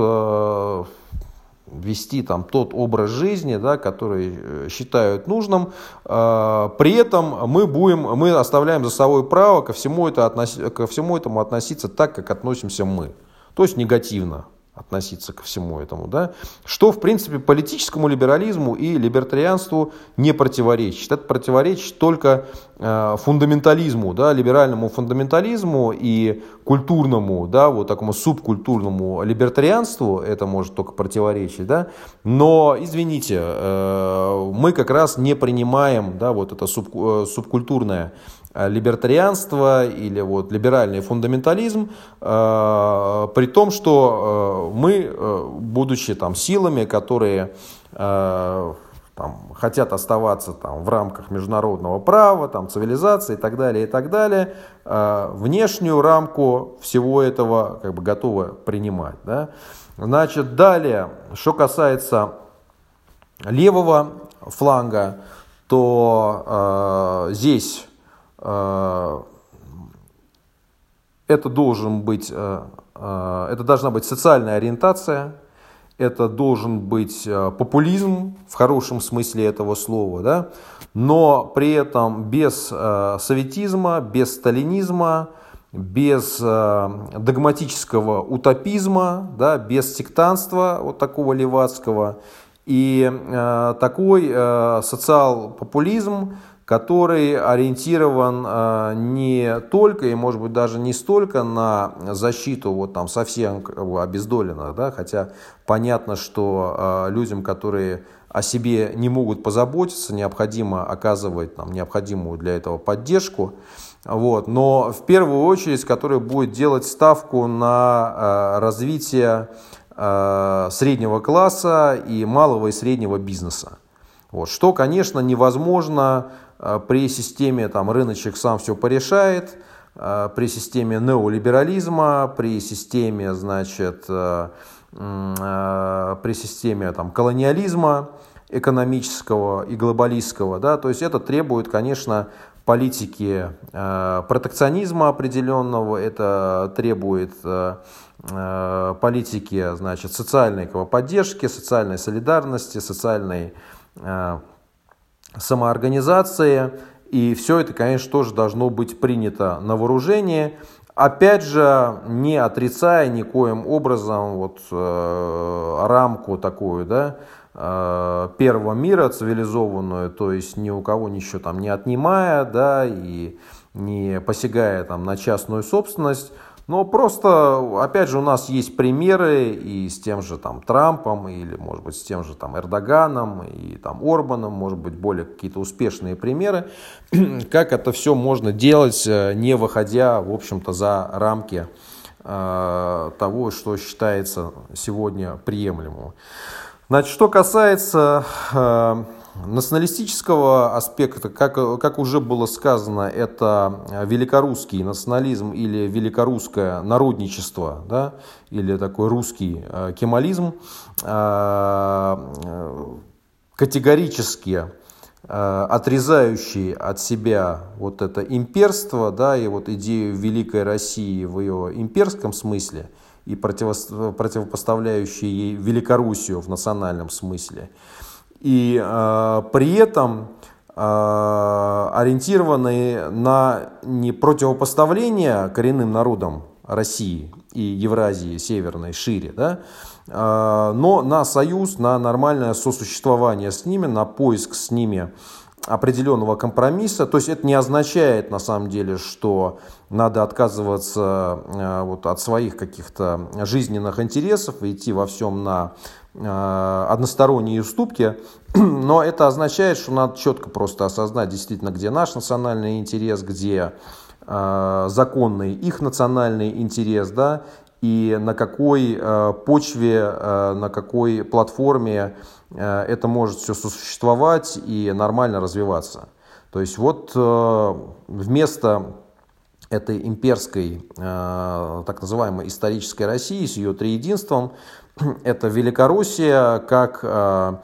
вести там тот образ жизни, да, который считают нужным. При этом мы будем, мы оставляем за собой право ко всему, это относ, ко всему этому относиться так, как относимся мы. То есть негативно относиться ко всему этому, да, что, в принципе, политическому либерализму и либертарианству не противоречит. Это противоречит только э, фундаментализму, да, либеральному фундаментализму и культурному, да, вот такому субкультурному либертарианству, это может только противоречить, да, но, извините, э, мы как раз не принимаем, да, вот это суб, э, субкультурное либертарианство или вот либеральный фундаментализм, э, при том, что э, мы, э, будучи там силами, которые э, там, хотят оставаться там, в рамках международного права, там, цивилизации и так далее, и так далее, э, внешнюю рамку всего этого как бы готовы принимать. Да? Значит, далее, что касается левого фланга, то э, здесь это должен быть, это должна быть социальная ориентация, это должен быть популизм в хорошем смысле этого слова, да? Но при этом без советизма, без сталинизма, без догматического утопизма, да? Без сектантства вот такого левацкого и такой социал-популизм, который ориентирован э, не только и, может быть, даже не столько на защиту вот, там, совсем обездоленных, да, хотя понятно, что э, людям, которые о себе не могут позаботиться, необходимо оказывать там, необходимую для этого поддержку, вот, но в первую очередь, который будет делать ставку на э, развитие э, среднего класса и малого и среднего бизнеса. Вот. Что, конечно, невозможно при системе там, рыночек сам все порешает, при системе неолиберализма, при системе, значит, при системе там, колониализма экономического и глобалистского. Да? То есть это требует, конечно, политики э, протекционизма определенного, это требует э, э, политики, значит, социальной поддержки, социальной солидарности, социальной э, самоорганизации. И все это, конечно, тоже должно быть принято на вооружение. Опять же, не отрицая никоим образом вот, э, рамку такую, да, первого мира цивилизованную, то есть ни у кого ничего там не отнимая, да, и не посягая там на частную собственность, но просто, опять же, у нас есть примеры и с тем же там Трампом, или, может быть, с тем же там Эрдоганом и там Орбаном, может быть, более какие-то успешные примеры, как это все можно делать, не выходя, в общем-то, за рамки э, того, что считается сегодня приемлемым. Значит, что касается э, националистического аспекта, как, как уже было сказано, это великорусский национализм или великорусское народничество, да, или такой русский э, кемализм, э, категорически э, отрезающий от себя вот это имперство, да, и вот идею Великой России в ее имперском смысле, и противопоставляющие ей Великоруссию в национальном смысле. И э, при этом э, ориентированные на не противопоставление коренным народам России и Евразии Северной шире, да, э, но на союз, на нормальное сосуществование с ними, на поиск с ними определенного компромисса. То есть это не означает на самом деле, что надо отказываться э, вот, от своих каких-то жизненных интересов и идти во всем на э, односторонние уступки, но это означает, что надо четко просто осознать действительно, где наш национальный интерес, где э, законный их национальный интерес, да, и на какой э, почве, э, на какой платформе э, это может все существовать и нормально развиваться. То есть вот э, вместо этой имперской, э, так называемой исторической России с ее триединством, это Великороссия как э,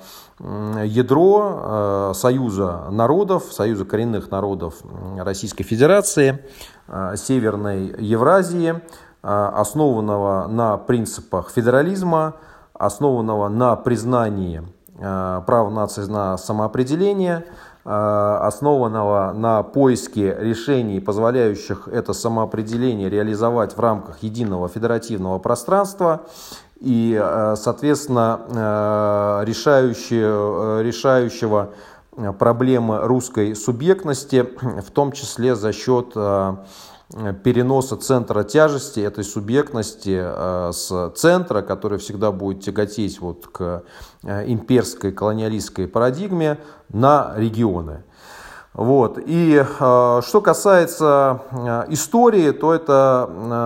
ядро э, союза народов, союза коренных народов Российской Федерации, э, Северной Евразии, основанного на принципах федерализма, основанного на признании права нации на самоопределение, основанного на поиске решений, позволяющих это самоопределение реализовать в рамках единого федеративного пространства и, соответственно, решающего, решающего проблемы русской субъектности, в том числе за счет переноса центра тяжести этой субъектности э, с центра, который всегда будет тяготеть вот к э, имперской колониалистской парадигме, на регионы. Вот. И э, что касается э, истории, то это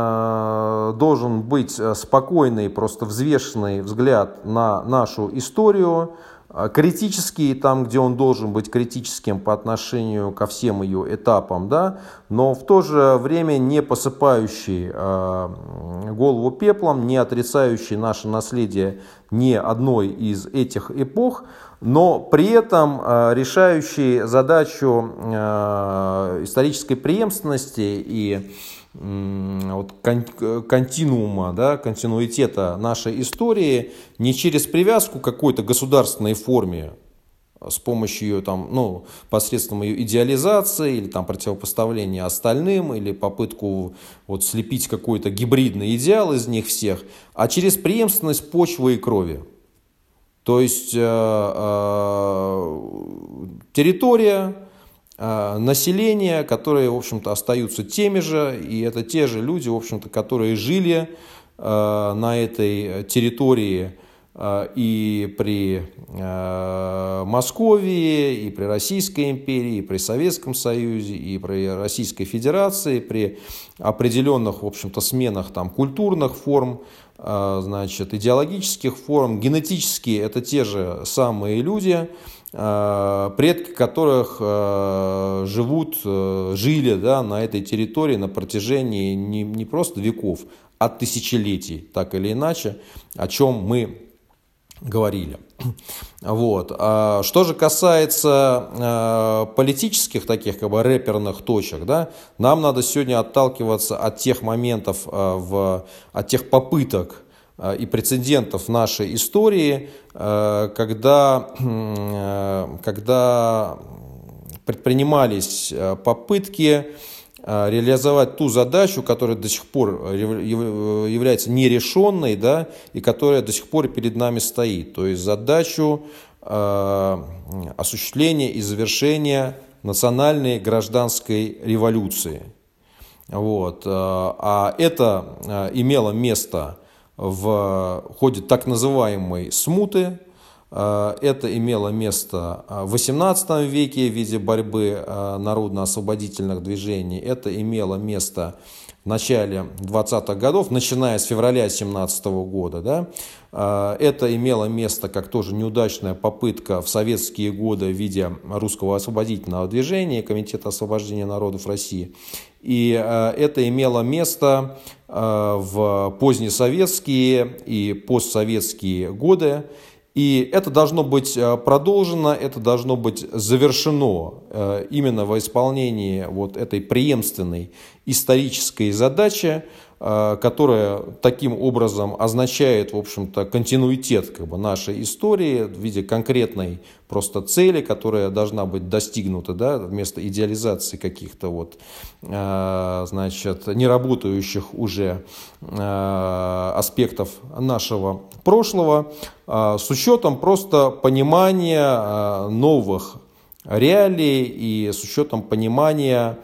э, должен быть спокойный, просто взвешенный взгляд на нашу историю, критический там, где он должен быть критическим по отношению ко всем ее этапам, да, но в то же время не посыпающий э, голову пеплом, не отрицающий наше наследие ни одной из этих эпох, но при этом э, решающий задачу э, исторической преемственности и вот континуума, да, континуитета нашей истории не через привязку к какой-то государственной форме с помощью ее там, ну, посредством ее идеализации или там противопоставления остальным или попытку вот слепить какой-то гибридный идеал из них всех, а через преемственность почвы и крови. То есть э, э, территория, население, которые, в общем-то, остаются теми же, и это те же люди, в общем-то, которые жили э, на этой территории э, и при э, Московии, и при Российской империи, и при Советском Союзе, и при Российской Федерации, при определенных, в общем-то, сменах там, культурных форм, э, значит, идеологических форм, генетически это те же самые люди, предки которых живут, жили, да, на этой территории на протяжении не, не просто веков, а тысячелетий, так или иначе, о чем мы говорили. Вот. А что же касается э, политических таких как бы рэперных точек, да, нам надо сегодня отталкиваться от тех моментов, э, в, от тех попыток э, и прецедентов нашей истории, э, когда, э, когда предпринимались попытки реализовать ту задачу, которая до сих пор является нерешенной, да, и которая до сих пор перед нами стоит. То есть задачу э, осуществления и завершения национальной гражданской революции. Вот. А это имело место в ходе так называемой смуты. Это имело место в восемнадцатом веке в виде борьбы народно-освободительных движений. Это имело место в начале двадцатых годов, начиная с февраля семнадцатого года. Да. Это имело место как тоже неудачная попытка в советские годы в виде русского освободительного движения, Комитета освобождения народов России. И это имело место в позднесоветские и постсоветские годы. И это должно быть продолжено, это должно быть завершено именно во исполнении вот этой преемственной исторической задачи, которая таким образом означает, в общем-то, континуитет как бы, нашей истории в виде конкретной просто цели, которая должна быть достигнута, да, вместо идеализации каких-то вот, значит, неработающих уже аспектов нашего прошлого, с учетом просто понимания новых реалий и с учетом понимания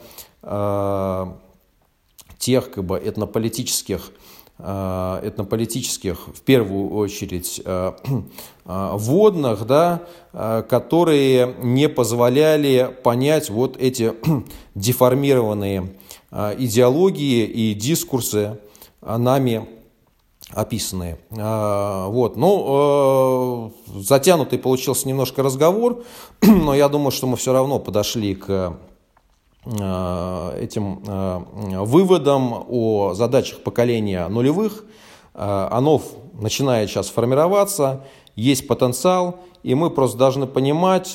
тех как бы, этнополитических, этнополитических, в первую очередь, вводных, да, которые не позволяли понять вот эти деформированные идеологии и дискурсы, нами описанные. Вот. Ну, затянутый получился немножко разговор, но я думаю, что мы все равно подошли к этим выводам о задачах поколения нулевых. Оно начинает сейчас формироваться, есть потенциал, и мы просто должны понимать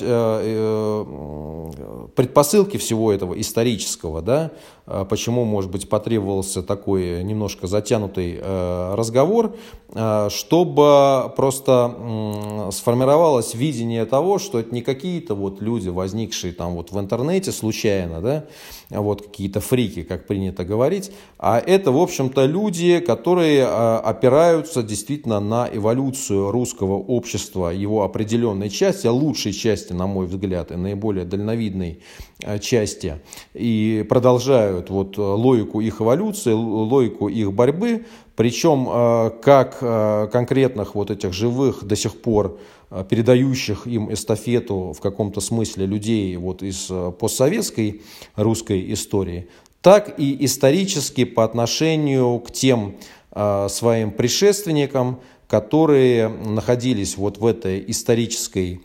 предпосылки всего этого исторического, да, почему, может быть, потребовался такой немножко затянутый разговор, чтобы просто сформировалось видение того, что это не какие-то вот люди, возникшие там вот в интернете случайно, да, вот какие-то фрики, как принято говорить, а это, в общем-то, люди, которые опираются действительно на эволюцию русского общества, его определенной части, лучшей части, на мой взгляд, и наиболее дальновидной части, и продолжают вот логику их эволюции, логику их борьбы, причем как конкретных вот этих живых, до сих пор передающих им эстафету в каком-то смысле людей вот из постсоветской русской истории, так и исторически по отношению к тем своим предшественникам, которые находились вот в этой исторической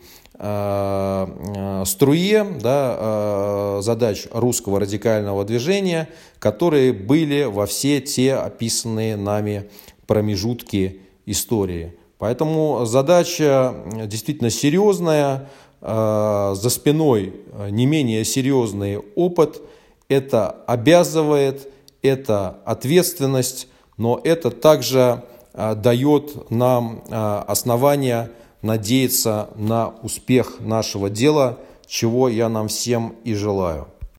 струе, да, задач русского радикального движения, которые были во все те описанные нами промежутки истории. Поэтому задача действительно серьезная, за спиной не менее серьезный опыт. Это обязывает, это ответственность, но это также дает нам основания надеяться на успех нашего дела, чего я нам всем и желаю.